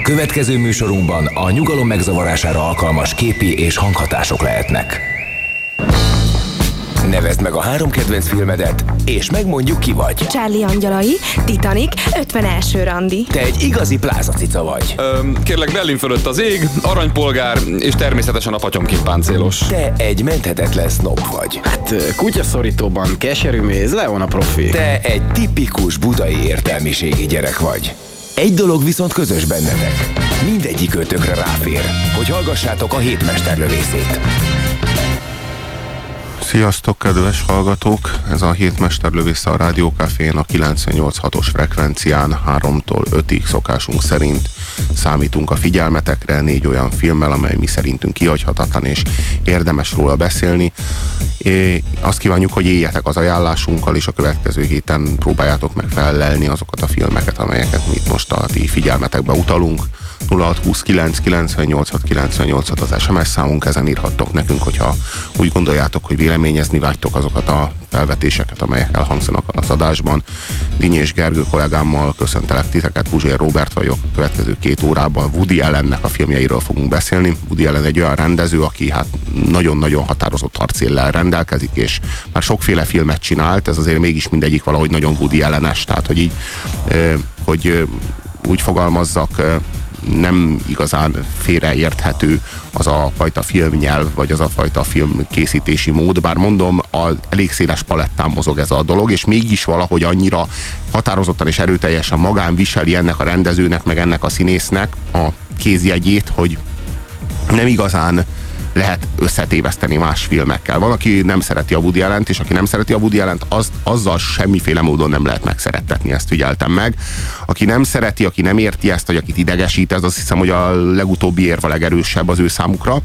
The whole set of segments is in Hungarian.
Következő műsorunkban a nyugalom megzavarására alkalmas képi és hanghatások lehetnek. Nevezd meg a 3 kedvenc filmedet, és megmondjuk, ki vagy. Charlie angyalai, Titanic, 51. randi. Te egy igazi plázacica vagy. Kérlek, Berlin fölött az ég, aranypolgár, és természetesen a patyomkin páncélos. Te egy menthetetlen sznob vagy. Hát kutyaszorítóban keserű méz, Leon a profi. Te egy tipikus budai értelmiségi gyerek vagy. Egy dolog viszont közös bennetek. Mindegyik ötökre ráfér, hogy hallgassátok a Hétmesterlövészét. Sziasztok, kedves hallgatók! Ez a Hétmesterlövésze a Rádió Cafén a 98.6-os frekvencián 3-tól 5-ig szokásunk szerint számítunk a figyelmetekre 4 olyan filmmel, amely mi szerintünk kihagyhatatlan és érdemes róla beszélni. Azt kívánjuk, hogy éljetek az ajánlásunkkal, és a következő héten próbáljátok meg felelni azokat a filmeket, amelyeket mi itt most a ti figyelmetekbe utalunk. 0629 986 986 az SMS számunk, ezen írhattok nekünk, hogyha úgy gondoljátok, hogy véleményezni vágytok azokat a felvetéseket, amelyek elhangzanak az adásban. Dinyi és Gergő kollégámmal köszöntelek titeket, Puzsér Róbert vagyok. A következő 2 órában Woody Allennek a filmjeiről fogunk beszélni. Woody Allen egy olyan rendező, aki hát nagyon-nagyon határozott arcéllel rendelkezik, és már sokféle filmet csinált, ez azért mégis mindegyik valahogy nagyon Woody Allen-es, tehát hogy így, hogy úgy fogalmazzak, nem igazán félreérthető az a fajta filmnyelv, vagy az a fajta filmkészítési mód, bár mondom, elég széles palettán mozog ez a dolog, és mégis valahogy annyira határozottan és erőteljesen magán viseli ennek a rendezőnek, meg ennek a színésznek a kézjegyét, hogy nem igazán lehet összetéveszteni más filmekkel. Van, aki nem szereti a Woody Allent, és aki nem szereti a Woody Allent, azzal semmiféle módon nem lehet megszerettetni, ezt figyeltem meg. Aki nem szereti, aki nem érti ezt, vagy akit idegesít, ez azt hiszem, hogy a legutóbbi érv a legerősebb az ő számukra,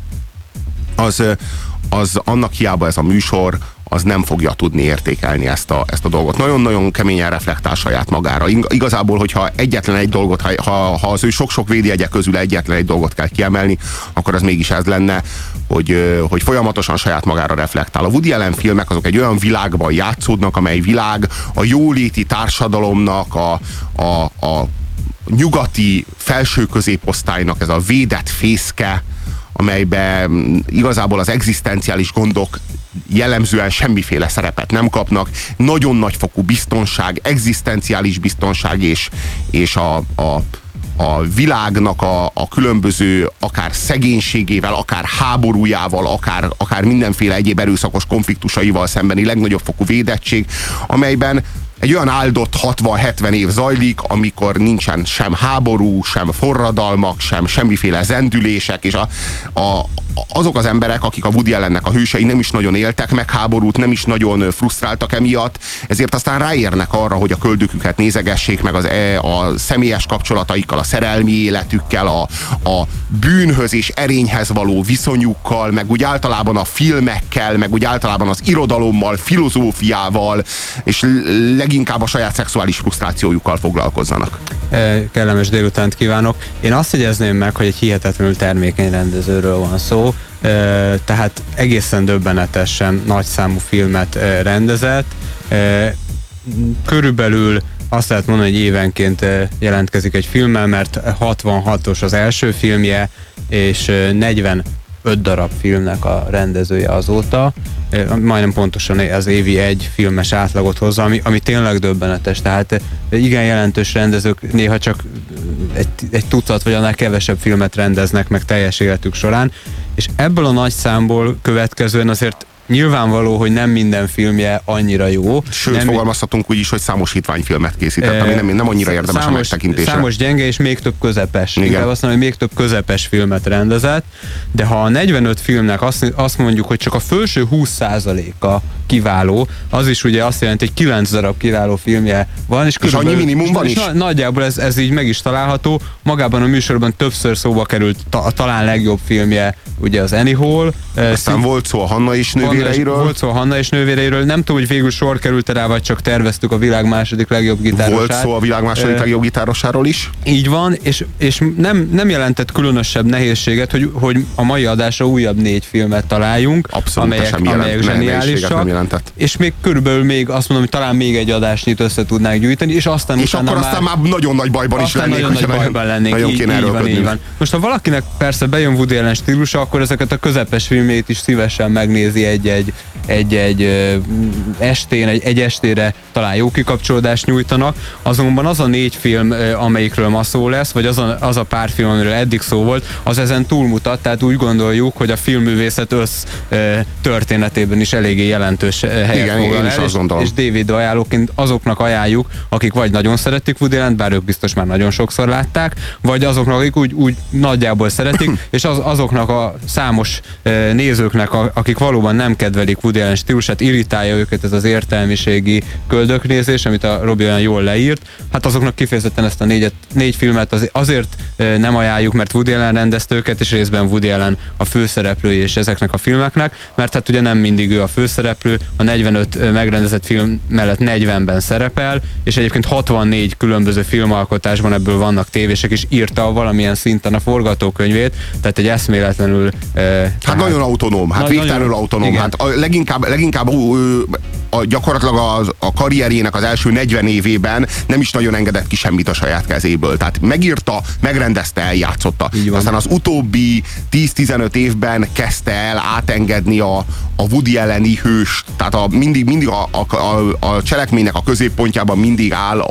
az annak hiába ez a műsor, az nem fogja tudni értékelni ezt a dolgot. Nagyon-nagyon keményen reflektál saját magára. Igazából, hogyha egyetlen egy dolgot, ha az ő sok-sok védjegye közül egyetlen egy dolgot kell kiemelni, akkor az mégis ez lenne, hogy folyamatosan saját magára reflektál. A Woody Allen filmek azok egy olyan világban játszódnak, amely világ a jóléti társadalomnak, a nyugati felső középosztálynak ez a védett fészke, amelyben igazából az egzisztenciális gondok jellemzően semmiféle szerepet nem kapnak. Nagyon nagyfokú biztonság, egzisztenciális biztonság és a világnak a különböző akár szegénységével, akár háborújával, akár mindenféle egyéb erőszakos konfliktusaival szembeni legnagyobb fokú védettség, amelyben egy olyan áldott 60-70 év zajlik, amikor nincsen sem háború, sem forradalmak, sem semmiféle zendülések, és azok az emberek, akik a Woody Allennek a hősei, nem is nagyon éltek meg háborút, nem is nagyon frusztráltak emiatt, ezért aztán ráérnek arra, hogy a köldöküket nézegessék, meg a személyes kapcsolataikkal, a szerelmi életükkel, a bűnhöz és erényhez való viszonyukkal, meg úgy általában a filmekkel, meg úgy általában az irodalommal, filozófiával, és leginkább a saját szexuális frusztrációjukkal foglalkozzanak. Kellemes délutánt kívánok! Én azt jegyezném meg, hogy egy hihetetlenül termékeny rendezőről van szó, tehát egészen döbbenetesen nagyszámú filmet rendezett. Körülbelül azt lehet mondani, hogy évenként jelentkezik egy filmmel, mert 66-os az első filmje, és 45 darab filmnek a rendezője azóta. Majdnem pontosan az évi egy filmes átlagot hozza, ami tényleg döbbenetes. Tehát igen jelentős rendezők néha csak egy tucat vagy annál kevesebb filmet rendeznek meg teljes életük során, és ebből a nagy számból következően azért nyilvánvaló, hogy nem minden filmje annyira jó. Sőt, fogalmazhatunk úgy is, hogy számos hitványfilmet készített, ami nem annyira érdemes a megtekintésre. Számos gyenge és még több közepes. Inkább azt mondom, hogy még több közepes filmet rendezett, de ha a 45 filmnek azt mondjuk, hogy csak a felső 20%-a kiváló, az is ugye azt jelenti, hogy 9 darab kiváló filmje van, és annyi minimum van is? Nagyjából ez így meg is található. Magában a műsorban többször szóba került a talán legjobb filmje, ugye az Annie Hall. Aztán volt szó a Hanna és nővéreiről. Volt szó a Hanna és nővéreiről. Nem tudom, hogy végül sor került rá, vagy csak terveztük a világ második legjobb gitárosát. Volt szó a világ második legjobb gitárosáról is. Így van, és nem jelentett különösebb nehézséget, hogy a mai adásra újabb 4 filmet találjunk, amelyek zseniálisak. jelentett. És még körülbelül még azt mondom, hogy talán még egy adásnyit össze tudnánk gyűjteni, és aztán aztán már nagyon nagy bajban is lennék. Nagyon nagy bajban lennénk, így van. Most ha valakinek persze bejön Woody Allen stílusa, akkor ezeket a közepes filmjét is szívesen megnézi egy estén, egy estére talán jó kikapcsolódást nyújtanak. Azonban az a 4 film, amelyikről ma szó lesz, vagy az a pár film, amiről eddig szó volt, az ezen túlmutat, tehát úgy gondoljuk, hogy a filmművészet történetében is eléggé jelentős helyet foglal el, és DVD ajánlóként azoknak ajánljuk, akik vagy nagyon szeretik Woody Allent, bár ők biztos már nagyon sokszor látták, vagy azoknak, akik úgy nagyjából szeretik, és azoknak a számos nézőknek, akik valóban nem kedvelik Woody Allen stílusát, irritálja őket ez az értelmiségi köldöknézés, amit a Robi olyan jól leírt, hát azoknak kifejezetten ezt a 4 filmet azért nem ajánljuk, mert Woody Allen rendezte őket, és részben Woody Allen a főszereplői és ezeknek a filmeknek, mert hát ugye nem mindig ő a főszereplő, a 45 megrendezett film mellett 40-ben szerepel, és egyébként 64 különböző filmalkotásban ebből vannak tévések, és írta valamilyen szinten a forgatókönyvét, tehát egy eszméletlenül... Hát nagyon autonóm, végtelenül autonóm. Igen. Hát leginkább gyakorlatilag a karrierjének az első 40 évében nem is nagyon engedett ki semmit a saját kezéből. Tehát megírta, megrendezte, eljátszotta. Aztán az utóbbi 10-15 évben kezdte el átengedni a Woody Alleni hőst. Tehát mindig a cselekménynek a középpontjában mindig áll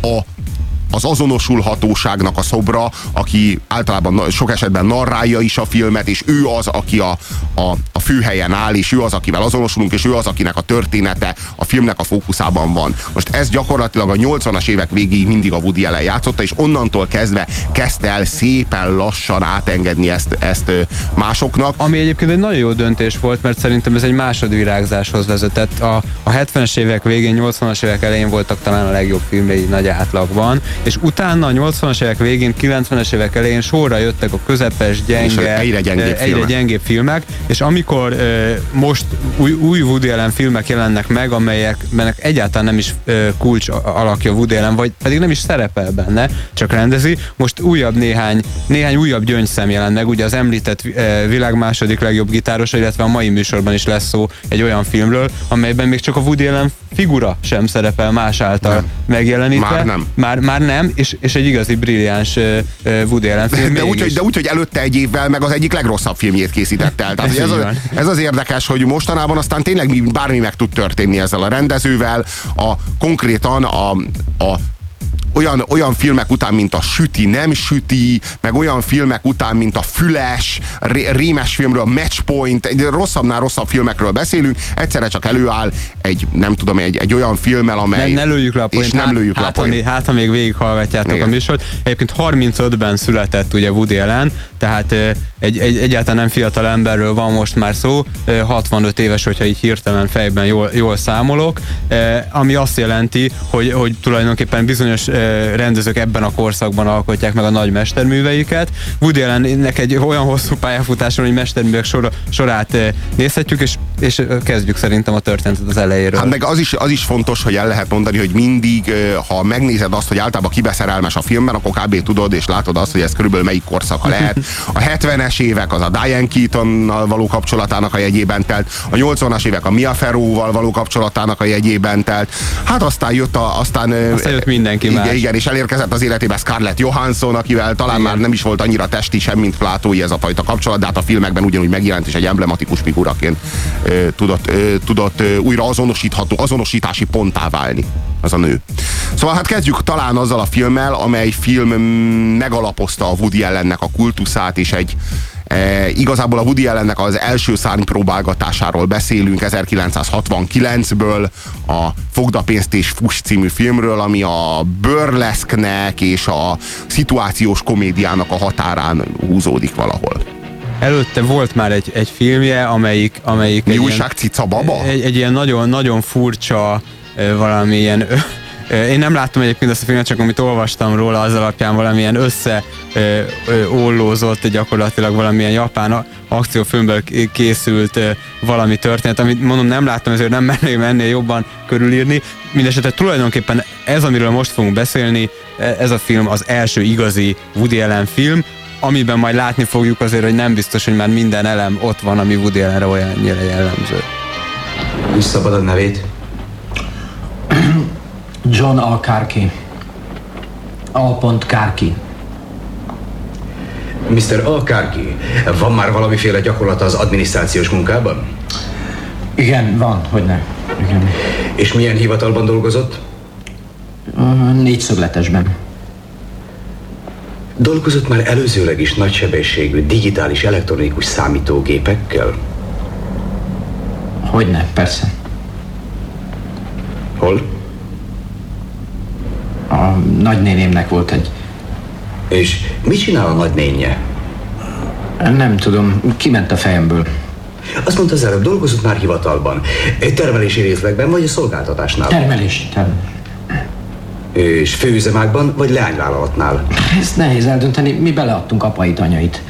az azonosulhatóságnak a szobra, aki általában sok esetben narrálja is a filmet, és ő az, aki a főhelyen áll, és ő az, akivel azonosulunk, és ő az, akinek a története a filmnek a fókuszában van. Most ez gyakorlatilag a 80-as évek végéig mindig a Woody Allen játszotta, és onnantól kezdve kezdte el szépen lassan átengedni ezt másoknak. Ami egyébként egy nagyon jó döntés volt, mert szerintem ez egy másodvirágzáshoz vezetett. A 70-es évek végén, 80-as évek elején voltak talán a legjobb filmjei nagy átlagban, és utána a 80-as évek végén, 90-es évek elején sorra jöttek a közepes, gyenge, egyre gyengébb filmek, és amikor most új Woody Allen filmek jelennek meg, amelyeknek egyáltalán nem is kulcs alakja Woody Allen, vagy pedig nem is szerepel benne, csak rendezi, most néhány újabb gyöngyszem jelent meg, ugye az említett világ második legjobb gitárosa, illetve a mai műsorban is lesz szó egy olyan filmről, amelyben még csak a Woody Allen figura sem szerepel más által megjelenítve. Már nem, és egy igazi brilliáns Woody Allen film. De úgy, hogy előtte egy évvel meg az egyik legrosszabb filmjét készített el. Tehát ez az érdekes, hogy mostanában aztán tényleg bármi meg tud történni ezzel a rendezővel, konkrétan olyan filmek után, mint a Süti, nem Süti, meg olyan filmek után, mint a Füles, rémes filmről, Matchpoint, egy rosszabbnál rosszabb filmekről beszélünk, egyszerre csak előáll egy olyan filmmel, amely... Ne lőjük le a point, nem lőjük le a point. Hát, ha még végighallgatjátok a műsort. Egyébként 35-ben született ugye Woody Allen, tehát egyáltalán nem fiatal emberről van most már szó, 65 éves, hogyha így hirtelen fejben jól számolok, ami azt jelenti, hogy tulajdonképpen bizonyos rendezők ebben a korszakban alkotják meg a nagy mesterműveiket. Woody Allennek egy olyan hosszú pályafutáson, hogy mesterművek sorát nézhetjük, és kezdjük szerintem a történetet az elejéről. Hát meg az is fontos, hogy el lehet mondani, hogy mindig, ha megnézed azt, hogy általában kibeszerelmes a filmben, akkor kb. Tudod és látod azt, hogy ez körülbelül melyik korszaka lehet. A 70-es évek az a Diane Keatonnal való kapcsolatának a jegyében telt, a 80-as évek a Mia Farrowval való kapcsolatának a jegyében telt. Hát aztán jött mindenki más. Igen, és elérkezett az életébe Scarlett Johansson, akivel talán már nem is volt annyira testi sem, mint Plátói ez a fajta kapcsolat, de hát a filmekben ugyanúgy megjelent, és egy emblematikus figuraként tudott újra azonosítási ponttá válni az a nő. Szóval hát kezdjük talán azzal a filmmel, amely film megalapozta a Woody Allennek a kultuszát, és igazából a Woody Allennek az első szárnypróbálgatásáról beszélünk 1969-ből, a Fogd a pénzt és fuss című filmről, ami a burleszknek és a szituációs komédiának a határán húzódik valahol. Előtte volt már egy filmje, amelyik Mi újság, Cica Baba? Egy ilyen nagyon, nagyon furcsa valamilyen... Én nem láttam egyébként ezt a filmet, csak amit olvastam róla, az alapján valamilyen összeollózott gyakorlatilag valamilyen japán akciófilmből készült valami történet, amit mondom nem láttam, ezért nem merném ennél jobban körülírni. Mindenesetre tulajdonképpen ez, amiről most fogunk beszélni, ez a film az első igazi Woody Allen film, amiben majd látni fogjuk azért, hogy nem biztos, hogy már minden elem ott van, ami Woody Allenre olyannyira jellemző. Szabad a nevét? John Alcarki. Al.Carki. Mr. Alcarki, van már valamiféle gyakorlata az adminisztrációs munkában? Igen, van, hogyne. Igen. És milyen hivatalban dolgozott? Négyszögletesben. Dolgozott már előzőleg is nagysebességű digitális elektronikus számítógépekkel? Hogyne, persze. Hol? A nagynénémnek volt egy... És mit csinál a nagynénje? Nem tudom, kiment a fejemből. Azt mondta az előbb, dolgozott már hivatalban. Termelési részlegben vagy a szolgáltatásnál? Termelés. És főüzemákban vagy leányvállalatnál? Ezt nehéz eldönteni, mi beleadtunk apait, anyait.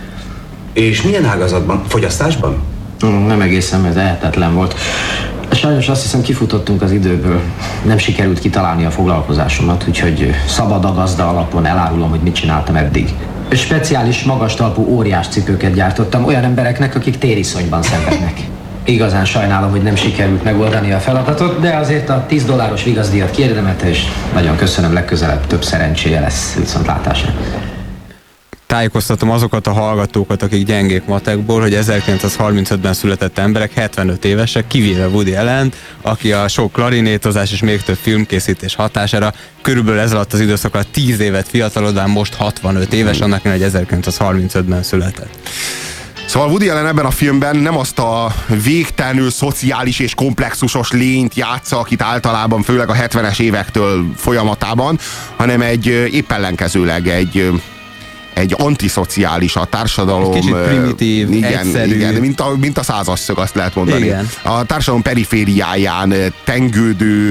És milyen ágazatban? Fogyasztásban? Nem egészen, ez lehetetlen volt. Sajnos azt hiszem kifutottunk az időből. Nem sikerült kitalálni a foglalkozásomat, úgyhogy szabad a gazda alapon elárulom, hogy mit csináltam eddig. Speciális magastalpú óriás cipőket gyártottam olyan embereknek, akik tériszonyban szenvednek. Igazán sajnálom, hogy nem sikerült megoldani a feladatot, de azért a $10 vigaszdíjat kiérdemelte, és nagyon köszönöm, legközelebb több szerencséje lesz, viszontlátásra. Tájékoztatom azokat a hallgatókat, akik gyengék matekból, hogy 1935-ben született emberek 75 évesek, kivéve Woody Allen, aki a sok klarinétozás és még több filmkészítés hatására körülbelül ez alatt az időszak alatt 10 évet fiatalodván, most 65 éves, annak hogy 1935-ben született. Szóval Woody Allen ebben a filmben nem azt a végtelenül szociális és komplexusos lényt játsza, akit általában főleg a 70-es évektől folyamatában, hanem egy épp ellenkezőleg egy antiszociális, a társadalom... Kicsit primitív, egyszerű. Igen, mint a százasszög, azt lehet mondani. Igen. A társadalom perifériáján tengődő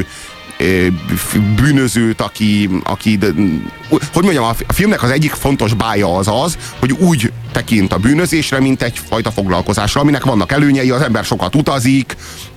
bűnözőt, aki hogy mondjam, a filmnek az egyik fontos bája az, hogy úgy tekint a bűnözésre, mint egyfajta foglalkozásra, aminek vannak előnyei, az ember sokat utazik,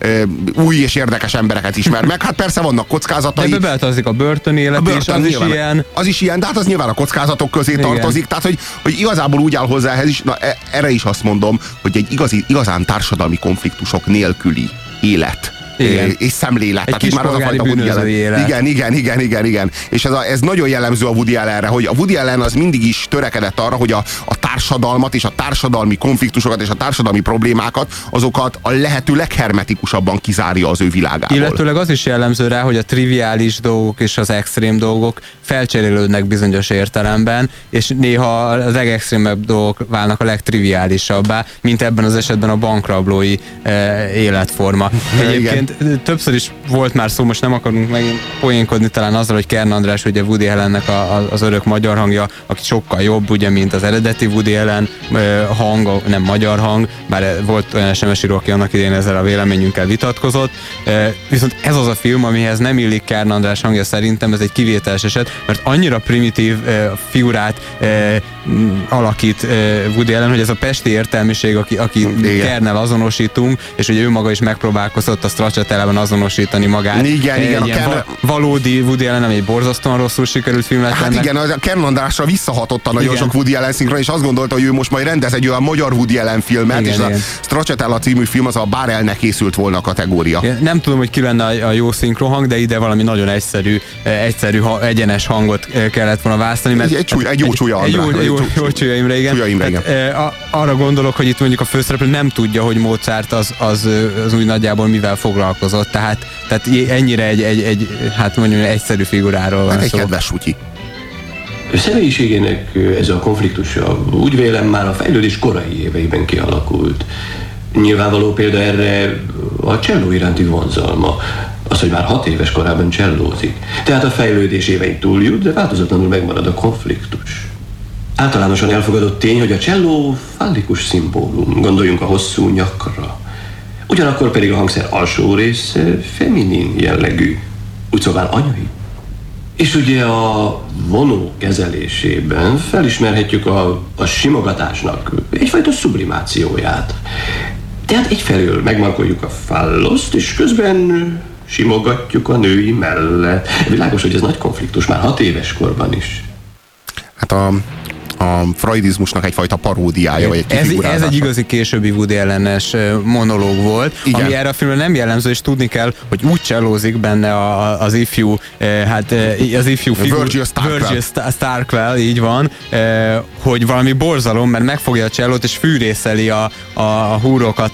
új és érdekes embereket ismer meg. Hát persze vannak kockázatai. Ebbe beletartozik a börtön élet, és az is ilyen. Az is ilyen, de hát az nyilván a kockázatok közé tartozik. Tehát, hogy igazából úgy áll hozzá ehhez is, erre is azt mondom, hogy egy igazán társadalmi konfliktusok nélküli élet. Igen. És szemlélet. Egy kis polgári bűnözői élet. Igen. És ez nagyon jellemző a Woody Allenre, hogy a Woody Allen az mindig is törekedett arra, hogy a társadalmat és a társadalmi konfliktusokat és a társadalmi problémákat, azokat a lehető leghermetikusabban kizárja az ő világából. Illetőleg az is jellemző rá, hogy a triviális dolgok és az extrém dolgok felcserélődnek bizonyos értelemben, és néha a legextrémebb dolgok válnak a legtriviálisabbá, mint ebben az esetben a bankrablói életforma. Egyébként többször is volt már szó, most nem akarunk megint poénkodni talán azzal, hogy Kern András ugye Woody Allennek az örök magyar hangja, aki sokkal jobb, ugye, mint az eredeti Woody Allen hang, nem magyar hang, bár volt olyan SMS író, aki annak idején ezzel a véleményünkkel vitatkozott. Viszont ez az a film, amihez nem illik Kern András hangja, szerintem ez egy kivételes eset, mert annyira primitív figurát alakít Woody Allen, hogy ez a pesti értelmiség, aki Kernnel azonosítunk, és ugye ő maga is megpróbálkozott a Stracciatellában azonosítani magát. Igen, valódi Woody Allen, ami egy borzasztóan rosszul sikerült film lett. Hát igen, a Kern Andrásra visszahatott a nagyon sok Woody Allen szinkron, és azt gondolta, hogy ő most majd rendez egy olyan magyar Woody Allen filmet, és a Stracciatella című film az a bár el ne készült volna kategória. Nem tudom, hogy ki lenne a jó szinkrohang, de ide valami nagyon egyszerű egyenes hangot kellett volna választani. Mert egy jó csúlya Jó Csúlya Imre, igen. Arra gondolok, hogy itt mondjuk a főszereplő nem tudja, hogy Mozart az úgy nagyjából mivel foglalkozott, tehát ennyire egy hát mondjuk egyszerű figuráról van szó. Egy kedves sutyi. Személyiségének ez a konfliktusa úgy vélem már a fejlődés korai éveiben kialakult. Nyilvánvaló példa erre a cselló iránti vonzalma. Az, hogy már 6 éves korában csellózik. Tehát a fejlődés évein túljut, de változatlanul megmarad a konfliktus. Általánosan elfogadott tény, hogy a cselló fallikus szimbólum, gondoljunk a hosszú nyakra. Ugyanakkor pedig a hangszer alsó része feminin jellegű, úgy szóval anyai. És ugye a vonó kezelésében felismerhetjük a simogatásnak egyfajta sublimációját. Tehát egyfelől megmarkoljuk a falloszt, és közben simogatjuk a női mellet. Világos, hogy ez nagy konfliktus már 6 éves korban is. Hát a freudizmusnak egyfajta paródiája, vagy egy kifigurázása. Ez egy igazi későbbi Woody Allen-es monológ volt, igen. Ami erre a filmre nem jellemző, és tudni kell, hogy úgy csellózik benne az ifjú Virgil Starkwell, így van, hogy valami borzalom, mert megfogja a csellót, és fűrészeli a húrokat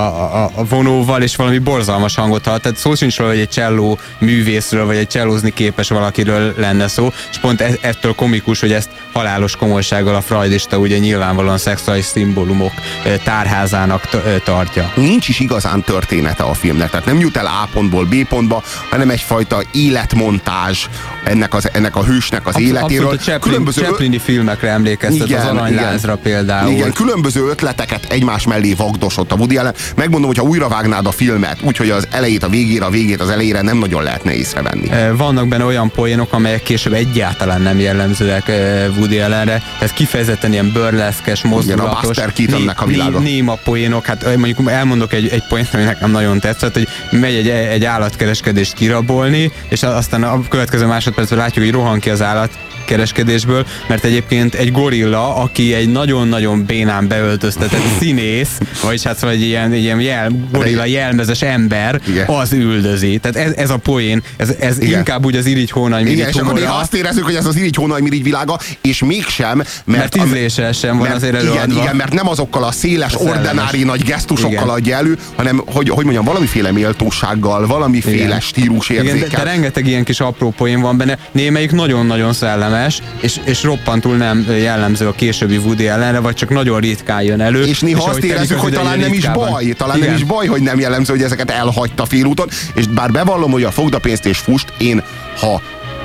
a vonóval, és valami borzalmas hangot hall. Tehát szó sincs róla, hogy egy cselló művészről, vagy egy csellózni képes valakiről lenne szó, és pont ettől komikus, hogy ezt halálos komolysággal a freudista ugye nyilvánvalóan szexuális szimbólumok tárházának tartja. Nincs is igazán története a filmnek, tehát nem jut el A pontból B pontba, hanem egyfajta életmontázs ennek a hősnek az életéről. Abszolút a Chaplini filmekre emlékeztet, igen, az Aranylázra például. Igen, különböző ötleteket egymás mellé vagdosott a Woody Allen. Megmondom, hogyha újra vágnád a filmet, úgyhogy az elejét a végére, a végét az elejére nem nagyon lehetne észrevenni. Vannak benne olyan poénok, amelyek később egyáltalán nem jellemzőek Woody Allenre, tehát kifejezetten ilyen burleszkes, mozdulatos, igen, a Buster Keatonnek a világa. Néma poénok, hát mondjuk elmondok egy poént, ami nekem nagyon tetszett, hogy megy egy állatkereskedést kirabolni, és aztán a következő másodpercben látjuk, hogy rohan ki az állatkereskedésből, mert egyébként egy gorilla, aki egy nagyon-nagyon bénán beöltöztetett színész, vagyis hát szóval egy ilyen gorilla jelmezes ember, igen, az üldözi. Tehát ez a poén, ez inkább úgy az Irigy Hónagy-Mirigy és akkor azt érezzük, hogy ez az Irigy Hónagy-Mirigy világa, és mégsem, mert ízlése sem van azért előadva. Igen, mert nem azokkal a széles, ordinári nagy gesztusokkal adja elő, hanem, hogy mondjam, valamiféle méltósággal, valamiféle stílusérzékkel. Igen, de rengeteg ilyen kis apró poén van benne, némelyik nagyon-nagyon szellemes, és roppantul nem jellemző a későbbi Woody Allenre, vagy csak nagyon ritkán jön elő. És néha azt érezzük, hogy talán nem is baj, nem is baj, hogy nem jellemző, hogy ezeket elhagyta félúton, és bár bevallom, hogy a Fogd a pénzt és fust, én ha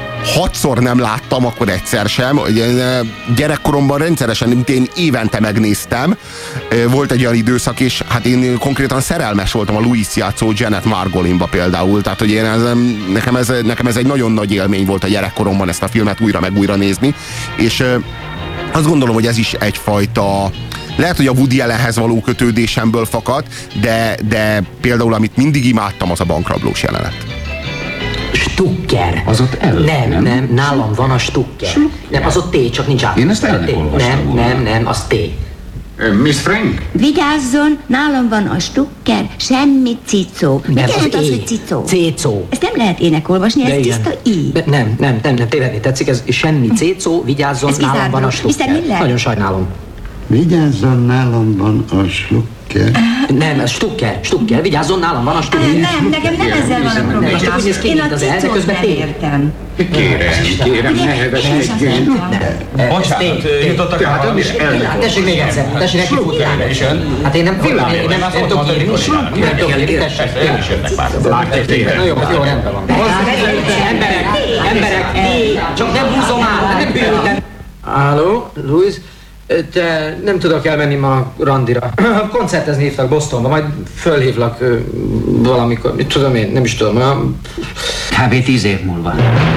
6-szor nem láttam, akkor egyszer sem. Gyerekkoromban rendszeresen, én évente megnéztem. Volt egy olyan időszak, és hát én konkrétan szerelmes voltam a Louis játszó Janet Margolinba például. Tehát, hogy nekem ez egy nagyon nagy élmény volt a gyerekkoromban ezt a filmet újra meg újra nézni. És azt gondolom, hogy ez is egyfajta, lehet, hogy a Woody Allenhez való kötődésemből fakad, de például amit mindig imádtam, az a bankrablós jelenet. Stucker. Az ott elő? Nem, nálam van a Stucker. Nem, az ott T, csak nincs át. Én ezt elnek olvastam. Nem, az T. Miss Frank? Vigyázzon, nálam van a Stucker, semmi cicó. Mit jelent az, hogy cicó? Cécó. Ezt nem lehet énekolvasni, ez tiszta I. Nem, tévedni tetszik, ez semmi cécó, vigyázzon, nálam van a Stucker. Nagyon sajnálom. Vigyázzon, nálam van a Stucker. Nem, ez Stucker, vigyázzon, nálam van a Stucker. Nem, nekem nem ezzel van a probléma. Én a cicót nem értem. Kérem, ne heveskedjön. Bocsánat, jutottak el valami? Tessék még egyszer, tessék neki futni. Hát én nem tudok írni. Nem tudok írni, tessék. Én is jönnek már. Na jó, rendben van. Emberek, csak nem húzom át, nem bűntem. Halló, Louis? Te nem tudok elmenni ma randira. Koncertezni hívtak Bostonba, majd fölhívlak valamikor. Tudom én, nem is tudom. Kb. 10 év múlva.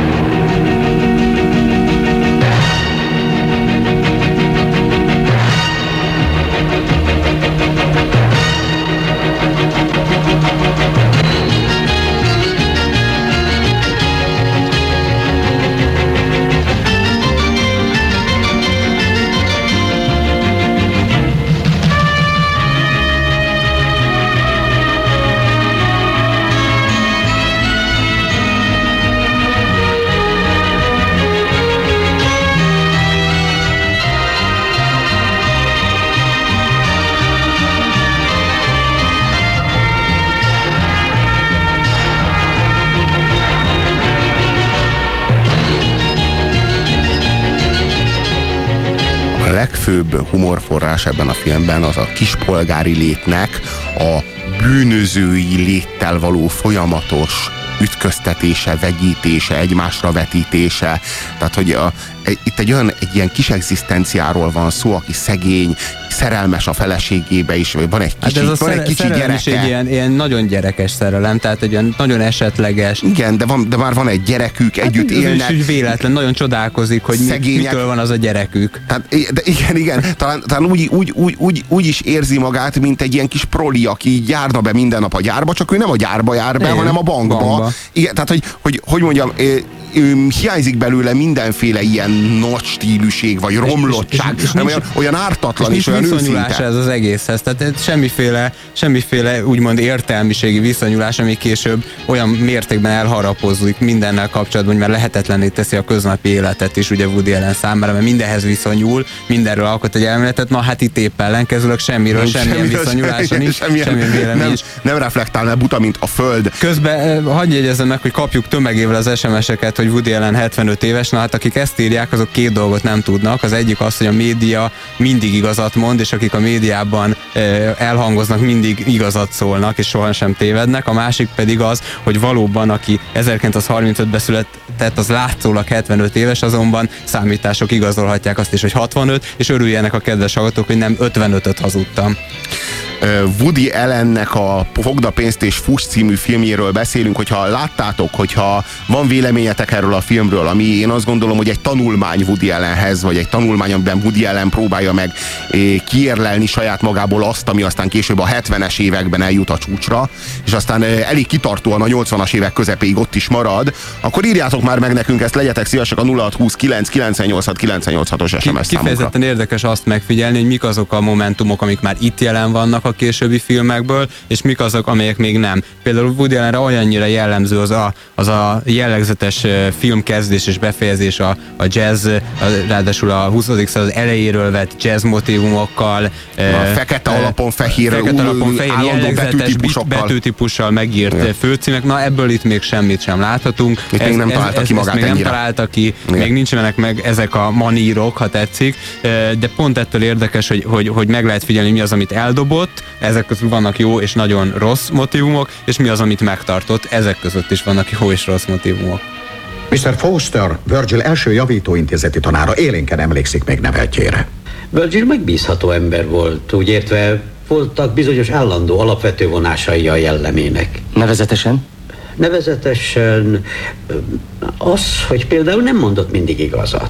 Legfőbb humorforrás ebben a filmben az a kispolgári létnek a bűnözői léttel való folyamatos ütköztetése, vegyítése, egymásra vetítése. Tehát, hogy itt egy ilyen kis egzisztenciáról van szó, aki szegény, szerelmes a feleségébe is, van egy kicsi, hát ez van egy kicsi gyereke. Ilyen nagyon gyerekes szerelem, tehát egy ilyen nagyon esetleges. Igen, de már van egy gyerekük, együtt élnek. És véletlen, nagyon csodálkozik, hogy mitől van az a gyerekük. Tehát, de igen, talán úgy is érzi magát, mint egy ilyen kis proli, aki járna be minden nap a gyárba, csak ő nem a gyárba jár be, hanem a bankba. Igen, tehát, hogy mondjam, hiányzik belőle mindenféle ilyen nagy stíluség, vagy romlottság, olyan ártatlan és olyan viszonyulás ez az egészhez, tehát semmiféle úgymond értelmiségi viszonyulás, ami később olyan mértékben elharapozódik mindennel kapcsolatban, hogy már lehetetlenné teszi a köznapi életet is ugye Woody Allen számára, mert mindenhez viszonyul, mindenről alkot egy elméletet, na hát itt épp ellenkezőleg semmilyen viszonyulása nincs, semmilyen vélemény. Nem reflektál, mert buta, mint a föld. Közben hagyj jegyezzem meg, hogy kapjuk tömegével az SMS-eket, hogy Woody Allen 75 éves, na hát akik ezt írják, azok két dolgot nem tudnak. Az egyik az, hogy a média mindig igazat mond, és akik a médiában elhangoznak, mindig igazat szólnak, és sohasem tévednek. A másik pedig az, hogy valóban, aki 1935-ben született, az látszólag 75 éves, azonban számítások igazolhatják azt is, hogy 65, és örüljenek a kedves hallgatók, hogy nem 55-öt hazudtam. Woody Allennek a Fogd a pénzt és fuss című filmjéről beszélünk, hogyha láttátok, hogyha van véleményetek erről a filmről, ami én azt gondolom, hogy egy tanulmány Woody Allenhez, vagy egy tanulmány, amiben Woody Allen próbálja meg kiérlelni saját magából azt, ami aztán később a 70-es években eljut a csúcsra, és aztán elég kitartóan a 80-as évek közepéig ott is marad, akkor írjátok már meg nekünk ezt, legyetek szívesek a 0629 986 986-os SMS számunkra. Kifejezetten érdekes azt megfigyelni, hogy mik azok a momentumok, amik már itt jelen vannak a későbbi filmekből, és mik azok, amelyek még nem. Például Woody Allenre olyannyira jellemző az a jellegzetes filmkezdés és befejezés a jazz, ráadásul a 20. század elejéről vett jazz motívumokkal. A fekete alapon fehér jellegzetes betűtípussal megírt főcímek. Na ebből itt még semmit sem láthatunk. Itt még nem találta ki magát ennyire. Nem találta ki, még nincsenek meg ezek a manírok, ha tetszik, de pont ettől érdekes, hogy meg lehet figyelni, mi az, amit eldobott, ezek között vannak jó és nagyon rossz motívumok, és mi az, amit megtartott, ezek között is vannak jó és rossz motívumok. Mr. Foster, Virgil első javítóintézeti tanára, élénken emlékszik még neveltjére. Virgil megbízható ember volt, úgy értve voltak bizonyos állandó alapvető vonásai a jellemének. Nevezetesen? Nevezetesen az, hogy például nem mondott mindig igazat.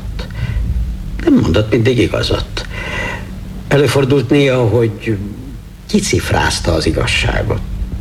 Nem mondott mindig igazat. Előfordult néha, hogy kicifrázta az igazságot.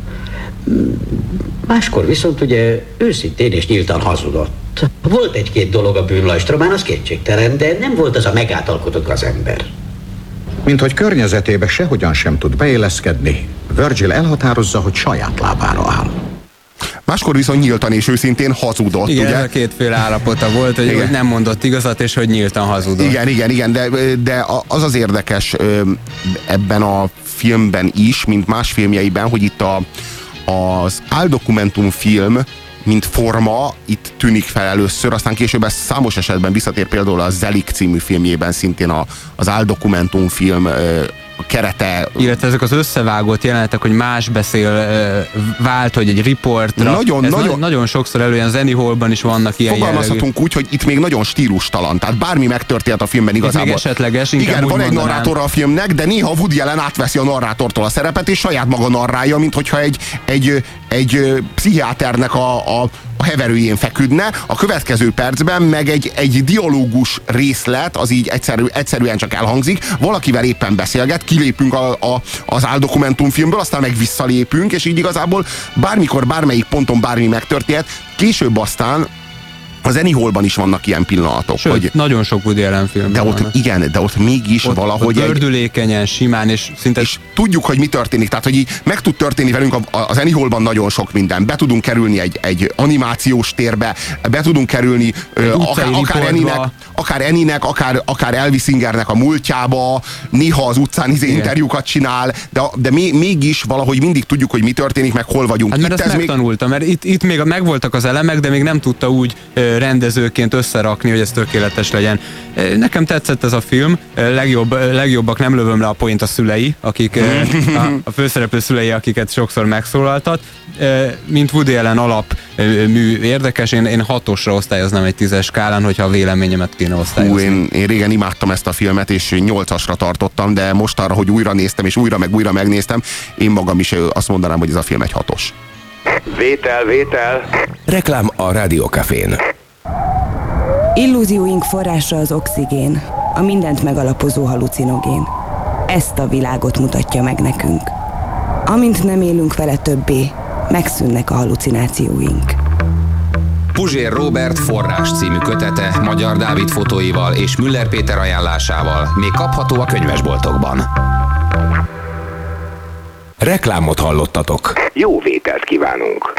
Máskor viszont ugye őszintén és nyíltan hazudott. Volt egy-két dolog a bűnlajstromán, az kétségtelen, de nem volt az a megátalkotott gazember. Mint hogy környezetébe sehogyan sem tud beilleszkedni, Virgil elhatározza, hogy saját lábára áll. Máskor viszont nyíltan és őszintén hazudott. Igen, ugye? Ez a kétféle állapota volt, hogy nem mondott igazat, és hogy nyíltan hazudott. Igen, de az érdekes ebben a filmben is, mint más filmjeiben, hogy itt az áldokumentumfilm, mint forma, itt tűnik fel először, aztán később ez számos esetben visszatér, például a Zelig című filmjében szintén az áldokumentumfilm kerete. Illetve ezek az összevágott jelenetek, hogy más beszél, vált, hogy egy riportra. Nagyon sokszor előjön, az Annie Hallban is vannak ilyen fogalmazhatunk úgy, hogy itt még nagyon stílustalan, tehát bármi megtörtént a filmben igazából. Még esetleges, igen, van egy narrátora a filmnek, de néha Woody Allen átveszi a narrátortól a szerepet, és saját maga narrálja, mint hogyha egy pszichiáternek a heverőjén feküdne, a következő percben meg egy dialógus részlet, az így egyszerűen csak elhangzik, valakivel éppen beszélget, kilépünk az áldokumentumfilmből, aztán meg visszalépünk, és így igazából bármikor, bármelyik ponton bármi megtörténhet, később aztán az Annie Hallban is vannak ilyen pillanatok. Sőt, hogy nagyon sok Woody Allen filmben de ott vannak. Igen, de ott mégis ott, valahogy... Ott gördülékenyen, simán, és szinte... És tudjuk, hogy mi történik. Tehát, hogy így meg tud történni velünk az Annie Hallban nagyon sok minden. Be tudunk kerülni egy animációs térbe, be tudunk kerülni akár Annie-nek, akár Elvis Singernek a múltjába, néha az utcán interjúkat csinál, de mégis valahogy mindig tudjuk, hogy mi történik, meg hol vagyunk. Hát mert ezt megtanultam, mert itt még megvoltak az elemek, de még nem tudta úgy rendezőként összerakni, hogy ez tökéletes legyen. Nekem tetszett ez a film, legjobbak nem lövöm le a point a szülei, akik a főszereplő szülei, akiket sokszor megszólaltat. Mint Woody Allen alapmű érdekes, én 6-osra osztályoznám egy 10-es skálán, hogyha a véleményemet kéne osztályozni. Én régen imádtam ezt a filmet, és 8-asra tartottam, de most arra, hogy újra néztem, és újra megnéztem, én magam is azt mondanám, hogy ez a film egy 6-os. Vétel. Reklám a Rádiókafén. Illúzióink forrása az oxigén, a mindent megalapozó halucinogén. Ezt a világot mutatja meg nekünk. Amint nem élünk vele többé, megszűnnek a halucinációink. Puzsér Róbert Forrás című kötete Magyar Dávid fotóival és Müller Péter ajánlásával még kapható a könyvesboltokban. Reklámot hallottatok. Jó vételt kívánunk.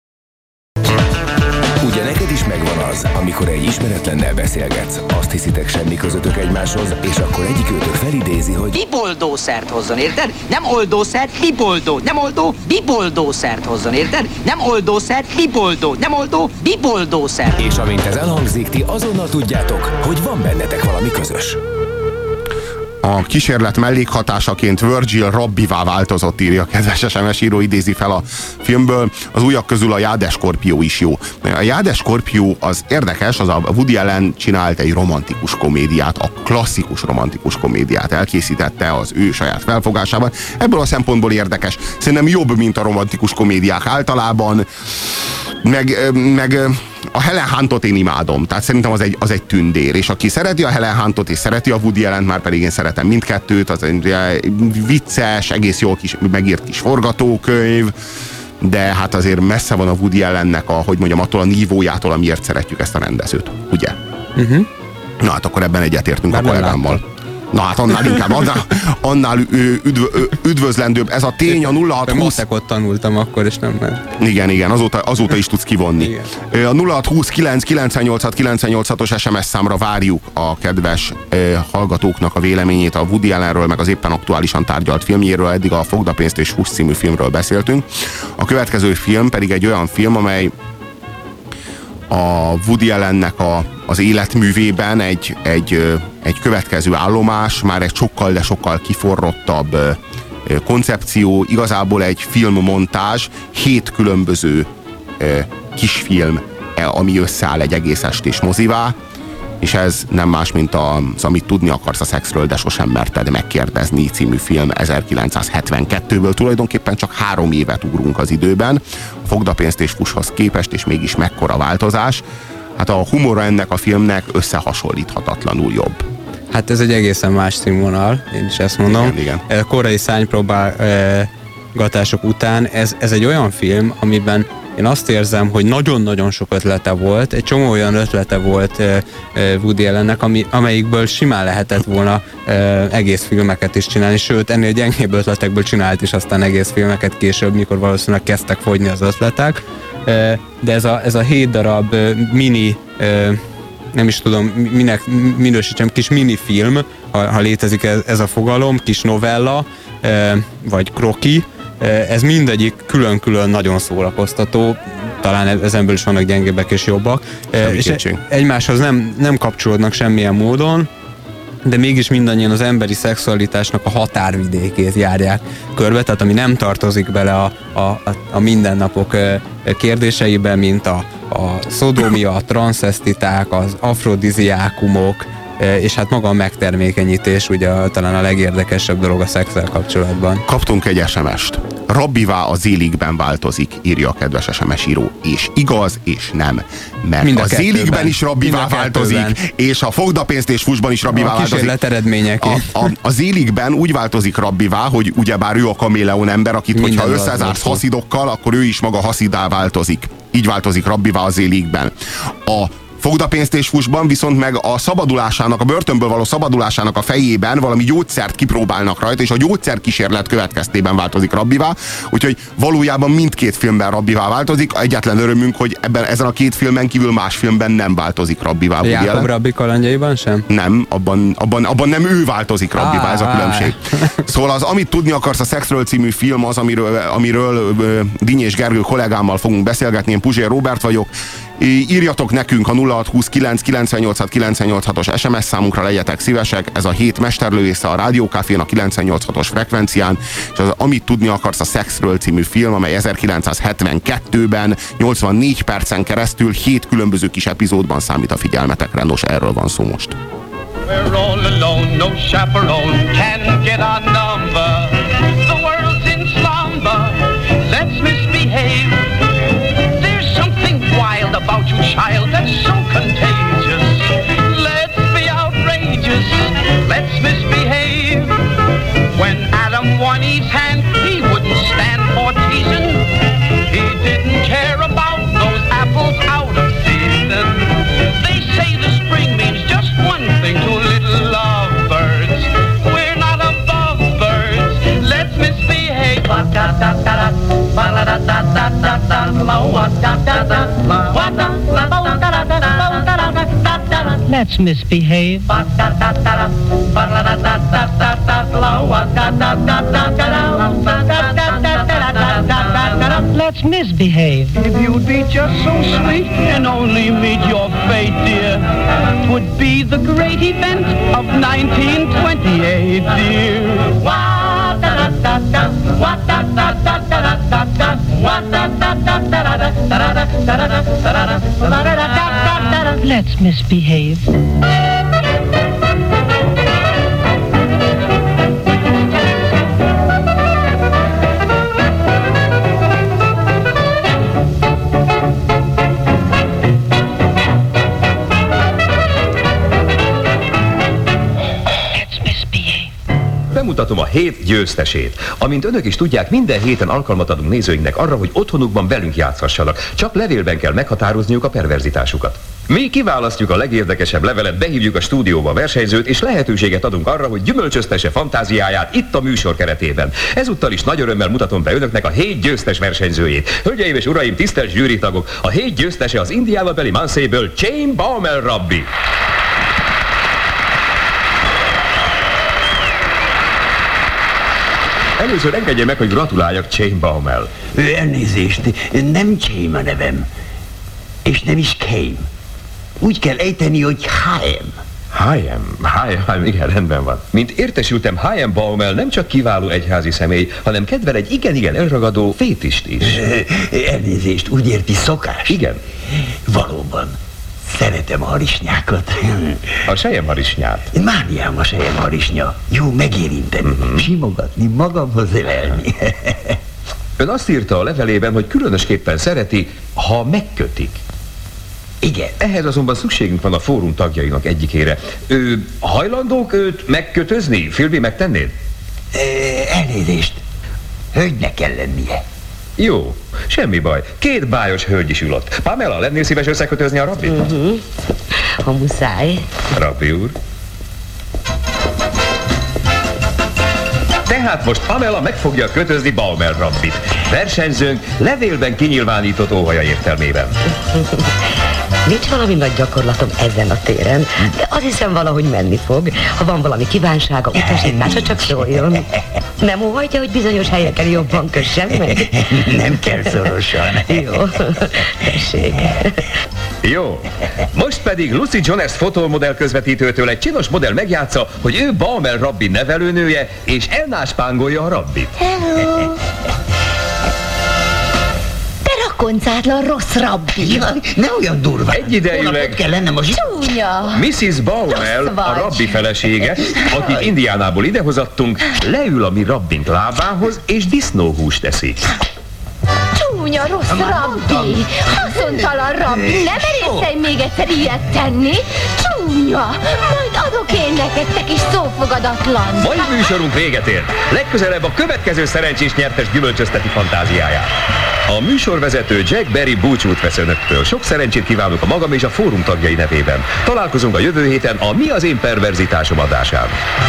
Ugye neked is megvan az, amikor egy ismeretlennel beszélgetsz, azt hiszitek semmi közöttök egymáshoz, és akkor egyikőtök felidézi, hogy biboldószert hozzon, érted? Nem oldószert, biboldó. Nem oldó, biboldószert hozzon, érted? Nem oldószert, biboldó. Nem oldó, biboldószert. És amint ez elhangzik, ti azonnal tudjátok, hogy van bennetek valami közös. A kísérlet mellékhatásaként Virgil rabbivá változott, írja a kedves SMS író, idézi fel a filmből. Az újak közül a Jádes Skorpió is jó. A Jádes Skorpió az érdekes, az a Woody Allen csinált egy romantikus komédiát, a klasszikus romantikus komédiát elkészítette az ő saját felfogásában. Ebből a szempontból érdekes. Szerintem jobb, mint a romantikus komédiák általában, meg a Helen Huntot én imádom, tehát szerintem az egy tündér, és aki szereti a Helen Huntot és szereti a Woody Allent, már pedig én szeretem mindkettőt, az egy vicces, egész jól megírt kis forgatókönyv, de hát azért messze van a Woody Allennek attól a nívójától, amiért szeretjük ezt a rendezőt, ugye? Na hát akkor ebben egyetértünk a kollégámmal. Na hát annál inkább, annál üdvözlendőbb. Ez a tény, a 0620... Matekot tanultam akkor, és nem mert. Igen, azóta is tudsz kivonni. Igen. A 0629986986-os SMS számra várjuk a kedves hallgatóknak a véleményét a Woody Allenről, meg az éppen aktuálisan tárgyalt filmjéről. Eddig a Fogdapénzt és Fuss című filmről beszéltünk. A következő film pedig egy olyan film, amely a Woody Allennek az életművében egy következő állomás, már egy sokkal, de sokkal kiforrottabb koncepció, igazából egy filmmontázs, 7 különböző kisfilm, ami összeáll egy egész estés mozivá, és ez nem más, mint az Amit tudni akarsz a szexről, de sosem merted megkérdezni című film 1972-ből. Tulajdonképpen csak 3 évet ugrunk az időben, a Fogdapénzt és Fusshoz képest, és mégis mekkora változás. Hát a humora ennek a filmnek összehasonlíthatatlanul jobb. Hát ez egy egészen más színvonal, én is ezt mondom. Igen. Korai szárnypróbálgatások után ez egy olyan film, amiben én azt érzem, hogy nagyon-nagyon sok ötlete volt, egy csomó olyan ötlete volt Woody Allennek, amelyikből simán lehetett volna egész filmeket is csinálni, sőt, ennél gyengébb ötletekből csinált is aztán egész filmeket később, mikor valószínűleg kezdtek fogyni az ötletek. De ez a 7 darab mini, nem is tudom, minek minősítsem, kis minifilm, ha létezik ez a fogalom, kis novella, vagy kroki, ez mindegyik külön-külön nagyon szórakoztató, talán ezenből is vannak gyengébbek és jobbak, és egymáshoz nem kapcsolódnak semmilyen módon, de mégis mindannyian az emberi szexualitásnak a határvidékét járják körbe, tehát ami nem tartozik bele a mindennapok kérdéseibe, mint a szodómia, a transzesztiták, az afrodiziákumok, és hát maga a megtermékenyítés, ugye talán a legérdekesebb dolog a szexszel kapcsolatban. Kaptunk egy SMS-t. Rabbivá a Zéligben változik, írja a kedves SMS író. És igaz, és nem. Mert a Zéligben is rabbivá változik, és a Fogdapénzt és Fussban is rabbivá változik. A kísérlet eredményeként. A Zéligben úgy változik rabbivá, hogy ugyebár ő a kaméleon ember, akit hogyha összezársz haszidokkal, akkor ő is maga haszidá változik. Így változik rabbivá a Zéligben. A Fogdapénzt és Fussban viszont meg a szabadulásának, a börtönből való szabadulásának a fejében valami gyógyszert kipróbálnak rajta, és a gyógyszerkísérlet következtében változik rabbivá, úgyhogy valójában mindkét filmben rabbivá változik. Egyetlen örömünk, hogy ezen a 2 filmen kívül más filmben nem változik rabbivá. Jákob Rabbi kalandjaiban sem? Nem, abban nem ő változik rabbivá, ez a különbség. Szóval az Amit tudni akarsz a szexről című film az, amiről Dinnyés Gergő kollégámmal fogunk beszélgetni. Én Puzsér Róbert vagyok, Írjatok nekünk a 0629 986-os SMS számunkra, legyetek szívesek. Ez a hét mesterlövésze a Rádiókafén a 98.6-os frekvencián, és az Amit tudni akarsz a szexről című film, amely 1972-ben 84 percen keresztül 7 különböző kis epizódban számít a figyelmetekre. Nos, erről van szó most. We're all alone, no chaperone can get our number. The world's in slumber, let's misbehave. There's something wild about you, child, that's so contagious. Let's be outrageous, let's misbehave. When Adam won Eve's hand, he wouldn't stand for teasing. He didn't care about those apples out of season. They say the spring means just one thing to little lovebirds. We're not above birds, let's misbehave. Let's misbehave. Let's misbehave. If you'd be just so sweet and only meet your fate, dear, 'twould be the great event of 1928, dear. Let's misbehave. Bemutatom a 7 győztesét. Amint önök is tudják, minden héten alkalmat adunk nézőinknek arra, hogy otthonukban velünk játszhassanak. Csak levélben kell meghatározniuk a perverzitásukat. Mi kiválasztjuk a legérdekesebb levelet, behívjuk a stúdióba a versenyzőt, és lehetőséget adunk arra, hogy gyümölcsöztesse fantáziáját itt a műsor keretében. Ezúttal is nagy örömmel mutatom be önöknek a 7 győztes versenyzőjét. Hölgyeim és uraim, tisztelt zsűritagok, a 7 győztese az Indiánabeli Munseyből Chaim Baumel Rabbi. Először engedje meg, hogy gratuláljak Chaim Baumel. Elnézést, nem Chaim a nevem. És nem is Chaim. Úgy kell ejteni, hogy Chaim, igen, rendben van. Mint értesültem, Chaim Baumel nem csak kiváló egyházi személy, hanem kedvel egy igen elragadó fétist is. Elnézést, úgy érti szokás? Igen. Valóban. Szeretem a harisnyákat. A selyemharisnyát? Mániám a selyemharisnya. Jó megérinteni, simogatni, magamhoz ölelni. Ön azt írta a levelében, hogy különösképpen szereti, ha megkötik. Igen. Ehhez azonban szükségünk van a fórum tagjainak egyikére. Ő hajlandók őt megkötözni? Filmi, megtennéd? Elnézést. Hölgynek kell lennie. Jó, semmi baj. 2 bájos hölgy is ül ott. Pamela, lennél szíves összekötözni a rabbit? Ha muszáj. Rabbi úr. Tehát most Pamela meg fogja kötözni Baumel Rabbit. Versenyzőnk levélben kinyilvánított óhaja értelmében. Nincs valami nagy gyakorlatom ezen a téren, de azt hiszem valahogy menni fog. Ha van valami kívánsága, utasítása, csak szóljon. Nem óhajtja, hogy bizonyos helyeken jobban kössem meg? Nem kell szorosan. Jó, tessék. Jó. Most pedig Lucy Jones fotómodell közvetítőtől egy csinos modell megjátsza, hogy ő Baumel Rabbi nevelőnője, és elnáspángolja a rabbit. Hello! Koncátlan rossz rabbi. Ja, ne olyan durva. Egyidejűleg kell lennem a csúnya. Mrs. Baumel, a rabbi felesége, akit Indiánából idehozattunk, leül a mi rabbink lábához, és disznóhúst eszik. Csúnya, rossz rabbi. Haszontalan rabbi. Nem merészelj még egyszer ilyet tenni. Csúnya. Majd adok én neked, te kis szófogadatlan. Mai műsorunk véget ért. Legközelebb a következő szerencsés nyertes gyümölcsözteti fantáziáját. A műsorvezető Jack Berry búcsút vesz önöktől. Sok szerencsét kívánok a magam és a fórum tagjai nevében. Találkozunk a jövő héten a Mi az én perverzitásom adásán.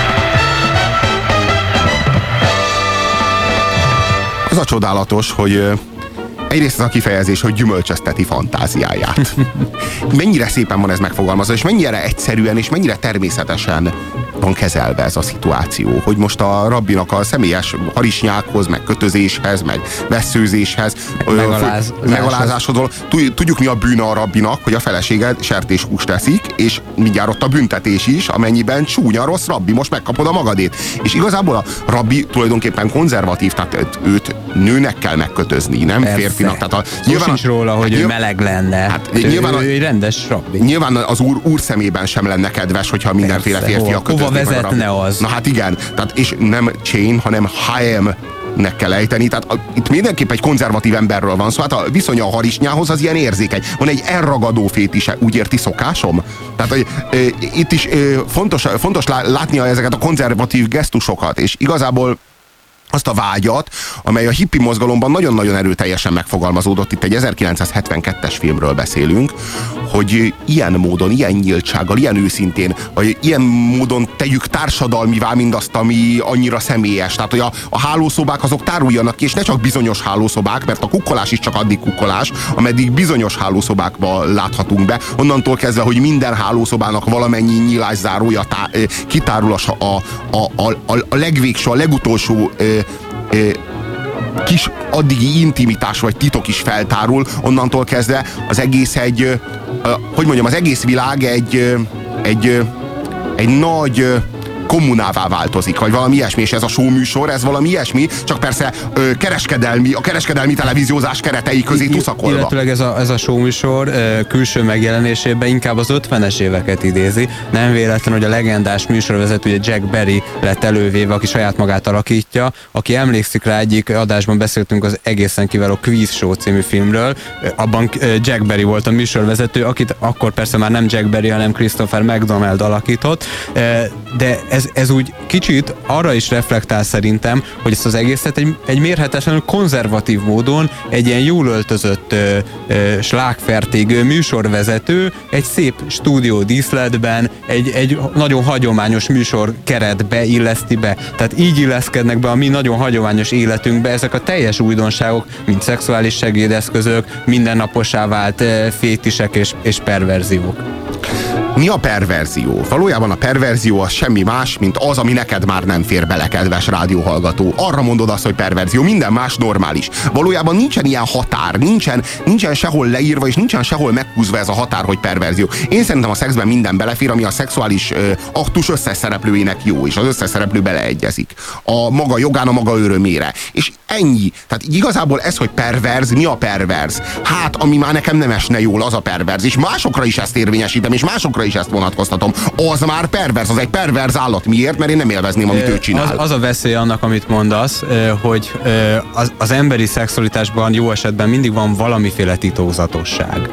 Az a csodálatos, hogy egyrészt az a kifejezés, hogy gyümölcsözteti fantáziáját. Mennyire szépen van ez megfogalmazva, és mennyire egyszerűen, és mennyire természetesen van kezelve ez a szituáció, hogy most a rabbinak a személyes harisnyákhoz, meg kötözéshez, meg vesszőzéshez, megalázáshoz. Tudjuk, mi a bűne a rabbinak, hogy a felesége sertéshúst teszik, és mindjárt ott a büntetés is, amennyiben csúnya rossz rabbi, most megkapod a magadét. És igazából a rabbi tulajdonképpen konzervatív, tehát őt nőnek kell megkötözni, nem férfinak. Tehát nyilván sincs róla, hogy ő meleg lenne. Hát, ő egy rendes rabbi. Nyilván az úr szemében sem lenne kedves, hogyha mindenféle férfiak kötöznék. Hova vezetne az? Na hát igen, tehát, és nem chain, hanem haem-nek kell ejteni. Tehát itt mindenképp egy konzervatív emberről van szó. Hát a viszonya a harisnyához az ilyen érzékeny. Van egy elragadó fétise, úgy érti szokásom? Tehát itt is fontos látnia ezeket a konzervatív gesztusokat, és igazából azt a vágyat, amely a hippi mozgalomban nagyon-nagyon erőteljesen megfogalmazódott, itt egy 1972-es filmről beszélünk, hogy ilyen módon, ilyen nyíltsággal, ilyen őszintén, vagy ilyen módon tegyük társadalmivá mindazt, ami annyira személyes. Tehát, hogy a hálószobák azok táruljanak ki, és ne csak bizonyos hálószobák, mert a kukkolás is csak addig kukkolás, ameddig bizonyos hálószobákba láthatunk be. Onnantól kezdve, hogy minden hálószobának valamennyi nyílászárója kitárul a legvégső, a legutolsó kis addigi intimitás vagy titok is feltárul, onnantól kezdve az egész az egész világ egy nagy kommunává változik, vagy valami ilyesmi, és ez a show műsor, ez valami ilyesmi, csak persze a kereskedelmi televíziózás keretei közé tuszakolva. Illetőleg ez a show műsor külső megjelenésében inkább az 50-es éveket idézi. Nem véletlen, hogy a legendás műsorvezető ugye Jack Berry lett elővéve, aki saját magát alakítja, aki emlékszik rá, egyik adásban beszéltünk az egészen kiváló Quiz Show című filmről, abban Jack Berry volt a műsorvezető, akit akkor persze már nem Jack Berry, hanem Christopher McDonald alakított, de ez úgy kicsit arra is reflektál szerintem, hogy ezt az egészet egy mérhetetlenül konzervatív módon egy ilyen jól öltözött slágfertég műsorvezető egy szép stúdió díszletben egy nagyon hagyományos műsor keretbe illeszti be. Tehát így illeszkednek be a mi nagyon hagyományos életünkbe ezek a teljes újdonságok, mint szexuális segédeszközök, mindennapossá vált fétisek és perverziók. Mi a perverzió? Valójában a perverzió az semmi más, mint az, ami neked már nem fér bele, kedves rádióhallgató. Arra mondod azt, hogy perverzió, minden más normális. Valójában nincsen ilyen határ, nincsen sehol leírva, és nincsen sehol meghúzva ez a határ, hogy perverzió. Én szerintem a szexben minden belefér, ami a szexuális aktus összes szereplőjének jó, és az összes szereplő beleegyezik. A maga jogán, a maga örömére. És ennyi. Tehát igazából ez, hogy perverz, mi a perverz? Hát, ami már nekem nem esne jól, az a perverz. És másokra is ezt érvényesítem, és másokra is ezt vonatkoztatom. Az már perverz, az egy perverz állat. Miért? Mert én nem élvezném, amit ő csinál. Az a veszély annak, amit mondasz, hogy az emberi szexualitásban jó esetben mindig van valamiféle titokzatosság.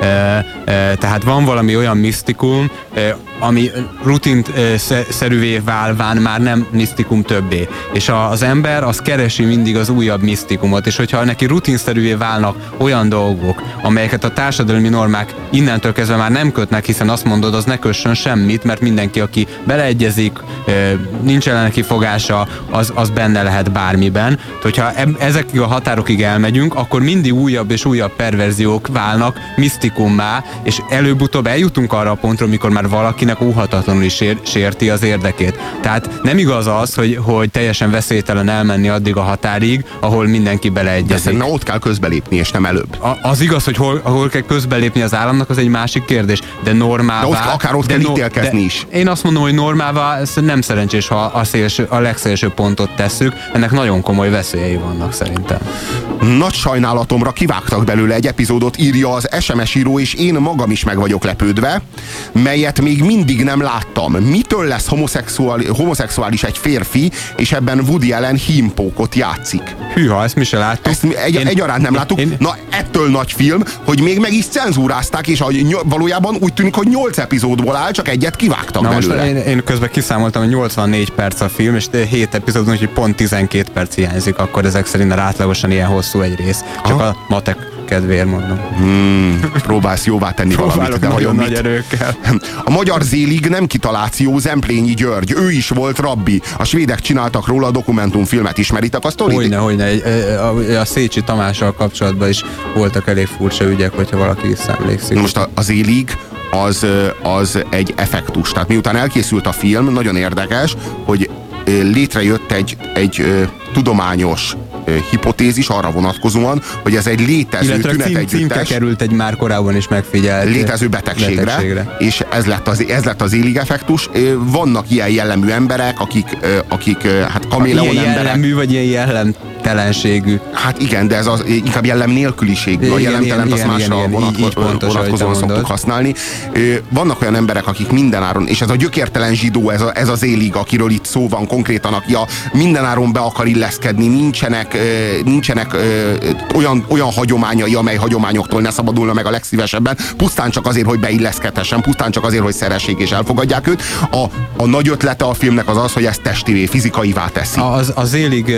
Tehát van valami olyan misztikum, ami rutinszerűvé válván már nem misztikum többé. És az ember az keresi mindig az újabb misztikumot, és hogyha neki rutinszerűvé válnak olyan dolgok, amelyeket a társadalmi normák innentől kezdve már nem kötnek, hiszen azt mondod, az ne kössön semmit, mert mindenki, aki beleegyezik, nincs ellene kifogása, az benne lehet bármiben. Hogyha ezekig a határokig elmegyünk, akkor mindig újabb és újabb perverziók válnak misztikummá, és előbb-utóbb eljutunk arra a pontra, amikor már valakinek óhatatlanul is sérti az érdekét. Tehát nem igaz az, hogy teljesen veszélytelen elmenni addig a határig, ahol mindenki beleegyezik. De ott kell közbelépni, és nem előbb. Az igaz, hogy hol kell közbelépni az államnak, az egy másik kérdés. De normálvá... De akár ott kell ítélkezni is. Én azt mondom, hogy normálvá nem szerencsés, ha a legszélső pontot tesszük. Ennek nagyon komoly veszélyei vannak szerintem. Nagy sajnálatomra kivágtak belőle egy epizódot, írja az SMS író, és én magam is meg vagyok lepődve, melyet még mindig nem láttam. Mitől lesz homoszexuális egy férfi, és ebben Woody Allen hímpókot játszik? Hűha, ezt mi se láttuk. Ezt egyaránt nem láttuk. Na, ettől nagy film, hogy még meg is cenzúrázták, és valójában úgy tűnik, hogy 8 epizódból áll, csak egyet kivágtak belőle. Most én közben kiszámoltam, hogy 84 perc a film, és 7 epizódon, úgyhogy pont 12 perc hiányzik, akkor ezek szerint átlagosan ilyen hosszú egy rész. Csak a matek kedvéért mondom. Próbálsz jóvá tenni valamit, de nagyon nagy erőkkel. A magyar Zélig nem kitaláció, Zemplényi György. Ő is volt rabbi. A svédek csináltak róla a dokumentumfilmet. Ismeritek a sztorit? Hogyne. A Szécsi Tamással kapcsolatban is voltak elég furcsa ügyek, hogyha valaki visszaemlékszik. Most a Zélig az egy effektus. Tehát miután elkészült a film, nagyon érdekes, hogy létrejött egy tudományos hipotézis arra vonatkozóan, hogy ez egy létező tünetegyüttes. Címke került egy már korábban is megfigyelt létező betegségre. És ez lett az Illig effektus. Vannak ilyen jellemű emberek, akik hát kaméleon emberek. Ilyen jellemű, vagy ilyen jellemtelenségű? Hát igen, de ez inkább jellem nélküliségű. A jellemtelent azt másra vonatkozóan szoktuk használni. Vannak olyan emberek, akik mindenáron, és ez a gyökértelen zsidó, ez az Illig, akiről itt szó van konkrétan, aki mindenáron be akar illeszkedni, nincsenek olyan hagyományai, amely hagyományoktól ne szabadulna meg a legszívesebben, pusztán csak azért, hogy beilleszkedhessen, pusztán csak azért, hogy szeressék és elfogadják őt. A nagy ötlete a filmnek az, hogy ezt testivé, fizikaivá teszi. Az Illig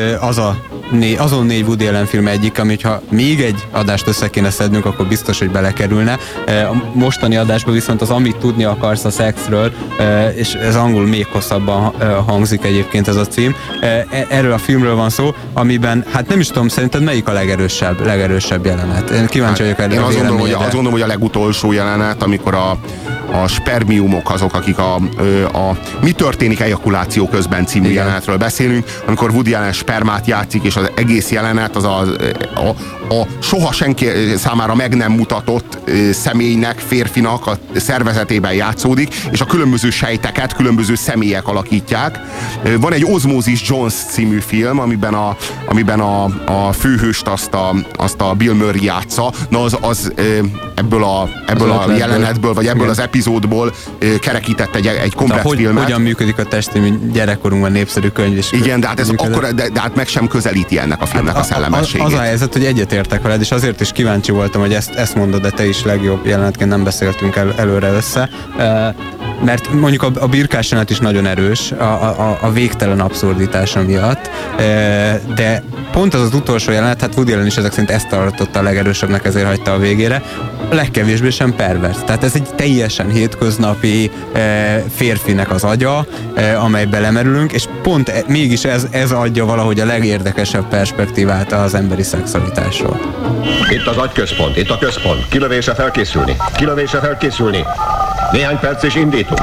azon 4 Woody Allen film egyik, ami ha még egy adást össze kéne szednünk, akkor biztos, hogy belekerülne. A mostani adásban viszont az Amit tudni akarsz a szexről, és ez angol még hosszabban hangzik egyébként ez a cím. Erről a filmről van szó, amiben, hát nem is tudom, szerinted melyik a legerősebb jelenet? Én kíváncsi vagyok erre. Én azt gondolom, hogy a legutolsó jelenet, amikor a spermiumok azok, akik Mi történik ejakuláció közben című jelenetről beszélünk, amikor Woody Allen spermát játszik, és az egész jelenet az a soha senki számára meg nem mutatott személynek, férfinak a szervezetében játszódik, és a különböző sejteket különböző személyek alakítják. Van egy Osmosis Jones című film, amiben a főhőst azt a Bill Murray játsza. Na az ebből a jelenetből, vagy ebből az epizódból kerekített egy komplett filmet. Hogyan működik a testi, mint gyerekkorunkban népszerű könyv. És igen, de hát meg sem közelíti ennek a filmnek a szellemességét. Az a helyzet, hogy egyetértek veled, és azért is kíváncsi voltam, hogy ezt mondod, de te is legjobb jelenetként nem beszéltünk előre össze. Mert mondjuk a birkás jelenet is nagyon erős a végtelen abszurditása miatt, de pont az utolsó jelenet, hát Woody Allen is ezek szerint ezt tartotta a legerősebbnek, ezért hagyta a végére, legkevésbé sem pervers. Tehát ez egy teljesen hétköznapi férfinek az agya, amely belemerülünk, és pont mégis ez adja valahogy a legérdekesebb perspektívát az emberi szexualitásról. Itt az agyközpont, itt a központ. Kilövése felkészülni. Kilövése felkészülni. Néhány perc és indítunk.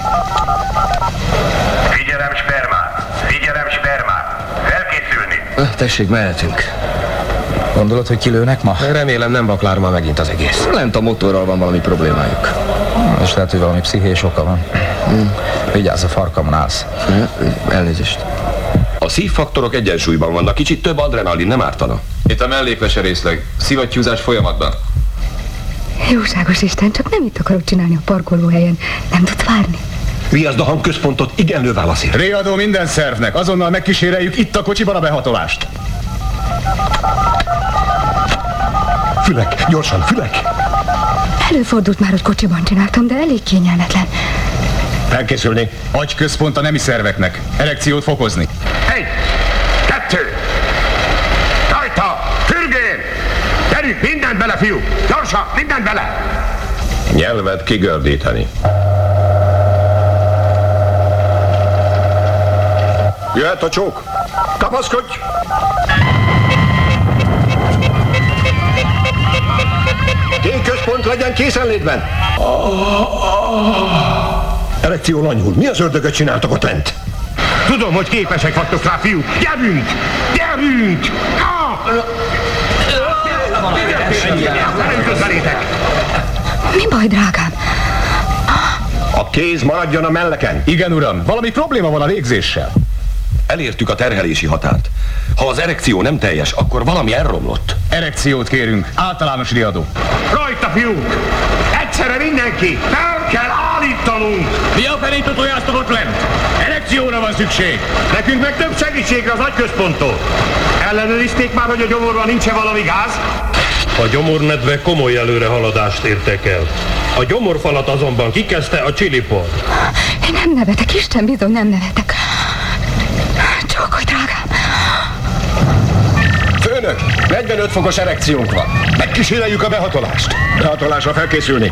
Figyelem spermát! Figyelem spermát! Felkészülni! Tessék, mehetünk. Gondolod, hogy kilőnek ma? Remélem nem vaklár ma megint az egész. Lent a motorral van valami problémájuk. És lehet, hogy valami pszichés oka van. Vigyázz, a farkamon állsz. Elnézést. A szívfaktorok egyensúlyban vannak, kicsit több adrenalin nem ártana. Itt a mellékvese részleg. Szivattyúzás folyamatban. Jóságos Isten, csak nem itt akarok csinálni a parkolóhelyen. Nem tud várni. Vigyázd a hangközpontot, igenlő válaszért. Réadó minden szervnek, azonnal megkíséreljük itt a kocsiban a behatolást. Fülek, gyorsan, fülek! Előfordult már, hogy kocsiban csináltam, de elég kényelmetlen. Felkészülni. Agyközpont a nemi szerveknek. Erekciót fokozni. 1, 2, rajta, fürgén! Gyerünk, mindent bele, fiú! Gyorsan, mindent bele! Nyelvet kigördíteni. Jöhet a csók! Kapaszkodj! Központ legyen készenlétben! Erekció lanyul. Mi az ördögöt csináltak ott lent? Tudom, hogy képesek vagytok rá, fiú! Gyerünk! Gyerünk! Mi baj, drágám? A kéz maradjon a melleken. Igen, uram. Valami probléma van a légzéssel. Elértük a terhelési határt. Ha az erekció nem teljes, akkor valami elromlott. Erekciót kérünk. Általános riadó. Rajta, fiúk! Egyszerre mindenki! Fel kell állítanunk! Mi a felét tojáztok ott lent? Erekcióra van szükség. Nekünk meg több segítségre az agyközponttól. Ellenőrizték már, hogy a gyomorban nincs-e valami gáz? A gyomormedve komoly előrehaladást értek el. A gyomorfalat azonban kikezdte a csilipor. Én nem nevetek, Isten bizony nem nevetek. Csókolj, drágám! Főnök, 45 fokos erekciónk van. Megkíséreljük a behatolást. Behatolásra felkészülni.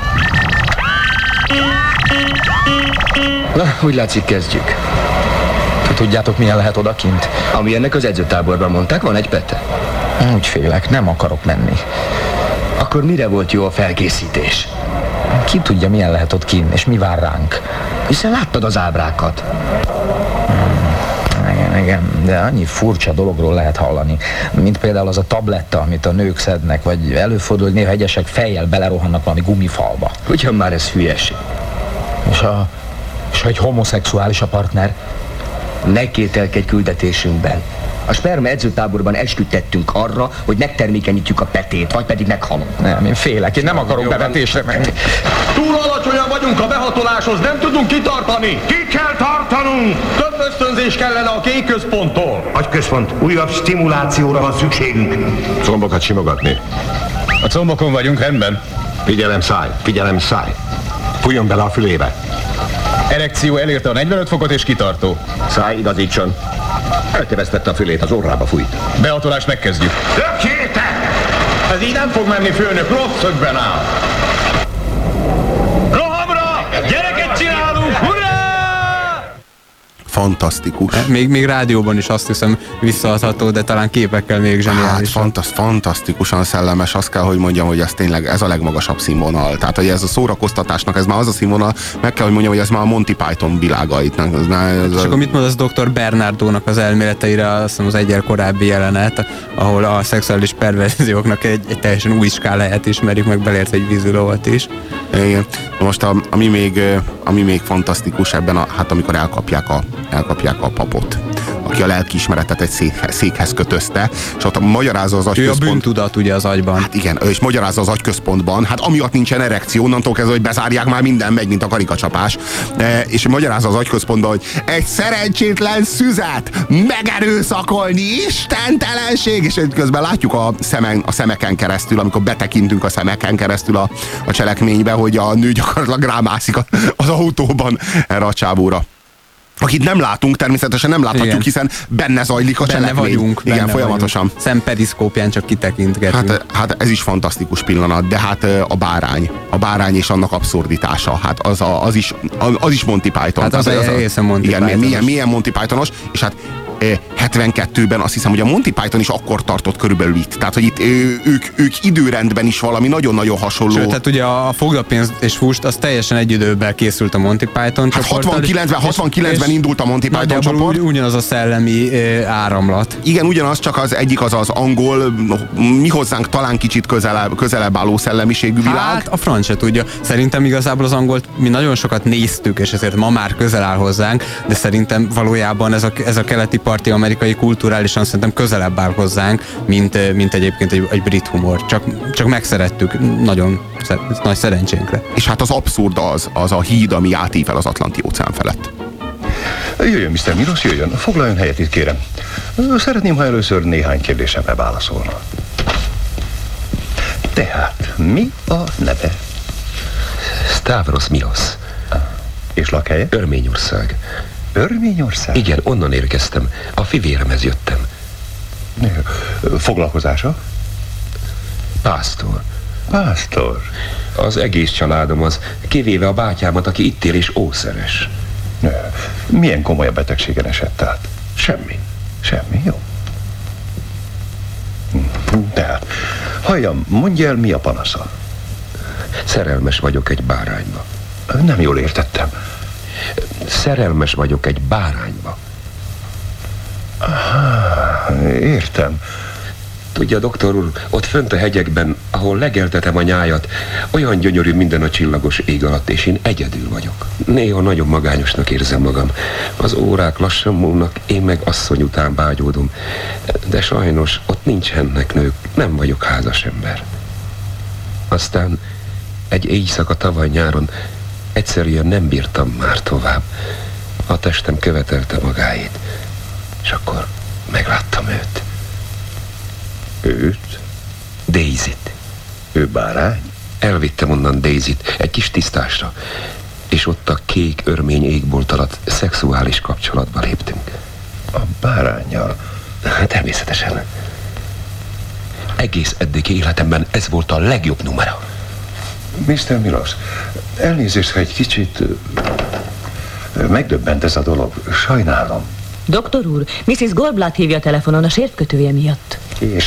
Na, úgy látszik, kezdjük. Tudjátok, milyen lehet odakint? Ami ennek az edzőtáborban mondták, van egy pete? Úgy félek, nem akarok menni. Akkor mire volt jó a felkészítés? Ki tudja, milyen lehet ott kinn, és mi vár ránk. Hiszen láttad az ábrákat. Igen, de annyi furcsa dologról lehet hallani, mint például az a tabletta, amit a nők szednek, vagy előfordul, hogy néha egyesek fejjel belerohannak valami gumifalba. Ugyan már ez hülyeség. És egy homoszexuális a partner? Ne kételkedj küldetésünkben. A sperma edzőtáborban esküdtettünk arra, hogy megtermékenyítjük a petét, vagy pedig meghalunk. Nem, én félek, én nem akarok bevetésre menni. Túl alacsonyan vagyunk a behatoláshoz, nem tudunk kitartani. Ki kell tartanunk? Több ösztönzés kellene a kék központtól. Agyközpont, újabb stimulációra van szükségünk. Combokat simogatni. A combokon vagyunk, rendben. Figyelem, száj. Fújjon bele a fülébe. Erekció elérte a 45 fokot és kitartó. Száj, igazítson. Eltevesztette a fülét, az orrába fújt. Behatolást megkezdjük. Tökéletes! Ez így nem fog menni, főnök, rossz szögben áll. Rohamra! Gyereket csinálunk! Hurrá! Fantasztikus. Még rádióban is azt hiszem visszaadható, de talán képekkel még zseniális. Hát fantasztikusan szellemes, azt kell, hogy mondjam, hogy ez tényleg ez a legmagasabb színvonal. Tehát, hogy ez a szórakoztatásnak, ez már az a színvonal, meg kell, hogy mondjam, hogy ez már a Monty Python világait. És akkor mit mondasz Dr. Bernardónak az elméleteire, azt hiszem az egyel korábbi jelenet, ahol a szexuális perverzióknak egy teljesen új skáláját ismerjük, meg belértve egy vízilóvat is. Igen. Most ami még fantasztikus ebben, hát amikor elkapják a papot, aki a lelkiismeretet egy székhez kötözte, és ott magyarázza az agyközpont. Ő a bűntudat ugye az agyban. Hát igen, és magyarázza az agyközpontban, hát amiatt nincsen erekció, onnantól kezdve, hogy bezárják, már minden megy, mint a karikacsapás. És magyarázza az agyközpontban, hogy egy szerencsétlen szüzet megerőszakolni, istentelenség, és közben látjuk a szemeken keresztül, amikor betekintünk a szemeken keresztül a cselekménybe, hogy a nő gyakorlatilag rámászik az autóban erre a csávóra. Akit nem látunk, természetesen nem láthatjuk, igen, hiszen benne zajlik a cselekmény. Igen, folyamatosan. Szemperiszkópján csak kitekintgetünk. Hát ez is fantasztikus pillanat, de hát a bárány és annak abszurditása, hát az is Monty Python. Hát az egészen Monty Pythonos. Milyen Monty Pythonos, és hát 72-ben azt hiszem, hogy a Monty Python is akkor tartott körülbelül itt. Tehát, hogy itt ők időrendben is valami nagyon-nagyon hasonló. Sőt, tehát ugye a Fogdapénz és Fust, az teljesen egy időben készült a Monty Python csoporttal. 69-ben indult a Monty Python csoport. Ugyanaz a szellemi áramlat. Igen, ugyanaz, csak az egyik az angol, mi hozzánk talán kicsit közelebb álló szellemiségű világ. Hát a franc se tudja. Szerintem igazából az angolt mi nagyon sokat néztük, és ezért ma már közel áll hozzánk, de szerintem valójában ez a keleti parti amerikai kulturálisan szerintem közelebb áll hozzánk, mint egyébként egy brit humor. Csak megszerettük nagyon nagy szerencsénkre. És hát az abszurd az a híd, ami átível az Atlanti-óceán felett. Jöjjön, Mr. Milos, jöjjön. Foglaljon helyet itt, kérem. Szeretném, ha először néhány kérdésemre válaszolna. Tehát, mi a neve? Stavros Milos. És lakhelye? Örményország. Örményország? Igen, onnan érkeztem. A fivéremhez jöttem. Foglalkozása? Pásztor. Pásztor? Az egész családom az, kivéve a bátyámat, aki itt él és ószeres. Milyen komolyabb betegségen esett át? Semmi. Semmi, jó. Tehát, halljam, mondja el, mi a panasza? Szerelmes vagyok egy bárányba. Nem jól értettem. Szerelmes vagyok egy bárányba. Aha, értem. Tudja, doktor úr, ott fönt a hegyekben, ahol legeltetem a nyájat, olyan gyönyörű minden a csillagos ég alatt, és én egyedül vagyok. Néha nagyon magányosnak érzem magam. Az órák lassan múlnak, én meg asszony után vágyódom. De sajnos ott nincsenek nők, nem vagyok házas ember. Aztán egy éjszaka tavaly nyáron egyszerűen nem bírtam már tovább. A testem követelte magáét, és akkor megláttam őt. Őt? Daisy-t. Ő bárány? Elvittem onnan Daisy-t egy kis tisztásra, és ott a kék örmény égbolt alatt szexuális kapcsolatba léptünk. A báránnyal? Természetesen. Egész eddigi életemben ez volt a legjobb numera. Mr. Milos, elnézést, ha egy kicsit megdöbbent ez a dolog. Sajnálom. Doktor úr, Mrs. Goldblatt hívja a telefonon a sértkötője miatt.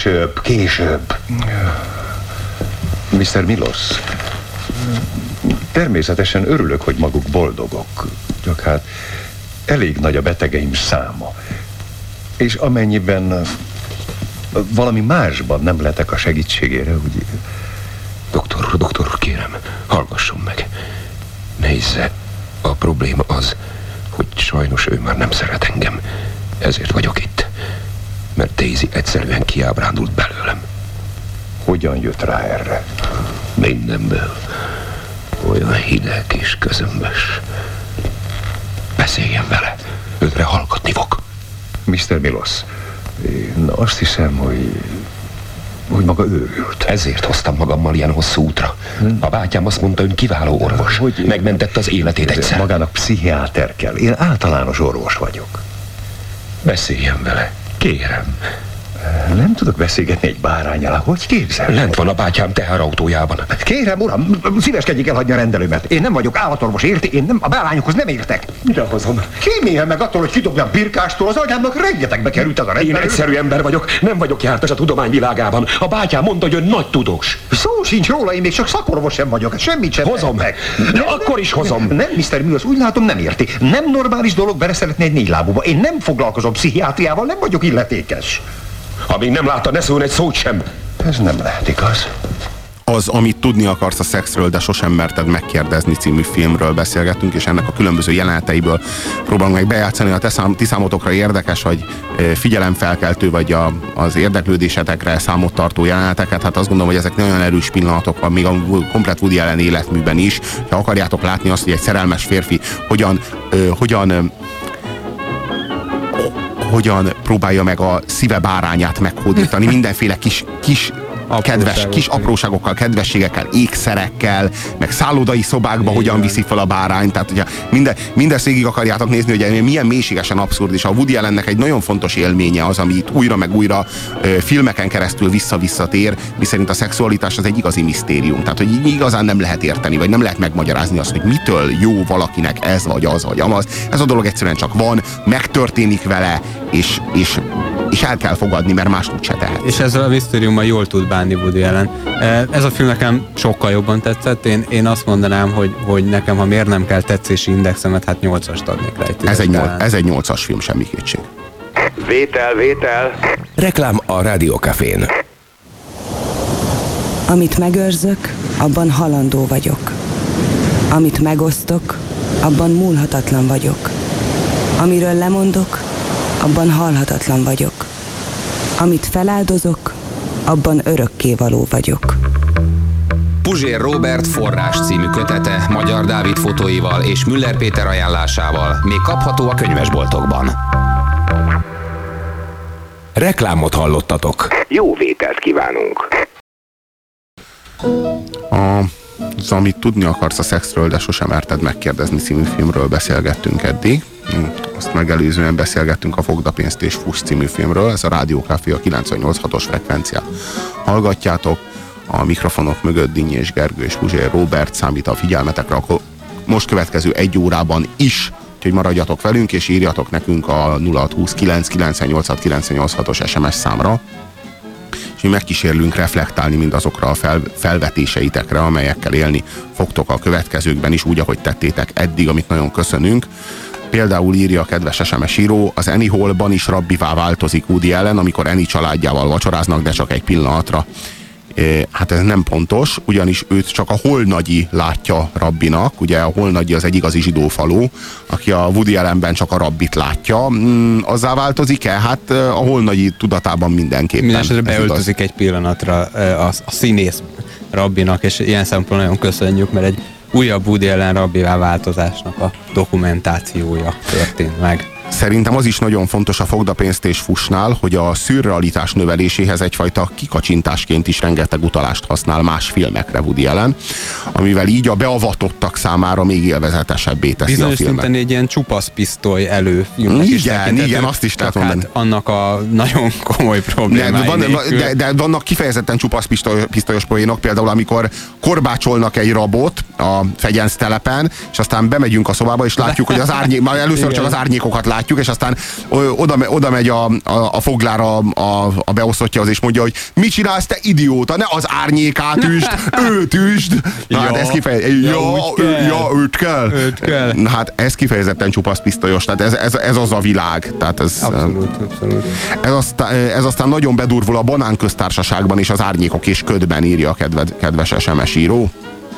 Később. Mr. Milos, Természetesen örülök, hogy maguk boldogok. Csak hát elég nagy a betegeim száma. És amennyiben valami másban nem letek a segítségére, úgy... Doktor úr, kérem, hallgasson meg. Nézze, a probléma az, hogy sajnos ő már nem szeret engem. Ezért vagyok itt. Mert Daisy egyszerűen kiábrándult belőlem. Hogyan jött rá erre? Mindenből. Olyan hideg és közömbös. Beszéljen vele. Önre hallgatni fog. Mr. Milos, én azt hiszem, hogy maga őrült. Ezért hoztam magammal ilyen hosszú útra. A bátyám azt mondta, ön kiváló orvos. Megmentette az életét egyszer. Magának pszichiáter kell. Én általános orvos vagyok. Beszéljen vele. Kérem. Nem tudok beszélgetni egy báránnyal. Hogy képzel? Lent van a bátyám teherautójában. Kérem, uram, szíveskedjék elhagyni a rendelőmet. Én nem vagyok állatorvos, érti? Én nem, a bárányokhoz nem értek. Mire hozom? Kéméljen meg attól, hogy kidobjam birkástól, az agyámnak rengetegbe került ez a rendelő. Én egyszerű ember vagyok, nem vagyok jártas a tudomány világában. A bátyám mondta, hogy ön nagy tudós. Szó sincs róla, én még csak szakorvos sem vagyok, semmit sem hozom meg. Akkor is hozom. Nem, Mr. Milos, úgy látom, nem érti. Nem normális dolog beleszeretni egy négylábúba. Én nem foglalkozom pszichiátriával, nem vagyok illetékes. Amíg nem látta, ne szóljon egy szót sem. Ez nem lehet igaz. Az, amit tudni akarsz a szexről, de sosem merted megkérdezni című filmről beszélgettünk, és ennek a különböző jeleneteiből próbálunk meg bejátszani. A ti számotokra érdekes, vagy figyelemfelkeltő, vagy az érdeklődésetekre számot tartó jeleneteket, hát azt gondolom, hogy ezek nagyon erős pillanatok, még a komplet Woody Allen életműben is. Ha akarjátok látni azt, hogy egy szerelmes férfi hogyan próbálja meg a szíve bárányát meghódítani, mindenféle kis kedves, kis apróságokkal, kedvességekkel, ékszerekkel, meg szállodai szobákba hogyan viszi fel a bárány. Tehát, hogyha mindezt végig akarjátok nézni, hogy milyen mélységesen abszurd, és a Woody Allennek egy nagyon fontos élménye az, ami itt újra meg újra filmeken keresztül visszatér, miszerint a szexualitás az egy igazi misztérium. Tehát, hogy így igazán nem lehet érteni, vagy nem lehet megmagyarázni azt, hogy mitől jó valakinek ez, vagy az, vagy amaz. Ez a dolog egyszerűen csak van, megtörténik vele, és el kell fogadni, mert más úgy se tehet. És ezzel a misztériummal jól tud bánni Woody Allen. Ez a film nekem sokkal jobban tetszett. Én azt mondanám, hogy nekem, ha miért nem kell tetszési indexemet, hát 8-ast adnék rá. Ez egy 8-as film, semmi kétség. Vétel. Reklám a Rádiókafén. Amit megőrzök, abban halandó vagyok. Amit megosztok, abban múlhatatlan vagyok. Amiről lemondok, abban halhatatlan vagyok. Amit feláldozok, abban örökkévaló vagyok. Puzsér Róbert Forrás című kötete Magyar Dávid fotóival és Müller Péter ajánlásával még kapható a könyvesboltokban. Reklámot hallottatok. Jó vételt kívánunk. Az, amit tudni akarsz a szexről, de sosem merted megkérdezni című filmről beszélgettünk eddig. Azt megelőzően beszélgettünk a Fogd a pénzt és Fuss című filmről. Ez a Rádiókafé, a 98.6-os frekvenciát hallgatjátok. A mikrofonok mögött Dinnyi és Gergő és Puzsér Róbert számít a figyelmetekre, akkor most következő 1 órában is, úgyhogy maradjatok velünk, és írjatok nekünk a 0629 986 SMS számra, és mi megkísérlünk reflektálni mindazokra a felvetéseitekre, amelyekkel élni fogtok a következőkben is, úgy, ahogy tettétek eddig, amit nagyon köszönünk. Például írja a kedves SMS író, az Annie Hall-ban is rabbivá változik Woody Allen, amikor Annie családjával vacsoráznak, de csak egy pillanatra. Hát ez nem pontos, ugyanis őt csak a holnagyi látja rabbinak, ugye a holnagyi az egy igazi zsidó falu, aki a Woody Allenben csak a rabbit látja. Azzá változik-e? Hát a holnagyi tudatában mindenképpen. Mindenesetre beöltözik egy pillanatra a színész rabbinak, és ilyen szempontból nagyon köszönjük, mert egy újabb Woody Allen rabbivá változásnak a dokumentációja történt meg. Szerintem az is nagyon fontos a Fogd a pénzt és Fussnál, hogy a szürrealitás növeléséhez egyfajta kikacsintásként is rengeteg utalást használ más filmekre Woody Allen, amivel így a beavatottak számára még élvezetesebbé teszi bizonyos a filmet. Bizonyos szinten egy ilyen csupasz pisztoly előfilmnek is tekintető. Igen, azt is lehet mondani. Hát annak a nagyon komoly problémái de vannak kifejezetten csupasz pisztolyos poénok, például amikor korbácsolnak egy rabot a fegyenc telepen, és aztán bemegyünk a szobába, és látjuk, hogy az árnyék, már először csak az árnyékokat látjuk, látjuk, és aztán oda megy a foglár a beosztottjahoz, és mondja, hogy mit csinálsz, te idióta, ne az árnyékát üsd, őt üsd. Na, hát ez őt kell. Na, hát ez kifejezetten csupasz pisztolyos, tehát ez az a világ. Tehát abszolút. Ez aztán nagyon bedurvul a banánköztársaságban és az árnyékok és ködben, írja a kedves SMS író.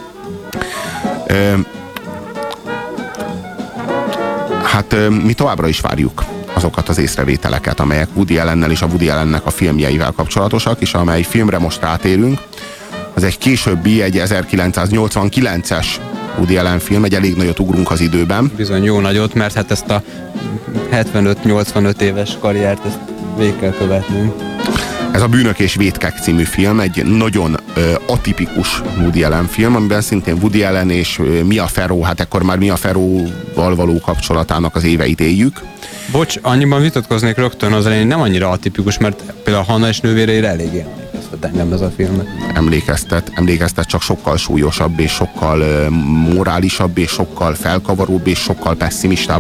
Hát mi továbbra is várjuk azokat az észrevételeket, amelyek Woody Allennel és a Woody Allennek a filmjeivel kapcsolatosak, és amely filmre most rátérünk. Az egy későbbi, egy 1989-es Woody Allen film, egy elég nagyot ugrunk az időben. Bizony jó nagyot, mert hát ezt a 75-85 éves karriert ezt végig kell követnünk. Ez a Bűnök és vétkek című film, egy nagyon atipikus Woody Allen film, amiben szintén Woody Allen és Mia Farrow, hát ekkor már Mia Farrow-val való kapcsolatának az éveit éljük. Bocs, annyiban vitatkoznék rögtön az elején, nem annyira atipikus, mert például Hanna és nővéreire eléggé emlékeztet engem ez a film. Emlékeztet, csak sokkal súlyosabb, és sokkal morálisabb, és sokkal felkavaróbb, és sokkal pessimistább.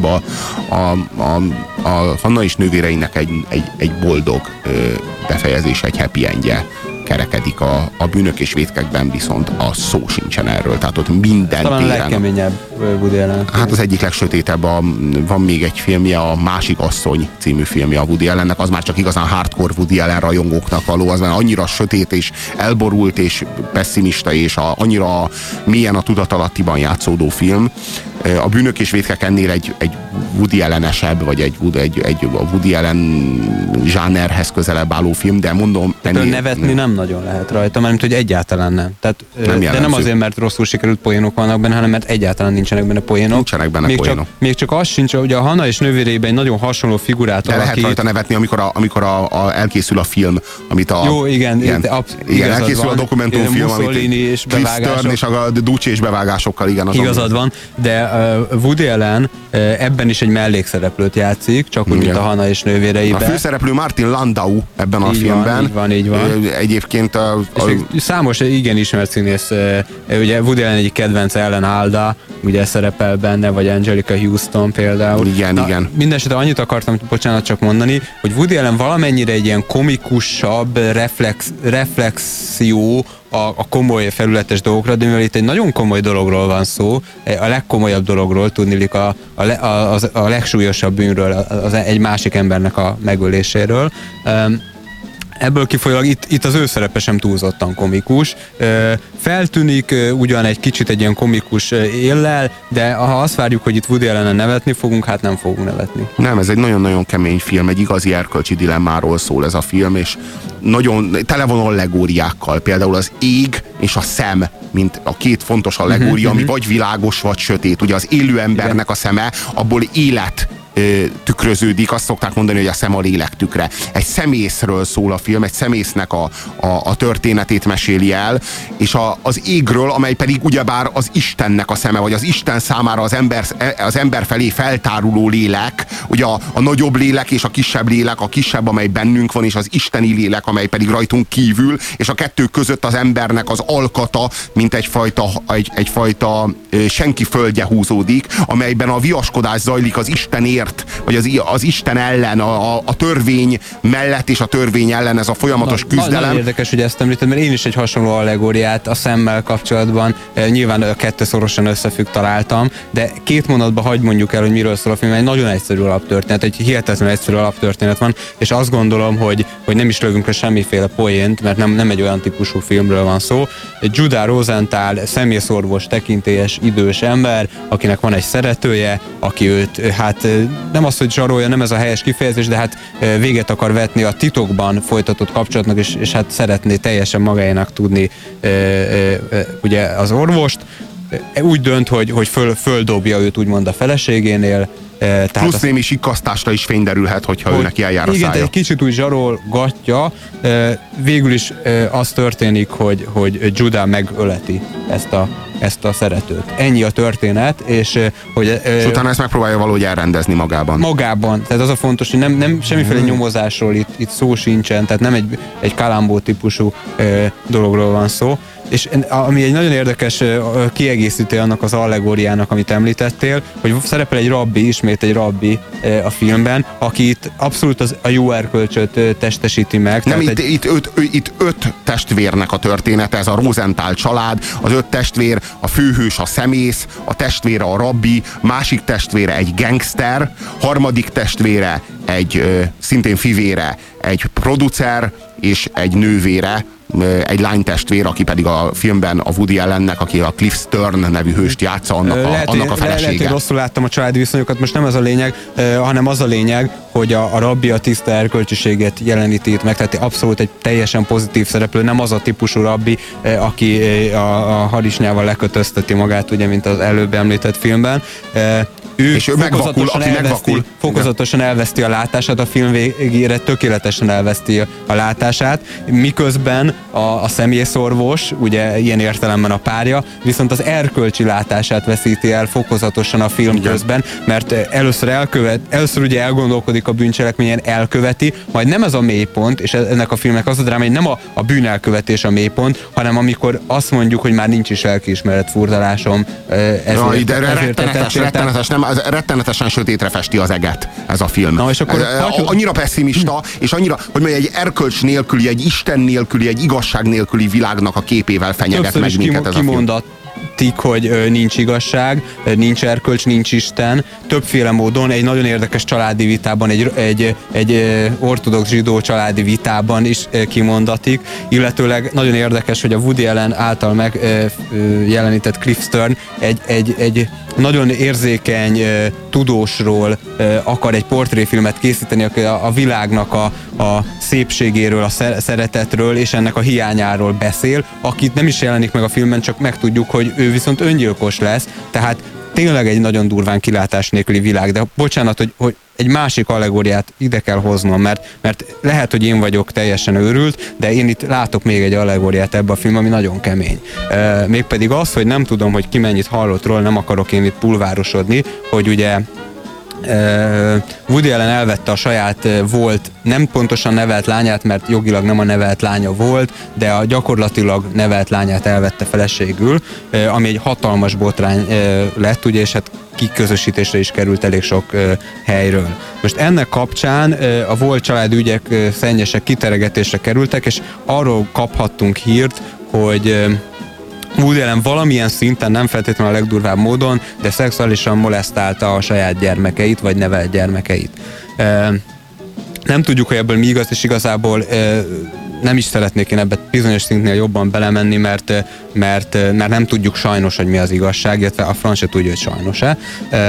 A Hanna és nővéreinek egy boldog befejezés, egy happy endje kerekedik. A Bűnök és vétkekben viszont a szó sincsen erről, tehát ott minden talán téren. A legkeményebb Woody Allen. Hát az egyik legsötétebb, van még egy filmje, a Másik asszony című filmje a Woody Allennek, az már csak igazán hardcore Woody Allen rajongóknak való, az már annyira sötét és elborult és pessimista, és annyira mélyen a tudatalattiban játszódó film. A Bűnök és vétkek ennél egy Woody Allen-esebb, vagy egy Woody Allen zsánerhez közelebb álló film, de mondom... Nevetni nem nagyon lehet rajta, mert hogy egyáltalán nem. Tehát, de nem azért, mert rosszul sikerült poénok vannak benne, hanem mert egyáltalán nincsenek benne poénok. Nincsenek benne poénok. Még csak az sincs, hogy a Hanna és nővérében egy nagyon hasonló figurát de lehet rajta nevetni, amikor elkészül a film, amit Jó, igen, elkészül a dokumentumfilm, Mussolini és bevágások. És a Ducci és bevágásokkal, igen. Igazad van, de Woody Allen ebben is egy mellékszereplőt játszik, csak úgy, mint a Hanna és nővéreiben. A főszereplő Martin Landau ebben a filmben. Így van. Egyébként számos igen ismert színész, ugye Woody Allen egyik kedvence Ellen Alda, ugye szerepel benne, vagy Angelica Houston például. Igen. Mindenesetre annyit akartam, bocsánat, csak mondani, hogy Woody Allen valamennyire egy ilyen komikusabb reflexió a komoly felületes dolgokra, de mivel itt egy nagyon komoly dologról van szó, a legkomolyabb dologról, tudniillik a legsúlyosabb bűnről, egy másik embernek a megöléséről. Ebből kifolyólag itt az ő szerepe sem túlzottan komikus. Feltűnik ugyan egy kicsit egy ilyen komikus éllel, de ha azt várjuk, hogy itt Woody Allenen nevetni fogunk, hát nem fogunk nevetni. Nem, ez egy nagyon-nagyon kemény film, egy igazi erkölcsi dilemmáról szól ez a film, és nagyon tele van allegóriákkal. Például az ég és a szem, mint a két fontos allegória, ami vagy világos, vagy sötét. Ugye az élő embernek a szeme, abból élet tükröződik, azt szokták mondani, hogy a szem a lélek tükre. Egy szemészről szól a film, egy szemésznek a történetét meséli el, és az égről, amely pedig ugyebár az Istennek a szeme, vagy az Isten számára az ember felé feltáruló lélek, ugye a nagyobb lélek és a kisebb, amely bennünk van, és az isteni lélek, amely pedig rajtunk kívül, és a kettő között az embernek az alkata, mint egyfajta senki földje húzódik, amelyben a viaskodás zajlik az Istenért, vagy az Isten ellen, a törvény mellett és a törvény ellen, ez a folyamatos küzdelem. Nagyon érdekes, hogy ezt említed, mert én is egy hasonló allegóriát a szemmel kapcsolatban, nyilván a kettő szorosan összefügg találtam, de két mondatban hagy mondjuk el, hogy miről szól a film. Egy nagyon egyszerű alaptörténet, egy hihetetlen egyszerű alaptörténet van, és azt gondolom, hogy nem is lövünk le semmiféle poént, mert nem egy olyan típusú filmről van szó. Egy Judah Rosenthal szemészorvos, tekintélyes, idős ember, akinek van egy szeretője, aki őt, hát nem az, hogy zsarolja, nem ez a helyes kifejezés, de hát véget akar vetni a titokban folytatott kapcsolatnak, és hát szeretné teljesen magáénak tudni ugye az orvost. Úgy dönt, hogy földobja őt úgymond a feleségénél. Plusz némi sikkasztásra is fény derülhet, hogyha őnek ilyen jár a szája. Igen, egy kicsit úgy zsarolgatja. Végül is az történik, hogy Judah megöleti ezt a szeretőt. Ennyi a történet, és utána ezt megpróbálja valahogy elrendezni magában. Tehát az a fontos, hogy nem semmiféle nyomozásról itt szó sincsen, tehát nem egy Columbo típusú dologról van szó. és ami egy nagyon érdekes kiegészítő annak az allegóriának, amit említettél, hogy szerepel egy rabbi, ismét egy rabbi a filmben, aki itt abszolút a jó erkölcsöt testesíti meg. Nem, itt 5 testvérnek a története, ez a Rosenthal család, az 5 testvér, a főhős a szemész, a testvére a rabbi, másik testvére egy gangster, harmadik testvére szintén fivére egy producer, és egy nővére, egy lánytestvér, aki pedig a filmben a Woody Allennek, aki a Cliff Stern nevű hőst játsza, annak a felesége. Lehet, hogy rosszul láttam a családi viszonyokat, most nem ez a lényeg, hanem az a lényeg, hogy a rabbi a tiszta erkölcsiséget jeleníti itt meg, tehát abszolút egy teljesen pozitív szereplő, nem az a típusú rabbi, aki a harisnyával lekötözteti magát, ugye, mint az előbb említett filmben. Ő fokozatosan elveszti a látását, a film végére tökéletesen elveszti a látását, miközben a személyszorvos, ugye ilyen értelemben a párja, viszont az erkölcsi látását veszíti el fokozatosan a film közben, mert először ugye elgondolkodik a bűncselekményen, elköveti, majd nem ez a mélypont, és ennek a filmnek az a dráma, hogy nem a bűnelkövetés a mélypont, hanem amikor azt mondjuk, hogy már nincs is lelkiismeret furdalásom. Rettenetesen sötétre festi az eget ez a film. Na, és akkor annyira pessimista, és annyira, hogy mondja, egy erkölcs nélküli, egy Isten nélküli, egy igazság nélküli világnak a képével fenyeget meg minket ez a film. Hogy nincs igazság, nincs erkölcs, nincs Isten. Többféle módon egy nagyon érdekes családi vitában, egy ortodox zsidó családi vitában is kimondatik, illetőleg nagyon érdekes, hogy a Woody Allen által megjelenített Cliff Stern egy nagyon érzékeny tudósról akar egy portréfilmet készíteni, aki a világnak a szépségéről, a szeretetről és ennek a hiányáról beszél, akit nem is jelenik meg a filmben, csak megtudjuk, hogy ő viszont öngyilkos lesz, tehát tényleg egy nagyon durván kilátás nélküli világ, de bocsánat, hogy egy másik allegóriát ide kell hoznom, mert lehet, hogy én vagyok teljesen őrült, de én itt látok még egy allegóriát ebbe a film, ami nagyon kemény. Mégpedig az, hogy nem tudom, hogy ki mennyit hallott róla, nem akarok én itt pulvárosodni, hogy ugye Woody Allen elvette a saját volt, nem pontosan nevelt lányát, mert jogilag nem a nevelt lánya volt, de a gyakorlatilag nevelt lányát elvette feleségül, ami egy hatalmas botrány lett, ugye, és hát kiközösítésre is került elég sok helyről. Most ennek kapcsán a volt családi ügyek szennyesek kiteregetésre kerültek, és arról kaphattunk hírt, hogy Woody Allen valamilyen szinten, nem feltétlenül a legdurvább módon, de szexuálisan molesztálta a saját gyermekeit, vagy nevelt gyermekeit. Nem tudjuk, hogy ebből mi igaz, és igazából nem is szeretnék én ebbe bizonyos szintnél jobban belemenni, mert nem tudjuk sajnos, hogy mi az igazság, illetve a franc se tudja, hogy sajnos-e.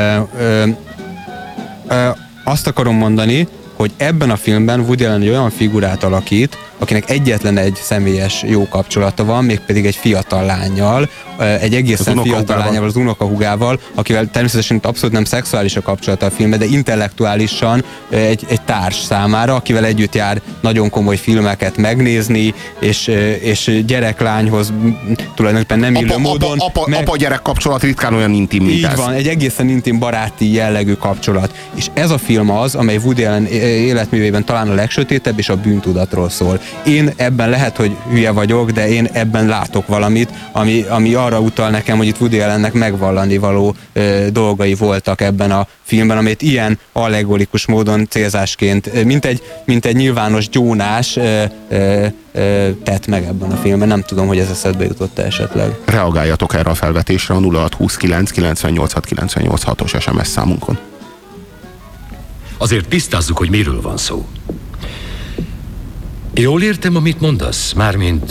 Azt akarom mondani, hogy ebben a filmben Woody Allen egy olyan figurát alakít, akinek egyetlen egy személyes jó kapcsolata van, mégpedig egy fiatal lánnyal, egy egészen fiatal lányával, az unokahúgával, akivel természetesen abszolút nem szexuális a kapcsolata a filmben, de intellektuálisan egy társ számára, akivel együtt jár nagyon komoly filmeket megnézni, és gyerek-lányhoz tulajdonképpen nem illő módon. Apa-gyerek kapcsolat ritkán olyan intim, mint ez. Így van, egy egészen intim baráti jellegű kapcsolat. És ez a film az, amely Woody Allen életművében talán a legsötétebb, és a bűntudatról szól. Én ebben lehet, hogy hülye vagyok, de én ebben látok valamit, ami arra utal nekem, hogy itt Woody Allennek megvallani való dolgai voltak ebben a filmben, amit ilyen allegorikus módon célzásként, mint egy nyilvános gyónás tett meg ebben a filmben. Nem tudom, hogy ez eszedbe jutott esetleg. Reagáljatok erre a felvetésre a 0629 986 986-os SMS számunkon. Azért tisztázzuk, hogy miről van szó. Jól értem, amit mondasz? Mármint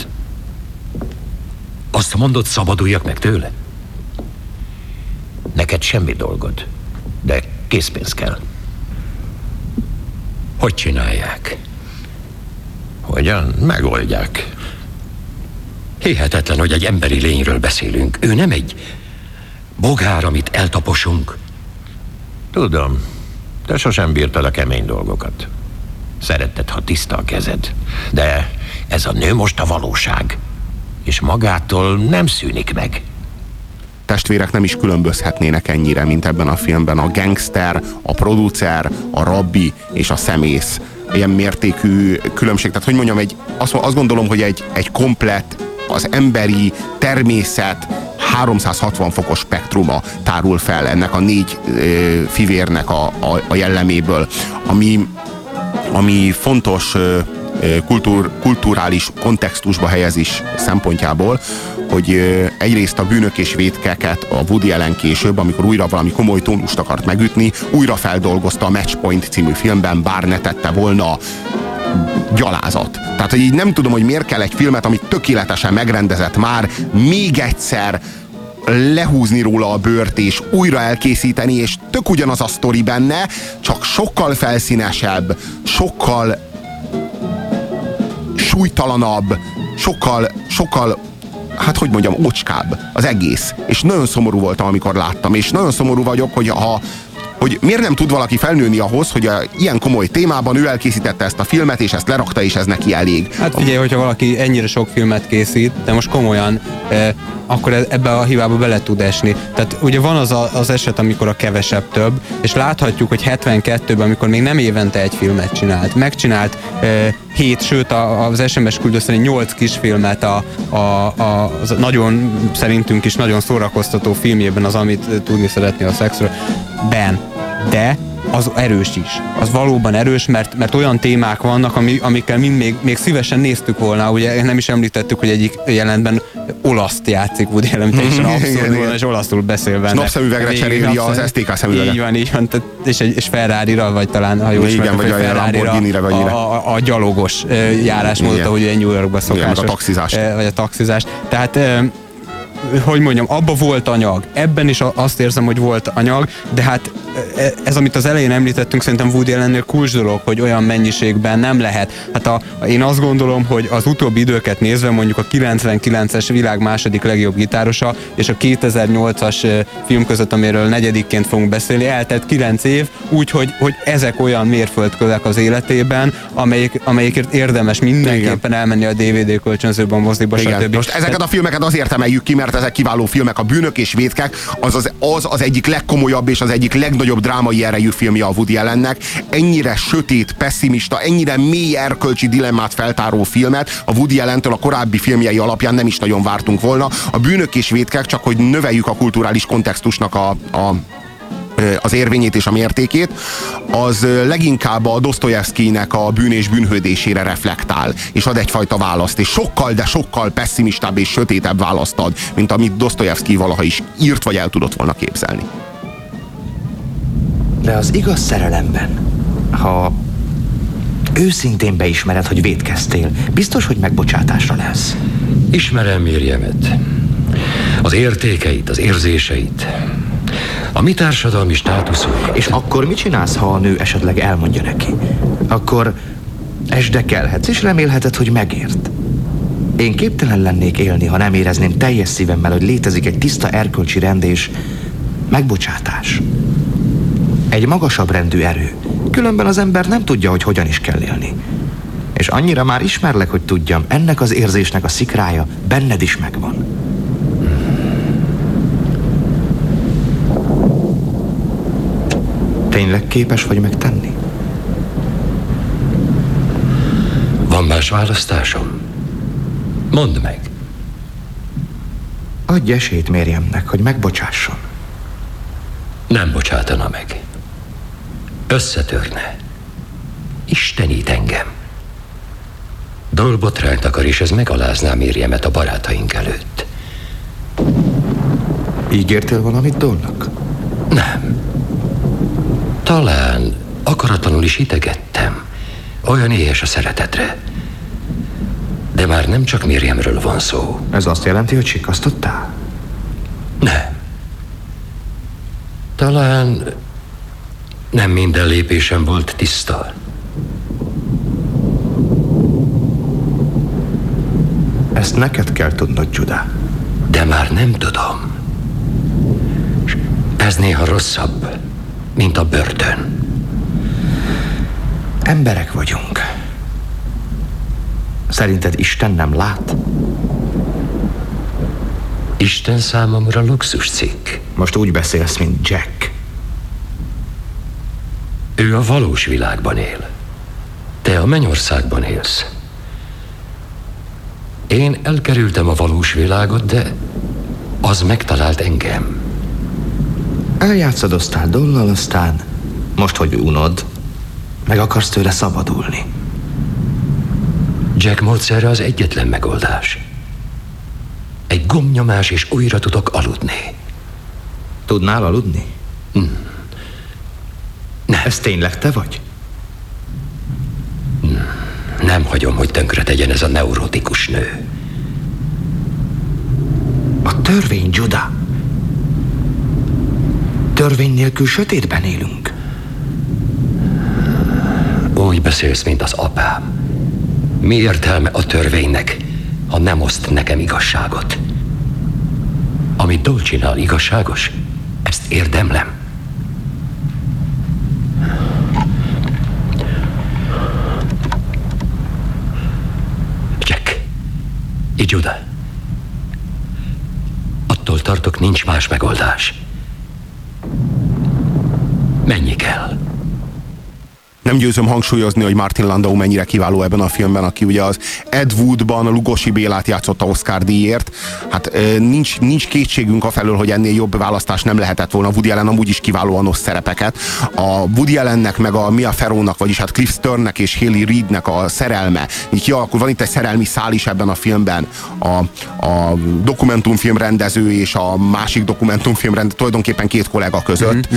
azt mondod, szabaduljak meg tőle? Neked semmi dolgod, de készpénz kell. Hogy csinálják? Hogyan? Megoldják. Hihetetlen, hogy egy emberi lényről beszélünk. Ő nem egy bogár, amit eltaposunk. Tudom, te sosem bírtad a kemény dolgokat. Szeretted, ha tiszta a kezed. De ez a nő most a valóság. És magától nem szűnik meg. Testvérek nem is különbözhetnének ennyire, mint ebben a filmben. A gangster, a producer, a rabbi és a szemész. Ilyen mértékű különbség. Tehát, hogy mondjam, azt gondolom, hogy egy komplett az emberi természet 360 fokos spektruma tárul fel ennek a 4 fivérnek a jelleméből, ami fontos kulturális kontextusba helyezés szempontjából, hogy egyrészt a Bűnök és vétkeket a Woody Allen később, amikor újra valami komoly tónust akart megütni, újra feldolgozta a Matchpoint című filmben, bár ne tette volna gyalázat. Tehát, hogy így nem tudom, hogy miért kell egy filmet, amit tökéletesen megrendezett már, még egyszer lehúzni róla a bőrt és újra elkészíteni, és tök ugyanaz a sztori benne, csak sokkal felszínesebb, sokkal súlytalanabb, sokkal hát hogy mondjam, ocskább az egész. És nagyon szomorú voltam, amikor láttam, és nagyon szomorú vagyok, hogy miért nem tud valaki felnőni ahhoz, hogy ilyen komoly témában ő elkészítette ezt a filmet, és ezt lerakta, és ez neki elég. Hát figyelj, hogyha valaki ennyire sok filmet készít, de most komolyan, akkor ebbe a hibába bele tud esni. Tehát ugye van az eset, amikor a kevesebb több, és láthatjuk, hogy 72-ben, amikor még nem évente egy filmet csinált, megcsinált 7, sőt az SMS küldő szerint 8 kisfilmet az nagyon, szerintünk is nagyon szórakoztató filmjében, az, amit tudni szeretné a szexről, de az erős is. Az valóban erős, mert olyan témák vannak, amikkel mind még szívesen néztük volna. Ugye nem is említettük, hogy egyik jelentben olaszt játszik Woody Allen, teljesen abszurd volna, és olaszul beszél benne. Napszemüvegre cseréli az STK szemüveget. Így van. És Ferrari-ra, vagy talán, ha jól ismertem, hogy Ferrari-ra a gyalogos járásmódot, ahogy ugye New Yorkban szokásos. Vagy a taxizás. Tehát hogy mondjam, abba volt anyag. Ebben is azt érzem, hogy volt anyag, de hát ez, amit az elején említettünk, szerintem Woody Allennél kulcs dolog, hogy olyan mennyiségben nem lehet. Hát én azt gondolom, hogy az utóbbi időket nézve, mondjuk a 99-es világ második legjobb gitárosa és a 2008-as film között, amiről negyedikként fogunk beszélni, eltelt 9 év, úgyhogy ezek olyan mérföldkövek az életében, amelyikért érdemes mindenképpen elmenni a DVD kölcsönzőben, moziba, stb. Most ezeket a filmeket azért emeljük ki, mert ezek kiváló filmek. A Bűnök és vétkek az egyik legkomolyabb és az egyik legnagyobb drámai erejű filmje a Woody Allennek. Ennyire sötét, pessimista, ennyire mély erkölcsi dilemmát feltáró filmet a Woody Allentől a korábbi filmjei alapján nem is nagyon vártunk volna. A Bűnök és vétkek, csak hogy növeljük a kulturális kontextusnak az érvényét és a mértékét, az leginkább a Dosztojevszkijnek a bűn és bűnhődésére reflektál, és ad egyfajta választ, és sokkal, de sokkal pessimistább és sötétebb választ ad, mint amit Dosztojevszkij valaha is írt, vagy el tudott volna képzelni. De az igaz szerelemben, ha őszintén beismered, hogy vétkeztél, biztos, hogy megbocsátásra lesz. Ismerem Miriamet. Az értékeit, az érzéseit. A mi társadalmi státuszunk. És akkor mit csinálsz, ha a nő esetleg elmondja neki? Akkor esdekelhetsz, és remélheted, hogy megért. Én képtelen lennék élni, ha nem érezném teljes szívemmel, hogy létezik egy tiszta erkölcsi rend és megbocsátás. Egy magasabb rendű erő. Különben az ember nem tudja, hogy hogyan is kell élni. És annyira már ismerlek, hogy tudjam, ennek az érzésnek a szikrája benned is megvan. Tényleg képes vagy megtenni? Van más választásom? Mondd meg. Adj esélyt Miriamnek, hogy megbocsásson. Nem bocsátana meg. Összetörne. Istenít engem. Dolgbotrányt akar, és ez megalázná Miriamet a barátaink előtt. Ígértél valamit Dolnak? Nem. Talán akaratlanul is idegettem. Olyan éhes a szeretetre. De már nem csak Miriamről van szó. Ez azt jelenti, hogy sikasztottál? Nem. Talán nem minden lépésem volt tiszta. Ezt neked kell tudnod, Judah. De már nem tudom. Ez néha rosszabb, mint a börtön. Emberek vagyunk. Szerinted Isten nem lát? Isten számomra luxus cikk. Most úgy beszélsz, mint Jack. Ő a valós világban él. Te a mennyországban élsz. Én elkerültem a valós világot, de az megtalált engem. Eljátszadoztál Dollal, aztán most, hogy unod, meg akarsz tőle szabadulni. Jack módszerre az egyetlen megoldás. Egy gombnyomás, és újra tudok aludni. Tudnál aludni? Ne. Ez tényleg te vagy? Nem hagyom, hogy tönkre tegyen ez a neurotikus nő. A törvény, Judah. Törvény nélkül sötétben élünk. Úgy beszélsz, mint az apám. Mi értelme a törvénynek, ha nem oszt nekem igazságot? Amit Dol csinál igazságos, ezt érdemlem. Jack, Judah. Attól tartok, nincs más megoldás. Menni kell. Nem győzöm hangsúlyozni, hogy Martin Landau mennyire kiváló ebben a filmben, aki ugye az Ed Woodban a Lugosi Bélát játszotta Oscar díjért. Hát nincs kétségünk afelől, hogy ennél jobb választás nem lehetett volna. Woody Allen amúgy is kiválóan osz szerepeket. A Woody Allennek, meg a Mia Farrownak, vagyis hát Cliff Sternnek és Hayley Reidnek a szerelme. Így kialakul, van itt egy szerelmi szál is ebben a filmben. A dokumentumfilm rendező és a másik dokumentumfilm rendező, tulajdonképpen két kollega között,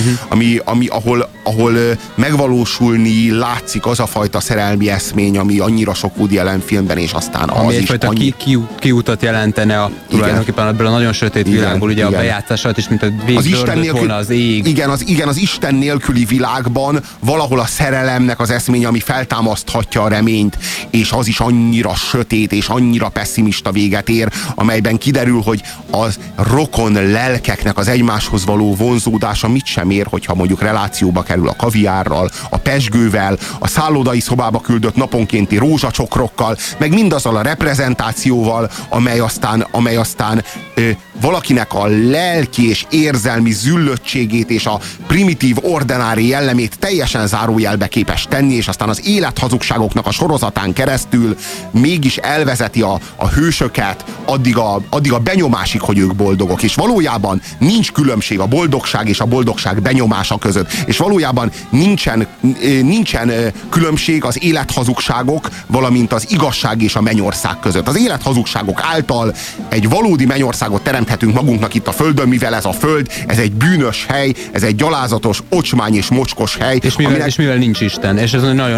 ahol megvalósulni látszik az a fajta szerelmi eszmény, ami annyira sok Woody Allen filmben, és aztán az ami is egyfajta kiutat jelentene tulajdonképpen ebből a nagyon sötét világból, ugye a bejátszás alatt is, mint a végigdördött volna az ég. Igen, az Isten nélküli világban valahol a szerelemnek az eszmény, ami feltámaszthatja a reményt, és az is annyira sötét és annyira pesszimista véget ér, amelyben kiderül, hogy az rokon lelkeknek az egymáshoz való vonzódása mit sem ér, hogyha mondjuk relációba kerül a kaviárral, a pezsgővel, a szállodai szobába küldött naponkénti rózsacsokrokkal, meg mindazzal a reprezentációval, amely aztán valakinek a lelki és érzelmi züllöttségét és a primitív ordinári jellemét teljesen zárójelbe képes tenni, és aztán az élethazugságoknak a sorozatán keresztül mégis elvezeti a hősöket addig a benyomásig, hogy ők boldogok. És valójában nincs különbség a boldogság és a boldogság benyomása között. És valójában nincsen különbség az élethazugságok, valamint az igazság és a mennyország között. Az élethazugságok által egy valódi mennyországot teremthetünk magunknak itt a Földön, mivel ez a Föld, ez egy bűnös hely, ez egy gyalázatos, ocsmány és mocskos hely. És mivel nincs Isten. És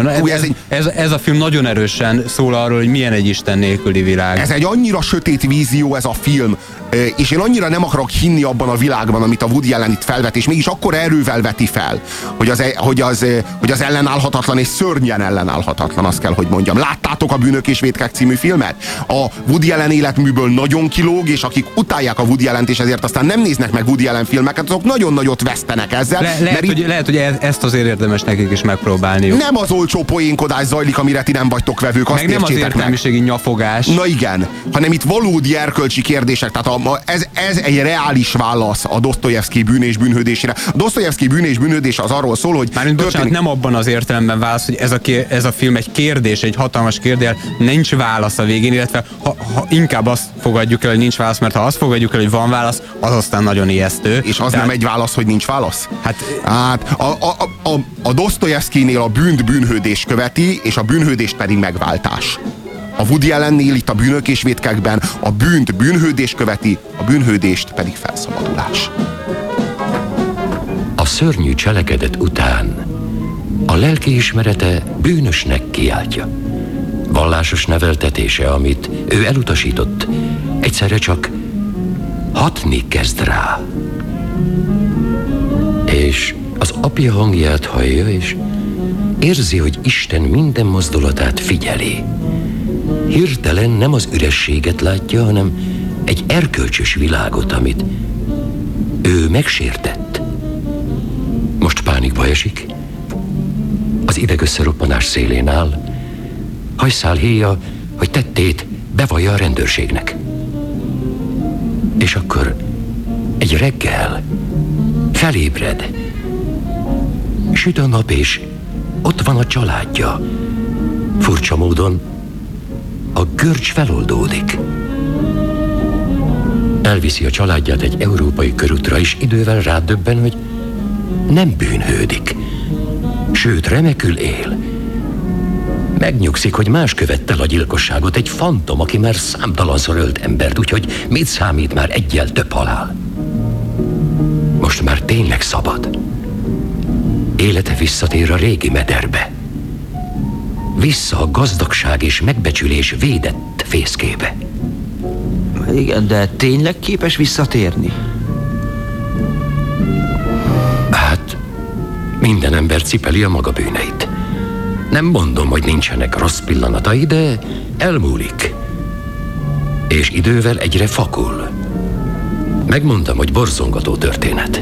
ez a film nagyon erősen szól arról, hogy milyen egy Isten nélküli világ. Ez egy annyira sötét vízió ez a film, és én annyira nem akarok hinni abban a világban, amit a Woody Allen itt felvet, és mégis akkor erővel veti fel, hogy az ellenállhatatlan és szörnyen ellenállhatatlan, azt kell, hogy mondjam. Láttátok a Bűnök és vétkek című filmet? A Woody Allen életműből nagyon kilóg, és akik utálják a Woody Allent, és ezért aztán nem néznek meg Woody Allen filmeket, azok nagyon nagyot vesztenek ezzel. Lehet, hogy ezt azért érdemes nekik is megpróbálniuk. Nem az olcsó poénkodás zajlik, amire ti nem vagytok vevők, azt meg nem az értelmiségi nyafogás. Na igen, hanem itt valódi erkölcsi kérdések, tehát ez egy reális válasz a Dosztojevszkij Bűn és bűnhődésére. A Dosztojevszkij Bűn és bűnhődés az arról szól, hogy bocsánat, nem abban az értelemben válasz, hogy ez a film egy kérdés, egy hatalmas kérdés, nincs válasz a végén, illetve ha inkább azt fogadjuk el, hogy nincs válasz, mert ha azt fogadjuk el, hogy van válasz, az aztán nagyon ijesztő. És az nem egy válasz, hogy nincs válasz? Hát a Dosztojevszkijnél a bűnt bűnhődés követi, és a bűnhődést pedig megváltás. A Woody Allennél itt a Bűnök és vétkekben a bűnt bűnhődés követi, a bűnhődést pedig felszabadulás. A szörnyű cselekedet után a lelkiismerete bűnösnek kiáltja. Vallásos neveltetése, amit ő elutasított, egyszerre csak hatni kezd rá. És az apja hangját hallja, és érzi, hogy Isten minden mozdulatát figyeli. Hirtelen nem az ürességet látja, hanem egy erkölcsös világot, amit ő megsértett. Most pánikba esik, az idegösszeroppanás szélén áll, hajszál héja, hogy tettét bevallja a rendőrségnek. És akkor egy reggel felébred, süt a nap, és ott van a családja. Furcsa módon a görcs feloldódik. Elviszi a családját egy európai körútra, és idővel rádöbben, hogy nem bűnhődik, sőt remekül él. Megnyugszik, hogy más követte el a gyilkosságot, egy fantom, aki már számtalanszor ölt embert, úgyhogy mit számít már egyel több halál? Most már tényleg szabad. Élete visszatér a régi mederbe. Vissza a gazdagság és megbecsülés védett fészkébe. Igen, de tényleg képes visszatérni? Hát, minden ember cipeli a maga bűneit. Nem mondom, hogy nincsenek rossz pillanatai, de elmúlik. És idővel egyre fakul. Megmondtam, hogy borzongató történet.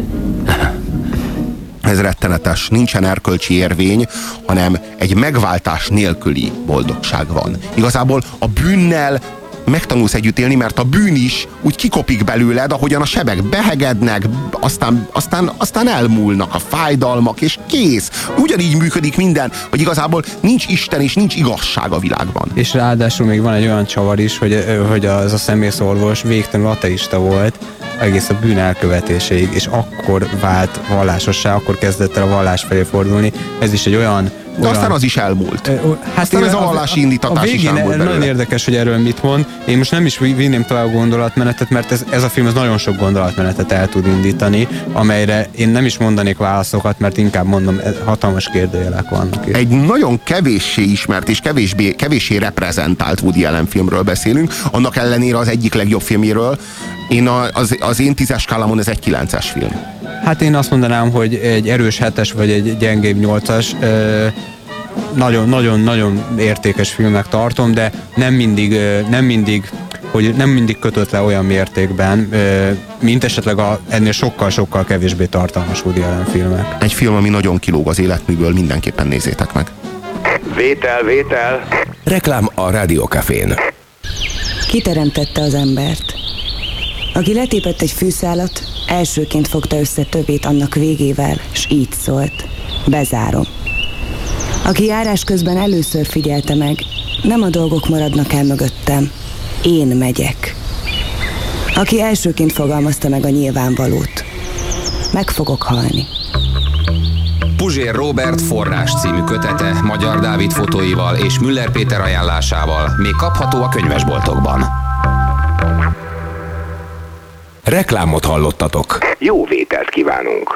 Ez rettenetes, nincsen erkölcsi érvény, hanem egy megváltás nélküli boldogság van. Igazából a bűnnel megtanulsz együtt élni, mert a bűn is úgy kikopik belőled, ahogyan a sebek behegednek, aztán elmúlnak a fájdalmak, és kész. Ugyanígy működik minden, hogy igazából nincs Isten és nincs igazság a világban. És ráadásul még van egy olyan csavar is, hogy az a szemészorvos végtelenül ateista volt, egész a bűn elkövetéséig, és akkor vált vallásossá, akkor kezdett el a vallás felé fordulni. Ez is egy olyan... De aztán az is elmúlt. Hát aztán ez a vallási indítatás is elmúlt belőle. Nagyon érdekes, hogy erről mit mond. Én most nem is vinném tovább a gondolatmenetet, mert ez a film az nagyon sok gondolatmenetet el tud indítani, amelyre én nem is mondanék válaszokat, mert inkább mondom, hatalmas kérdőjelek vannak itt. Egy nagyon kevéssé ismert és kevéssé reprezentált Woody Allen filmről beszélünk, annak ellenére az egyik legjobb filmjéről. Az én 10-es skálámon ez egy 9-es film. Hát én azt mondanám, hogy egy erős 7-es vagy egy gyengébb 8-as nagyon-nagyon értékes filmnek tartom, de nem mindig kötött le olyan mértékben, mint esetleg ennél sokkal-sokkal kevésbé tartalmas Woody Allen filmek. Egy film, ami nagyon kilóg az életműből, mindenképpen nézzétek meg. Vétel. Reklám a Rádiókafén. Kiteremtette az embert. Aki letépett egy fűszálat, elsőként fogta össze többét annak végével, s így szólt: bezárom. Aki járás közben először figyelte meg, nem a dolgok maradnak el mögöttem, én megyek. Aki elsőként fogalmazta meg a nyilvánvalót, meg fogok halni. Puzsér Róbert Forrás című kötete Magyar Dávid fotóival és Müller Péter ajánlásával még kapható a könyvesboltokban. Reklámot hallottatok. Jó vételt kívánunk.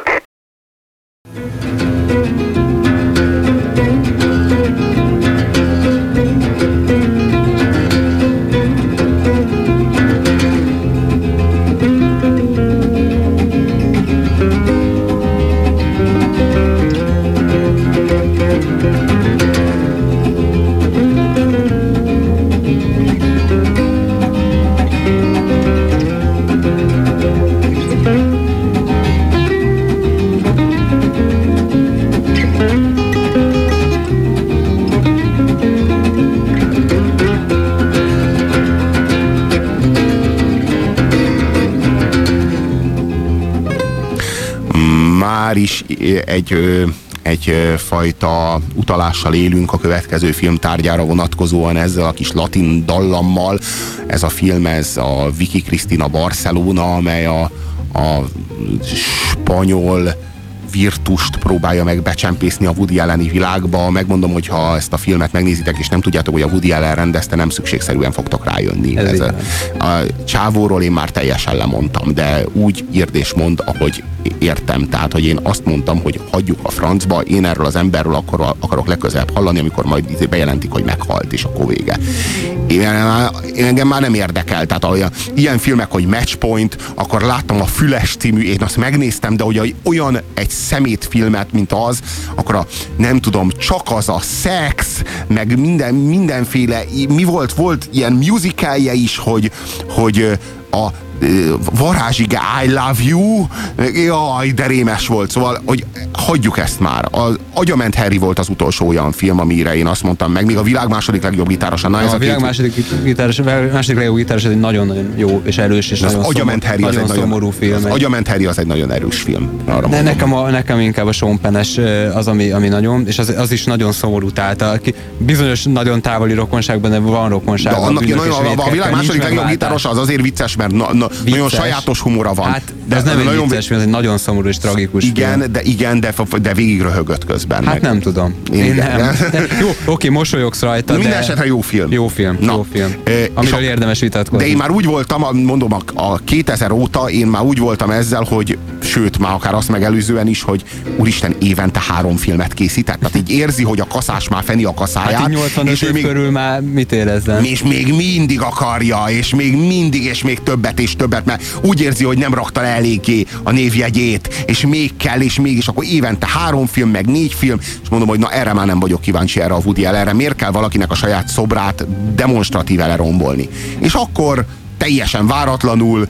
Már is egyfajta utalással élünk a következő film tárgyára vonatkozóan ezzel a kis latin dallammal. Ez a film, ez a Vicky Cristina Barcelona, amely a spanyol virtust próbálja meg becsempészni a Woody Alleni világba. Megmondom, hogy ha ezt a filmet megnézitek, és nem tudjátok, hogy a Woody Allen rendezte, nem szükségszerűen fogtok rájönni. A csávóról én már teljesen lemondtam, de úgy írd és mond, ahogy értem. Tehát, hogy én azt mondtam, hogy hagyjuk a francba, én erről az emberről akarok legközelebb hallani, amikor majd bejelentik, hogy meghalt, és akkor vége. Engem már nem érdekel. Tehát ilyen filmek, hogy Matchpoint, akkor láttam a Füles című, én azt megnéztem, de hogy olyan egy szemétfilmet, mint az, akkor nem tudom, csak az a szex, meg mindenféle, mi volt ilyen musicalje is, hogy a varázsige I love you, jaj, de rémes volt, szóval, hogy hagyjuk ezt már. Az Agyament Harry volt az utolsó olyan film, amire én azt mondtam meg, még a világ második legjobb gitárosa. Na, ez a világ második legjobb gitáros, ez egy nagyon-nagyon jó és erős és nagyon szomorú film. Az Agyament Harry az egy nagyon erős film. De nekem inkább a Sean Penn-es az, ami nagyon, és az is nagyon szomorú, tehát bizonyos nagyon távoli rokonságban, de van rokonság. De annak a világ második legjobb gitárosa az azért vicces, mert nagyon sajátos humora van. Hát, de ez nem egy vicces, ez egy nagyon szomorú és tragikus film. De végig röhögött közben. Hát nem tudom. Én nem. Jó, oké, mosolyogsz rajta, de... Minden esetre jó film. Jó film. Amiről érdemes vitatkozni. De én már úgy voltam, mondom, a 2000 óta én már úgy voltam ezzel, hogy sőt, már akár azt megelőzően is, hogy úristen, évente 3 filmet készített. Tehát így érzi, hogy a kaszás már feni a kaszáját. Hát 85 év körül már mit érezzen? És még mindig akarja, és még mindig, és még többet és többet, mert úgy érzi, hogy nem rakta le eléggé a névjegyét, és még kell, és mégis akkor évente 3 film, meg 4 film, és mondom, hogy na erre már nem vagyok kíváncsi, erre a Woody Allenre. Miért kell valakinek a saját szobrát demonstratíve lerombolni? És akkor teljesen váratlanul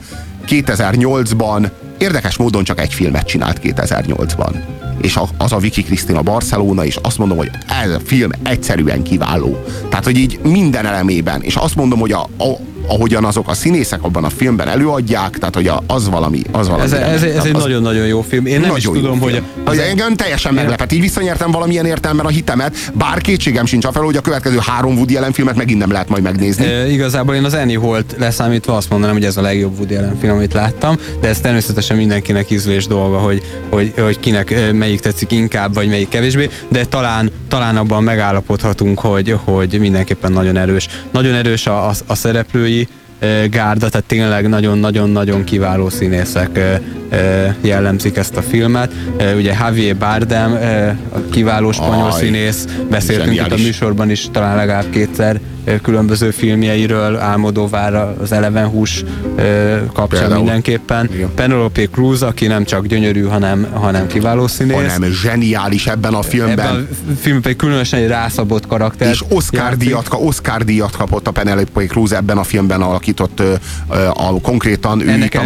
2008-ban érdekes módon csak egy filmet csinált 2008-ban. És az a Vicky Cristina Barcelona, és azt mondom, hogy ez a film egyszerűen kiváló. Tehát, hogy így minden elemében. És azt mondom, hogy ahogyan azok a színészek abban a filmben előadják, tehát hogy az valami. Ez egy nagyon-nagyon jó film. Én nem is tudom, hogy... Engem teljesen meglepett. Így visszanyertem valamilyen értelemben a hitemet, bár kétségem sincs afelől, hogy a következő 3 Woody Allen filmet megint nem lehet majd megnézni. Igazából én az Annie Hall-t leszámítva azt mondanám, hogy ez a legjobb Woody Allen film, amit láttam, de ez természetesen mindenkinek ízlés dolga, hogy kinek melyik tetszik inkább, vagy melyik kevésbé, de talán abban megállapodhatunk, hogy mindenképpen nagyon erős. Nagyon erős a szereplői gárda, tehát tényleg nagyon-nagyon-nagyon kiváló színészek jellemzik ezt a filmet. Ugye Javier Bardem, a kiváló spanyol színész, beszéltünk itt a műsorban is talán legalább 2-szer különböző filmjeiről, Almodóvár az Eleven hús kapcsán mindenképpen. Igen. Penelope Cruz, aki nem csak gyönyörű, hanem kiváló színész. Hanem zseniális ebben a filmben. Ebben a filmben különösen egy rászabott karakter. És Oscar díjat kapott a Penelope Cruz ebben a filmben alakított konkrétan ő itt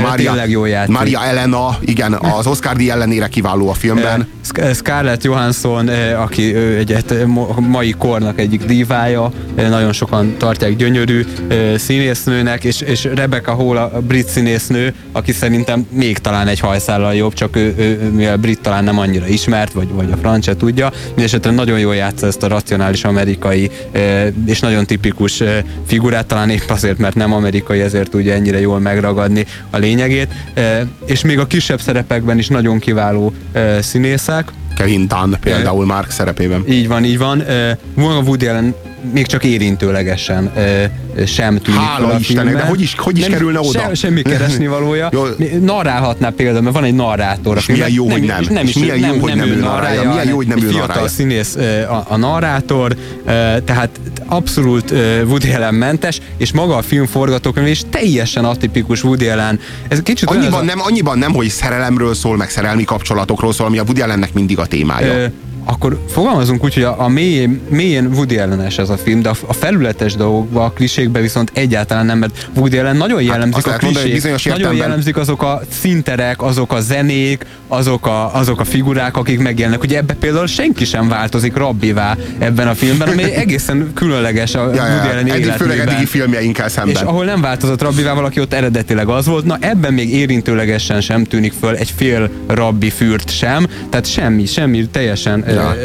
a Maria Elena, igen, az Oscar díj ellenére kiváló a filmben. Scarlett Johansson, aki egy mai kornak egyik dívája, nagyon sokan tartják gyönyörű színésznőnek, és Rebecca Hall a brit színésznő, aki szerintem még talán egy hajszállal jobb, csak ő mivel brit talán nem annyira ismert, vagy a francia tudja. Mindenesetre nagyon jól játsza ezt a racionális amerikai és nagyon tipikus figurát, talán épp azért, mert nem amerikai, ezért tudja ennyire jól megragadni a lényegét. És még a kisebb szerepekben is nagyon kiváló színészek. Kevin Dunn például Mark szerepében. Így van. Woody Allen még csak érintőlegesen sem tűnik. Hála Istennek, de hogy is kerülne oda? Semmi keresni valója. Narrálhatná például, mert van egy narrátor. És milyen jó, hogy nem. És milyen jó, hogy nem ő narrálja. Milyen jó, hogy nem ő narrálja. Fiatal színész a narrátor, tehát abszolút Woody Allen mentes, és maga a film forgatókönyv is teljesen atipikus Woody Allen. Ez kicsit annyiban nem, hogy szerelemről szól, meg szerelmi kapcsolatokról szól, ami a Woody Allennek mindig a témája. Akkor fogalmazunk úgy, hogy a mélyén Woody Allen-es ez a film, de a felületes dolgokban, a klisékben viszont egyáltalán nem, mert Woody Allen nagyon jellemzik a klisék, nagyon jellemzik azok a színterek, azok a zenék, azok a figurák, akik megjelennek. Ugye ebben például senki sem változik rabbivá ebben a filmben, ami egészen különleges a Woody Allen életében. Főleg eddigi filmjeinkkel szemben. És ahol nem változott rabbivá, valaki ott eredetileg az volt, na ebben még érintőlegesen sem tűnik föl egy fél rabbi fürt sem, tehát semmi teljesen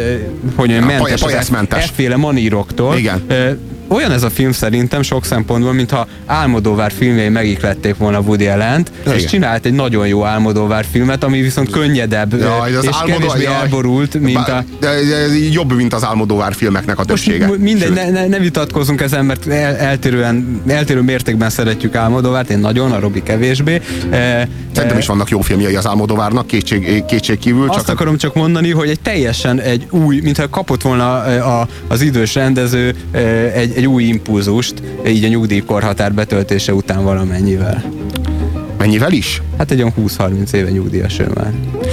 mentes efféle maníroktól. Igen. Olyan ez a film szerintem sok szempontból, mintha Almodóvár filmjei megihlették volna Woody Allent, és csinált egy nagyon jó Almodóvár filmet, ami viszont könnyedebb és kevésbé elborult, mint a... Jobb, mint az Almodóvár filmeknek a többsége. Mindegy, ne vitatkozzunk ezen, mert eltérő mértékben szeretjük Almodóvárt, én nagyon, a Robi kevésbé. Szerintem is vannak jó filmjei az Almodóvárnak, kétség kívül. Azt akarom csak mondani, hogy egy teljesen egy új, mintha kapott volna az idős rendező egy új impulzust, így a nyugdíjkorhatár betöltése után valamennyivel. Mennyivel is? Hát egy olyan 20-30 éve nyugdíjas ő már.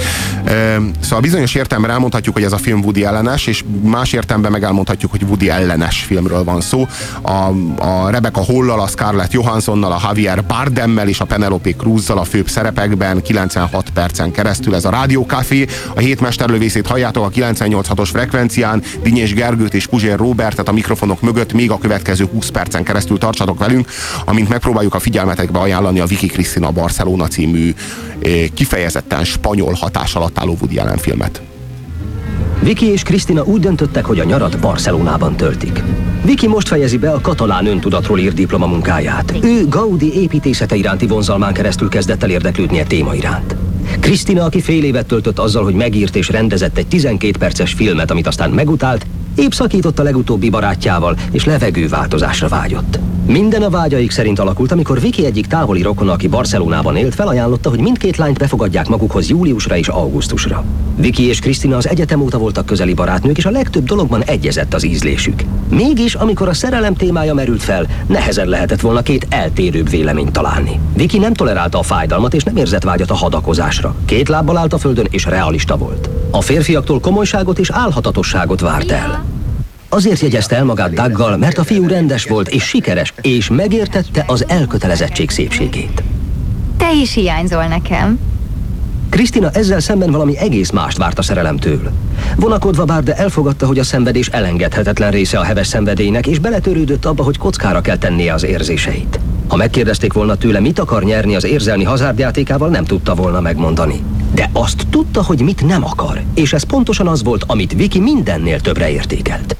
Szóval bizonyos értelemben elmondhatjuk, hogy ez a film Woody ellenes, és más értelemben meg elmondhatjuk, hogy Woody ellenes filmről van szó. A Rebecca Hall-lal, a Scarlett Johanssonnal, a Javier Bardemmel és a Penelope Cruz-zal a főbb szerepekben 96 percen keresztül ez a Rádió Café. A hét mesterlövészét halljátok a 98.6-os frekvencián, Dinyés Gergőt és Puzsér Róbertet a mikrofonok mögött. Még a következő 20 percen keresztül tartsatok velünk, amint megpróbáljuk a figyelmetekbe ajánlani a Vicky Cristina Barcelona című kifejezetten spanyol hatás alatt álló Woody Allen filmet. Vicky és Cristina úgy döntöttek, hogy a nyarat Barcelonában töltik. Vicky most fejezi be a katalán öntudatról írt diplomamunkáját. Ő Gaudi építészete iránti vonzalmán keresztül kezdett el érdeklődni a téma iránt. Cristina, aki fél évet töltött azzal, hogy megírt és rendezett egy 12 perces filmet, amit aztán megutált, épp szakított a legutóbbi barátjával, és levegőváltozásra vágyott. Minden a vágyaik szerint alakult, amikor Vicky egyik távoli rokona, aki Barcelonában élt, felajánlotta, hogy mindkét lányt befogadják magukhoz júliusra és augusztusra. Vicky és Cristina az egyetem óta voltak közeli barátnők, és a legtöbb dologban egyezett az ízlésük. Mégis, amikor a szerelem témája merült fel, nehezen lehetett volna két eltérőbb véleményt találni. Vicky nem tolerálta a fájdalmat, és nem érzett vágyat a hadakozásra. Két lábbal állt a földön, és realista volt. A férfiaktól komolyságot és álhatatosságot várt el. Azért jegyezte el magát Douggal, mert a fiú rendes volt és sikeres, és megértette az elkötelezettség szépségét. Te is hiányzol nekem. Cristina ezzel szemben valami egész mást várt a szerelemtől. Vonakodva bár, de elfogadta, hogy a szenvedés elengedhetetlen része a heves szenvedélynek, és beletörődött abba, hogy kockára kell tennie az érzéseit. Ha megkérdezték volna tőle, mit akar nyerni az érzelmi hazárdjátékával, nem tudta volna megmondani. De azt tudta, hogy mit nem akar, és ez pontosan az volt, amit Vicky mindennél többre értékelt.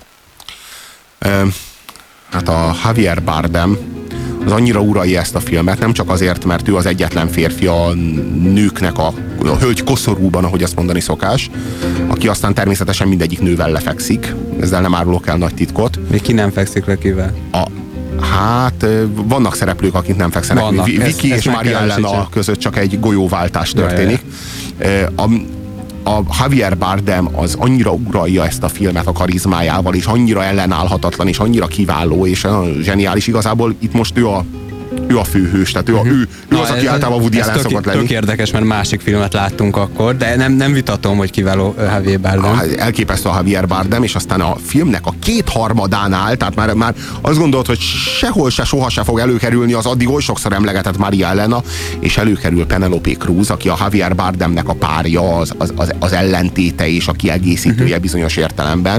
Hát a Javier Bardem az annyira uralja ezt a filmet, nem csak azért, mert ő az egyetlen férfi a nőknek a hölgy koszorúban, ahogy azt mondani szokás, aki aztán természetesen mindegyik nővel lefekszik. Ezzel nem árulok el nagy titkot. Még ki nem fekszik le kivel? Hát vannak szereplők, akik nem fekszenek. Vicky és Maria Elena között csak egy golyóváltás történik. A Javier Bardem az annyira uralja ezt a filmet a karizmájával, és annyira ellenállhatatlan, és annyira kiváló, és zseniális. Igazából itt most ő a főhős, tehát ő az, aki általában Woody Allen szokott lenni. Tök érdekes, mert másik filmet láttunk akkor, de nem vitatom, hogy kiváló Javier Bardem. Elképesztő a Javier Bardem, és aztán a filmnek a 2/3-ánál, tehát már azt gondolod, hogy sehol se, soha se fog előkerülni az addig oly sokszor emlegetett Maria Elena, és előkerül Penelope Cruz, aki a Javier Bardemnek a párja, az ellentéte és a kiegészítője bizonyos értelemben,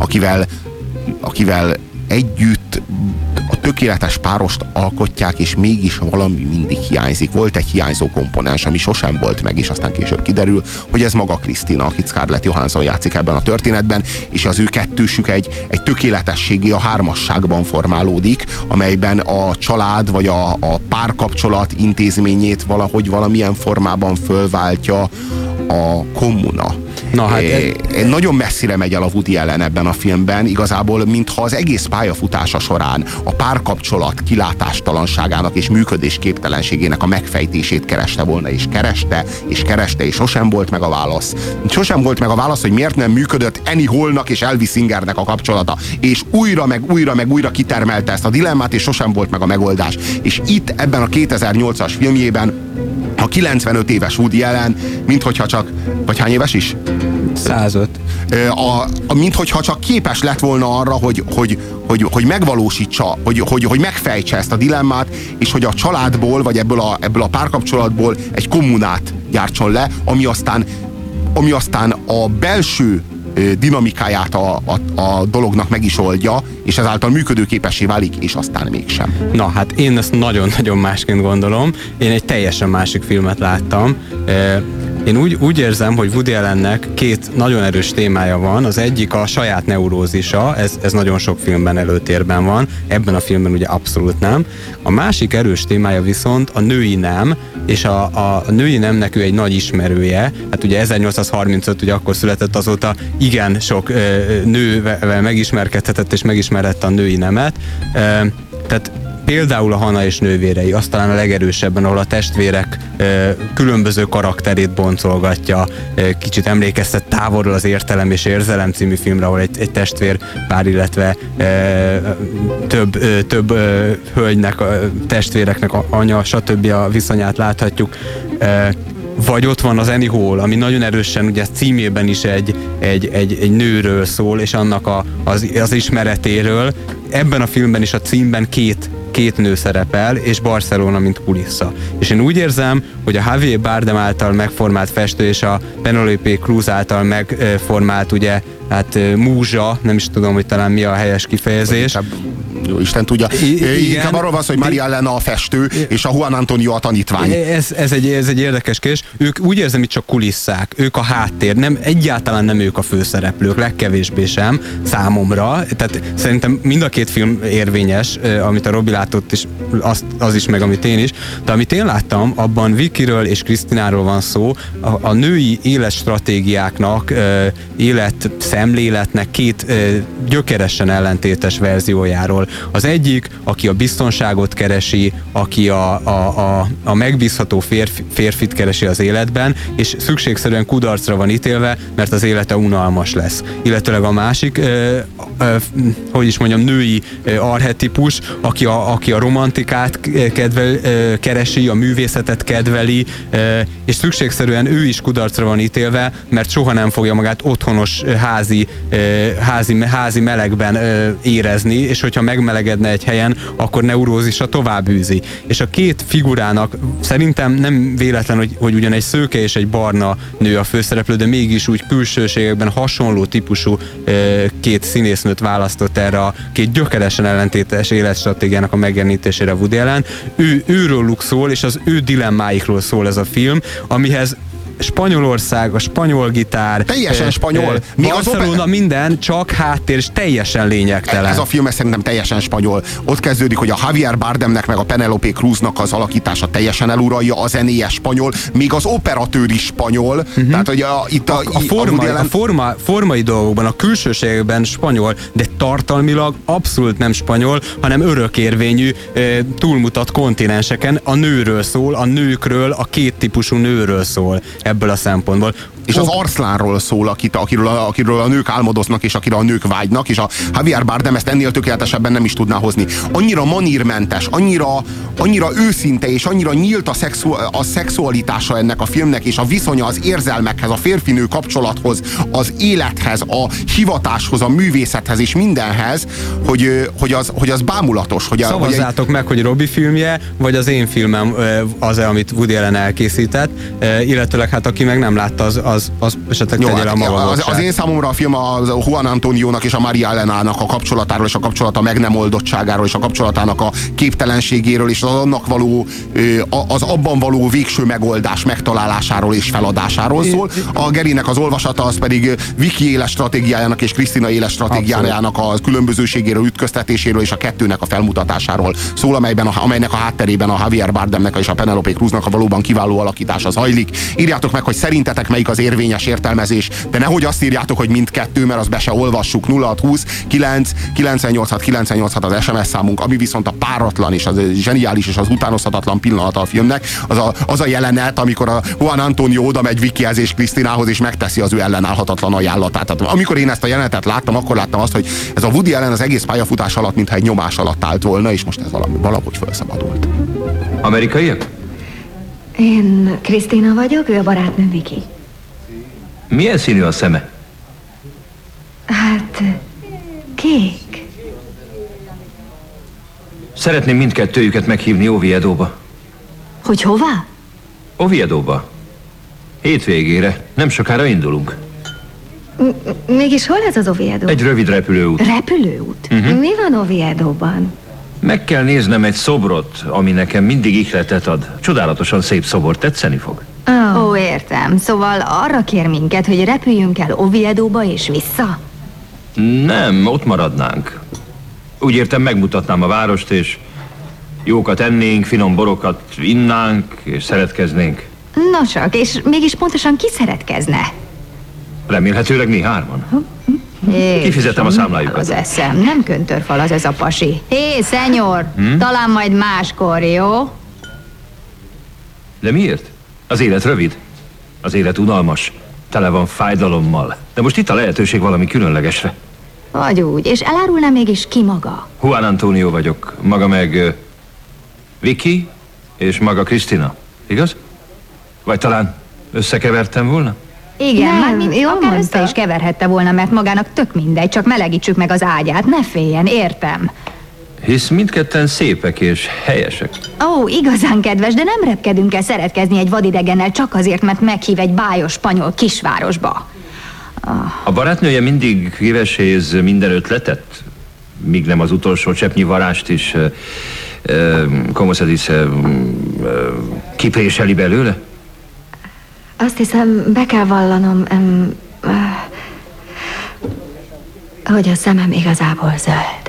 akivel együtt a tökéletes párost alkotják, és mégis valami mindig hiányzik. Volt egy hiányzó komponens, ami sosem volt meg, és aztán később kiderül, hogy ez maga Cristina, akit Scarlett Johansson játszik ebben a történetben, és az ő kettősük egy tökéletességi, a hármasságban formálódik, amelyben a család vagy a párkapcsolat intézményét valahogy valamilyen formában fölváltja a kommuna. Na, hát nagyon messzire megy el a Woody Allen ebben a filmben, igazából mintha az egész pályafutása során a párkapcsolat kilátástalanságának és működésképtelenségének a megfejtését kereste volna, és kereste, és sosem volt meg a válasz. Sosem volt meg a válasz, hogy miért nem működött Annie Hallnak és Elvis Singernek a kapcsolata. És újra kitermelte ezt a dilemmát, és sosem volt meg a megoldás. És itt ebben a 2008-as filmjében a 95 éves Woody Allen, minthogyha csak, vagy hány éves is? 105. Minthogyha csak képes lett volna arra, hogy megvalósítsa, hogy megfejtse ezt a dilemmát, és hogy a családból, vagy ebből a párkapcsolatból egy kommunát gyártson le, ami aztán a belső dinamikáját a dolognak meg is oldja, és ezáltal működőképessé válik, és aztán mégsem. Na, hát én ezt nagyon-nagyon másként gondolom. Én egy teljesen másik filmet láttam. Én úgy érzem, hogy Woody Allennek két nagyon erős témája van. Az egyik a saját neurózisa, ez nagyon sok filmben előtérben van, ebben a filmben ugye abszolút nem. A másik erős témája viszont a női nem, és a női nemnek ő egy nagy ismerője. Hát ugye 1835, ugye akkor született, azóta igen sok nővel megismerkedhetett és megismerhette a női nemet. Tehát például a Hana és nővérei, azt talán a legerősebben, ahol a testvérek különböző karakterét boncolgatja, kicsit emlékeztet távolról az Értelem és Érzelem című filmre, ahol egy testvérpár, illetve több hölgynek, testvéreknek anya, stb. A viszonyát láthatjuk. vagy ott van az Annie Hall, ami nagyon erősen ugye címében is egy nőről szól, és annak az ismeretéről. Ebben a filmben is a címben két nő szerepel, és Barcelona, mint kulissza. És én úgy érzem, hogy a Javier Bardem által megformált festő és a Penelope Cruz által megformált, ugye, hát múzsa, nem is tudom, hogy talán mi a helyes kifejezés. Jó, Isten tudja. Inkább arról van szó, hogy Maria Elena a festő, és a Juan Antonio a tanítvány. Ez egy érdekes kérdés. Ők úgy érzem, hogy csak kulisszák, ők a háttér, egyáltalán nem ők a főszereplők, legkevésbé sem számomra. Tehát szerintem mind a két film érvényes, amit a Robi látott, és az is, meg amit én is. De amit én láttam, abban Vickyről és Krisztináról van szó, a női életstratégiáknak, életszemléletnek két gyökeresen ellentétes verziójáról. Az egyik, aki a biztonságot keresi, aki a megbízható férfit keresi az életben, és szükségszerűen kudarcra van ítélve, mert az élete unalmas lesz. Illetőleg a másik, hogy is mondjam, női archetipus, aki a romantikát keresi, a művészetet kedveli, és szükségszerűen ő is kudarcra van ítélve, mert soha nem fogja magát otthonos házi melegben érezni, és hogyha megmelegedne egy helyen, akkor neurózisa tovább űzi. És a két figurának szerintem nem véletlen, hogy ugyan egy szőke és egy barna nő a főszereplő, de mégis úgy külsőségekben hasonló típusú két színésznőt választott erre a két gyökeresen ellentétes életstratégiának a megjelenítésére Woody Allen. Őróluk szól, és az ő dilemmáikról szól ez a film, amihez Spanyolország, a spanyol gitár. Teljesen spanyol. Barcelona minden, csak háttér, és teljesen lényegtelen. Ez a film szerintem teljesen spanyol. Ott kezdődik, hogy a Javier Bardemnek meg a Penelope Cruznak az alakítása teljesen eluralja, a zenéje spanyol, még az operatőr is spanyol. Tehát, hogy a formai dolgokban, a külsőségekben spanyol, de tartalmilag abszolút nem spanyol, hanem örökérvényű, túlmutat kontinenseken. A nőről szól, a nőkről, a két típusú nőről szól ebből a szempontból. És az Arszlánról szól, akiről a nők álmodoznak, és akire a nők vágynak, és a Javier Bardem ezt ennél tökéletesebben nem is tudná hozni. Annyira manírmentes, annyira őszinte, és annyira nyílt a szexualitása ennek a filmnek, és a viszonya az érzelmekhez, a férfinő kapcsolathoz, az élethez, a hivatáshoz, a művészethez és mindenhez, hogy az bámulatos. Szavazzátok meg, hogy Robi filmje, vagy az én filmem az-e, amit Woody Allen elkészített, illetőleg hát aki meg nem látta, az esetleg tegye le a maga az én számomra a film a Juan Antoniónak és a Maria Elenának a kapcsolatáról, és a kapcsolata meg nem oldottságáról, és a kapcsolatának a képtelenségéről, és az abban való végső megoldás megtalálásáról és feladásáról szól. A Gerinek az olvasata az pedig Vicky éles stratégiájának és Krisztina éles stratégiájának a különbözőségéről, ütköztetéséről és a kettőnek a felmutatásáról szól, amelynek a hátterében a Javier Bardemnek és a Penelope Cruznak a valóban kiváló alakítása zajlik. Írjátok meg, hogy szerintetek melyik az érvényes értelmezés, de nehogy azt írjátok, hogy mindkettő, mert azt be se olvassuk. 0620 998 az SMS számunk, ami viszont a páratlan és az zseniális és az utánozhatatlan pillanata a filmnek, az a jelenet, amikor a Juan Antonio oda megy Vickyhez és Krisztinához, és megteszi az ő ellenállhatatlan ajánlatát. Tehát, amikor én ezt a jelenetet láttam, akkor láttam azt, hogy ez a Woody Allen az egész pályafutás alatt, mintha egy nyomás alatt állt volna, és most ez valahogy felszabadult. Amerikaiak? Én Krisztina vagyok, ő a barátnőm Vicky. Milyen színű a szeme? Hát, kék. Szeretném mindkettőjüket meghívni Oviedóba. Hogy hová? Oviedóba. Hétvégére. Nem sokára indulunk. Mégis hol ez az Oviedo? Egy rövid repülőút. Repülőút? Mi van Oviedóban? Meg kell néznem egy szobrot, ami nekem mindig ihletet ad. Csodálatosan szép szobor, tetszeni fog. Ó, értem. Szóval arra kér minket, hogy repüljünk el Oviedóba és vissza? Nem, ott maradnánk. Úgy értem, megmutatnám a várost, és jókat ennénk, finom borokat innánk, és szeretkeznénk. No csak, és mégis pontosan ki szeretkezne? Remélhetőleg mi hárman. Kifizetem a számlájukat. Az eszem, nem köntörfal az ez a pasi. Hé, szenyor, talán majd máskor, jó? De miért? Az élet rövid. Az élet unalmas. Tele van fájdalommal. De most itt a lehetőség valami különlegesre. Vagy úgy, és elárulná mégis ki maga? Juan Antonio vagyok. Maga meg Vicky, és maga Krisztina. Igaz? Vagy talán Összekevertem volna? Igen, Nem, már jól akár mondta. össze is keverhette volna, mert magának tök mindegy, csak melegítsük meg az ágyát, ne féljen, értem. Hisz mindketten szépek és helyesek. Ó, igazán kedves, de nem repkedünk el szeretkezni egy vadidegennel csak azért, mert meghív egy bájos spanyol kisvárosba. A barátnője mindig kiveséz minden ötletet, míg nem az utolsó cseppnyi varást is como se dice, kipréseli belőle? Azt hiszem, be kell vallanom, hogy a szemem igazából zöld.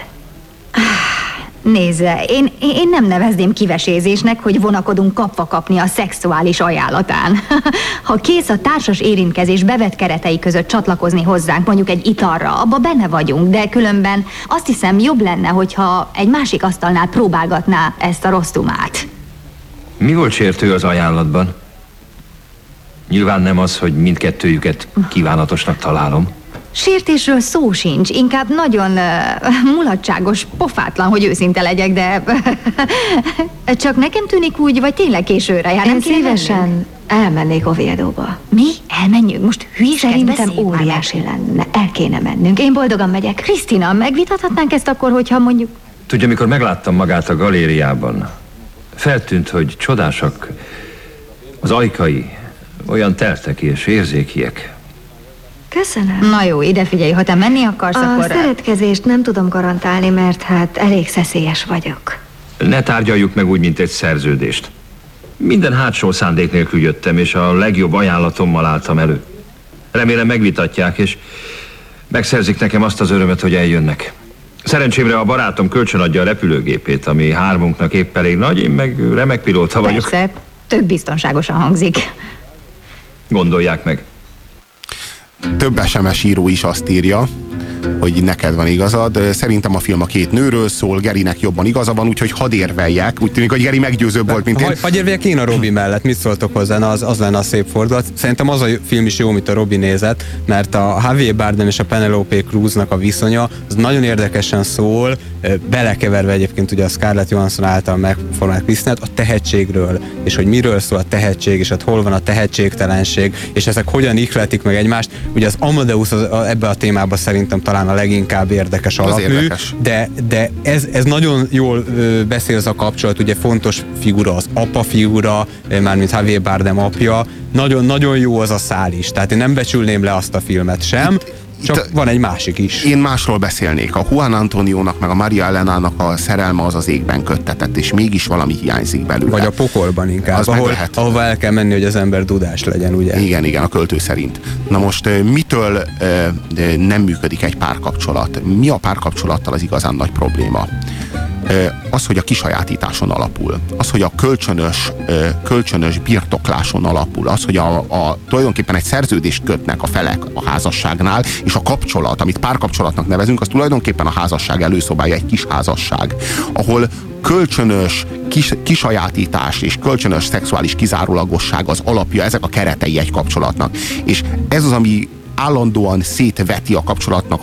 Nézze, én nem nevezném kivesézésnek, hogy vonakodunk kapva kapni a szexuális ajánlatán. Ha kész a társas érintkezés bevett keretei között csatlakozni hozzánk, mondjuk egy italra, abba benne vagyunk, de különben azt hiszem jobb lenne, hogyha egy másik asztalnál próbálgatná ezt a rostumát. Mi volt sértő az ajánlatban? Nyilván nem az, hogy mindkettőjüket kívánatosnak találom. Sértésről szó sincs, inkább nagyon mulatságos, pofátlan, hogy őszinte legyek, de csak nekem tűnik úgy, vagy tényleg későre jár. Én szívesen elmennék Oviedóba. Mi? Elmenjünk? Most hülyéskedj, Szerintem óriási lenne. El kéne mennünk. Én boldogan megyek. Krisztina, megvitathatnánk ezt akkor, hogyha mondjuk... Tudja, amikor megláttam magát a galériában, feltűnt, hogy csodásak az ajkai, olyan teltek és érzékiek. Köszönöm. Na jó, ide figyelj, ha te menni akarsz, A akkor... szeretkezést nem tudom garantálni, mert hát elég szeszélyes vagyok. Ne tárgyaljuk meg úgy, mint egy szerződést. Minden hátsó szándék nélkül jöttem, és a legjobb ajánlatommal álltam elő. Remélem megvitatják, és megszerzik nekem azt az örömet, hogy eljönnek. Szerencsémre a barátom kölcsönadja a repülőgépét, ami hármunknak épp elég nagy, én meg remek pilóta vagyok. Persze, tök biztonságosan hangzik. Gondolják meg. Több SMS író is azt írja, hogy neked van igazad. Szerintem a film a két nőről szól, Gerinek jobban igaza van, úgyhogy hadd érveljek. Úgy tűnik, hogy Geri meggyőzőbb volt, mint én. Hadd érveljek én a Robi mellett. Mit szóltok hozzá? Na, az lenne a szép fordulat. Szerintem az a film is jó, amit a Robi nézett, mert a Javier Bardem és a Penelope Cruznak a viszonya az nagyon érdekesen szól, belekeverve egyébként ugye a Scarlett Johansson által megformált Krisztinát a tehetségről, és hogy miről szól a tehetség, és hogy hol van a tehetségtelenség, és ezek hogyan ihletik meg egymást. Ugye az Amadeus ebbe a témában szerintem talán a leginkább érdekes alapmű, de ez nagyon jól beszél az a kapcsolat, ugye fontos figura az apa figura, mármint Javier Bardem apja, nagyon-nagyon jó az a szál is, tehát én nem becsülném le azt a filmet sem, csak van egy másik is. Én másról beszélnék. A Juan Antoniónak meg a Maria Elenának a szerelme az az égben köttetett, és mégis valami hiányzik belőle. Vagy a pokolban inkább, ahova el kell menni, hogy az ember dudás legyen, ugye? Igen, a költő szerint. Na most mitől nem működik egy párkapcsolat? Mi a párkapcsolattal az igazán nagy probléma? Az, hogy a kisajátításon alapul, az, hogy a kölcsönös birtokláson alapul, az, hogy tulajdonképpen egy szerződést kötnek a felek a házasságnál, és a kapcsolat, amit párkapcsolatnak nevezünk, az tulajdonképpen a házasság előszobája, egy kis házasság, ahol kölcsönös kisajátítás és kölcsönös szexuális kizárólagosság az alapja, ezek a keretei egy kapcsolatnak. És ez az, ami állandóan szétveti a kapcsolatnak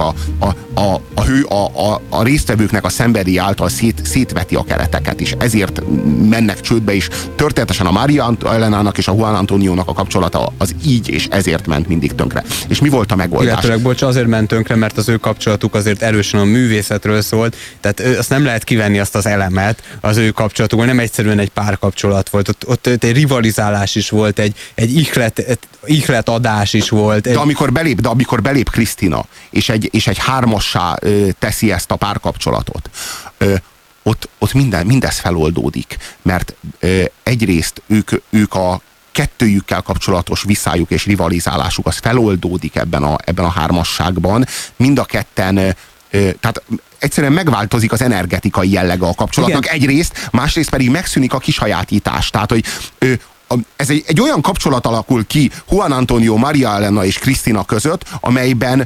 a résztvevőknek a szenvedély által szétveti a kereteket, és ezért mennek csődbe is. Történetesen a Maria Elenának és a Juan Antoniónak a kapcsolata az így és ezért ment mindig tönkre. És mi volt a megoldás? Illetőleg, bocs, azért ment tönkre, mert az ő kapcsolatuk azért erősen a művészetről szólt, tehát azt nem lehet kivenni azt az elemet az ő kapcsolatukból, nem egyszerűen egy párkapcsolat volt, ott egy rivalizálás is volt, egy ihletadás is volt. De amikor belép Krisztina, és egy hármassá teszi ezt a párkapcsolatot, ott mindez feloldódik, mert egyrészt ők a kettőjükkel kapcsolatos visszájuk és rivalizálásuk az feloldódik ebben a hármasságban, mind a ketten, tehát egyszerűen megváltozik az energetikai jellege a kapcsolatnak. Igen. Egyrészt, másrészt pedig megszűnik a kisajátítás, tehát hogy ez egy olyan kapcsolat alakul ki Juan Antonio, Maria Elena és Krisztina között, amelyben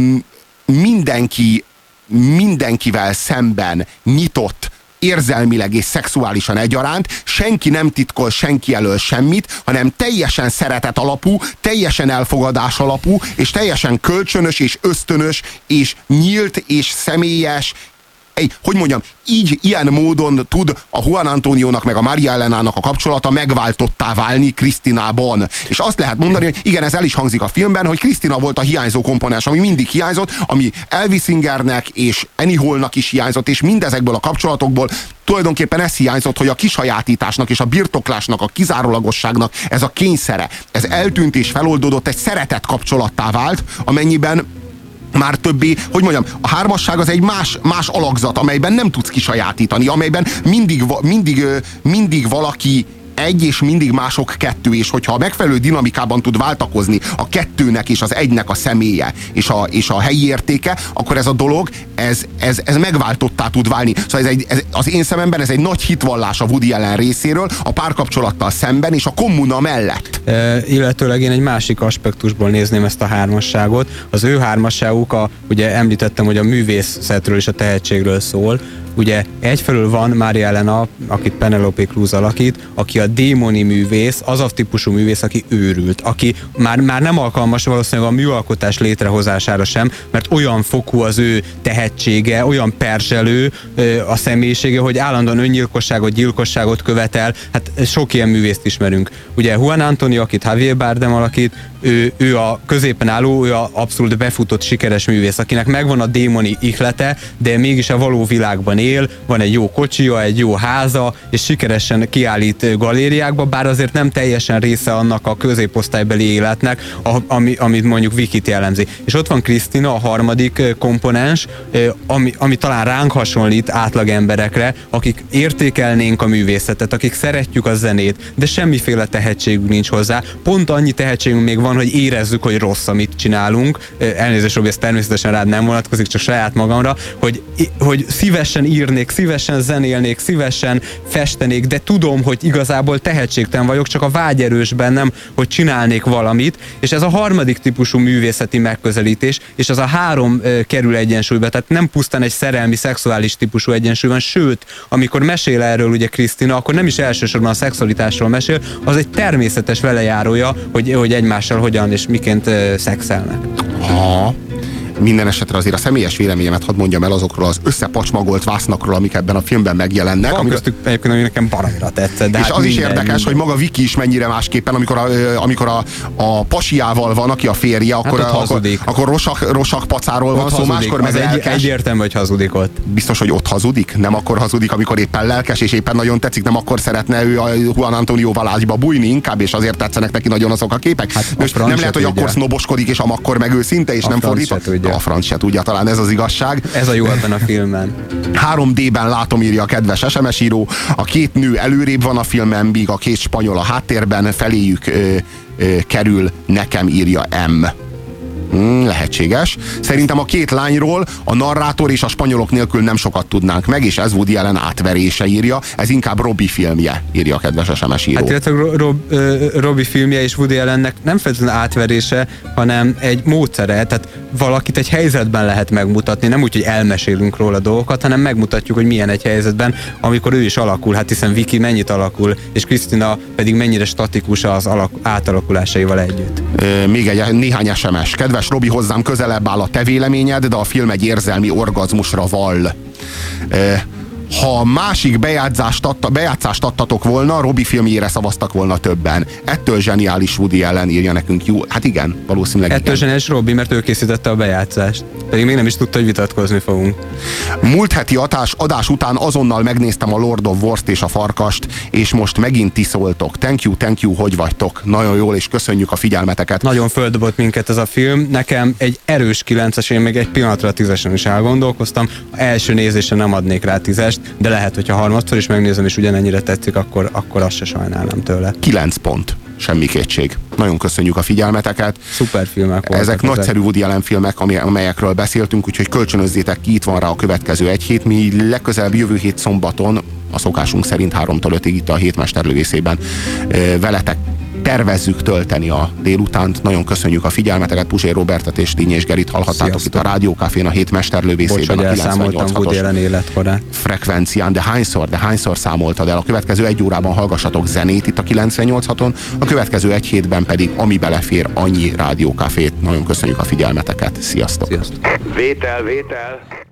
mindenkivel szemben nyitott, érzelmileg és szexuálisan egyaránt, senki nem titkol senki elől semmit, hanem teljesen szeretet alapú, teljesen elfogadás alapú, és teljesen kölcsönös és ösztönös, és nyílt és személyes, hogy mondjam, ilyen módon tud a Juan Antoniónak meg a Maria Elenának a kapcsolata megváltottá válni Krisztinában. És azt lehet mondani, hogy igen, ez el is hangzik a filmben, hogy Krisztina volt a hiányzó komponens, ami mindig hiányzott, ami Elvis Singernek és Annie Hallnak is hiányzott, és mindezekből a kapcsolatokból tulajdonképpen ez hiányzott, hogy a kisajátításnak és a birtoklásnak, a kizárólagosságnak ez a kényszere, ez eltűnt és feloldódott, egy szeretet kapcsolattá vált, amennyiben már többé, hogy mondjam, a hármasság az egy más alakzat, amelyben nem tudsz kisajátítani, amelyben mindig valaki egy, és mindig mások kettő, és hogyha a megfelelő dinamikában tud váltakozni a kettőnek és az egynek a személye és a helyi értéke, akkor ez a dolog, ez megváltottá tud válni. Szóval az én szememben ez egy nagy hitvallás a Woody Allen részéről, a párkapcsolattal szemben és a kommuna mellett. Illetőleg én egy másik aspektusból nézném ezt a hármasságot. Az ő hármasságuk, ugye említettem, hogy a művészetről és a tehetségről szól. Ugye egyfelől van Maria Elena, akit Penelope Cruz alakít, aki a démoni művész, az a típusú művész, aki őrült, aki már nem alkalmas valószínűleg a műalkotás létrehozására sem, mert olyan fokú az ő tehetsége, olyan perzselő a személyisége, hogy állandóan öngyilkosságot, gyilkosságot követel. Hát sok ilyen művészt ismerünk. Ugye Juan Antonio, akit Javier Bardem alakít, ő a középen álló, ő a abszolút befutott sikeres művész, akinek megvan a démoni ihlete, de mégis a való világban él, van egy jó kocsija, egy jó háza, és sikeresen kiállít galériákba, bár azért nem teljesen része annak a középosztálybeli életnek, amit mondjuk Vikit jellemzi. És ott van Krisztina, a harmadik komponens, ami talán ránk hasonlít átlag emberekre, akik értékelnénk a művészetet, akik szeretjük a zenét, de semmiféle tehetségünk nincs hozzá. Pont annyi tehetségünk még van, hogy érezzük, hogy rossz, amit csinálunk. Elnézést, Robi, ez természetesen rád nem vonatkozik, csak saját magamra, hogy szívesen írnék, szívesen zenélnék, szívesen festenék, de tudom, hogy igazából tehetségtelen vagyok, csak a vágy erős bennem, hogy csinálnék valamit, és ez a harmadik típusú művészeti megközelítés, és az a három kerül egyensúlyba, tehát nem pusztán egy szerelmi, szexuális típusú egyensúly van, sőt, amikor mesél erről ugye Krisztina, akkor nem is elsősorban a szexualitásról mesél, az egy természetes velejárója, hogy egymással hogyan és miként szexelnek. Minden esetre azért a személyes véleményemet hadd mondjam el azokról az összepacsmagolt vásznakról, amik ebben a filmben megjelennek. Van köztük egyébként, ami nekem baromira tetszett. De és hát az is érdekes, hogy maga Viki is mennyire másképpen, amikor a pasiával van, aki a férje, akkor rosak pacáról van szó, máskor meg lelkes. Egyértelmű, hogy hazudik ott. Biztos, hogy ott hazudik? Nem akkor hazudik, amikor éppen lelkes, és éppen nagyon tetszik, nem akkor szeretne ő a Juan Antonióval ágyba bújni inkább, és azért tetszenek neki nagyon azok a képek. Hát nem lehet, hogy akkor sznoboskodik, és amakkor meg őszinte, és nem fordítva. A franc se tudja, talán ez az igazság. Ez a jó ebben a filmben. 3D-ben látom, írja a kedves SMS író. A két nő előrébb van a filmen, míg a két spanyol a háttérben, feléjük kerül, nekem írja M. Lehetséges. Szerintem a két lányról a narrátor és a spanyolok nélkül nem sokat tudnánk meg, és ez Woody Allen átverése, írja. Ez inkább Robbie filmje, írja a kedves SMS író. Hát illetve Robbie filmje és Woody Allennek nem feltétlenül átverése, hanem egy módszere. Tehát valakit egy helyzetben lehet megmutatni, nem úgy, hogy elmesélünk róla dolgokat, hanem megmutatjuk, hogy milyen egy helyzetben, amikor ő is alakul. Hát hiszen Viki mennyit alakul, és Krisztina pedig mennyire statikus az átalakulásaival együtt. Még néhány SMS. Kedves Robi, hozzám közelebb áll a te véleményed, de a film egy érzelmi orgazmusra vall. Ha másik bejátszást adtatok volna, Robi filmjére szavaztak volna többen. Ettől zseniális Woody Allen, írja nekünk. Jó, hát igen, valószínűleg ettől igen. Zseniális Robi, mert ő készítette a bejátszást. Pedig még nem is tudta, hogy vitatkozni fogunk. Múlt heti adás után azonnal megnéztem a Lord of War-t és a Farkast, és most megint ti szóltok. Thank you, hogy vagytok. Nagyon jól, és köszönjük a figyelmeteket. Nagyon földobott minket ez a film. Nekem egy erős 9-es, én még egy pillanatra 10-esen is elgondolkoztam. Első nézésre nem adnék rá 10-est, de lehet, hogyha harmadszor is megnézem, és ugyanennyire tetszik, akkor azt se sajnálnám tőle. 9 pont. Semmi kétség. Nagyon köszönjük a figyelmeteket. Szuper filmek voltak. Ezek nagyszerű Woody Allen filmek, amelyekről beszéltünk, úgyhogy kölcsönözzétek ki, itt van rá a következő egy hét. Mi legközelebb jövő hét szombaton, a szokásunk szerint 3-tól 5-ig itt a Hétmesterlövészében veletek tervezzük tölteni a délutánt. Nagyon köszönjük a figyelmeteket. Puzsér Robertet és Dínyés Gerit hallhattátok itt a Rádiókafén a Hétmesterlövészében. Bocs, hogy elszámoltam Woody Allen életkorát. Frekvencián, de hányszor számoltad el? A következő egy órában hallgassatok zenét itt a 98.6-on, a következő egy hétben pedig ami belefér, annyi Rádiókafét. Nagyon köszönjük a figyelmeteket. Sziasztok! Sziasztok. Vétel.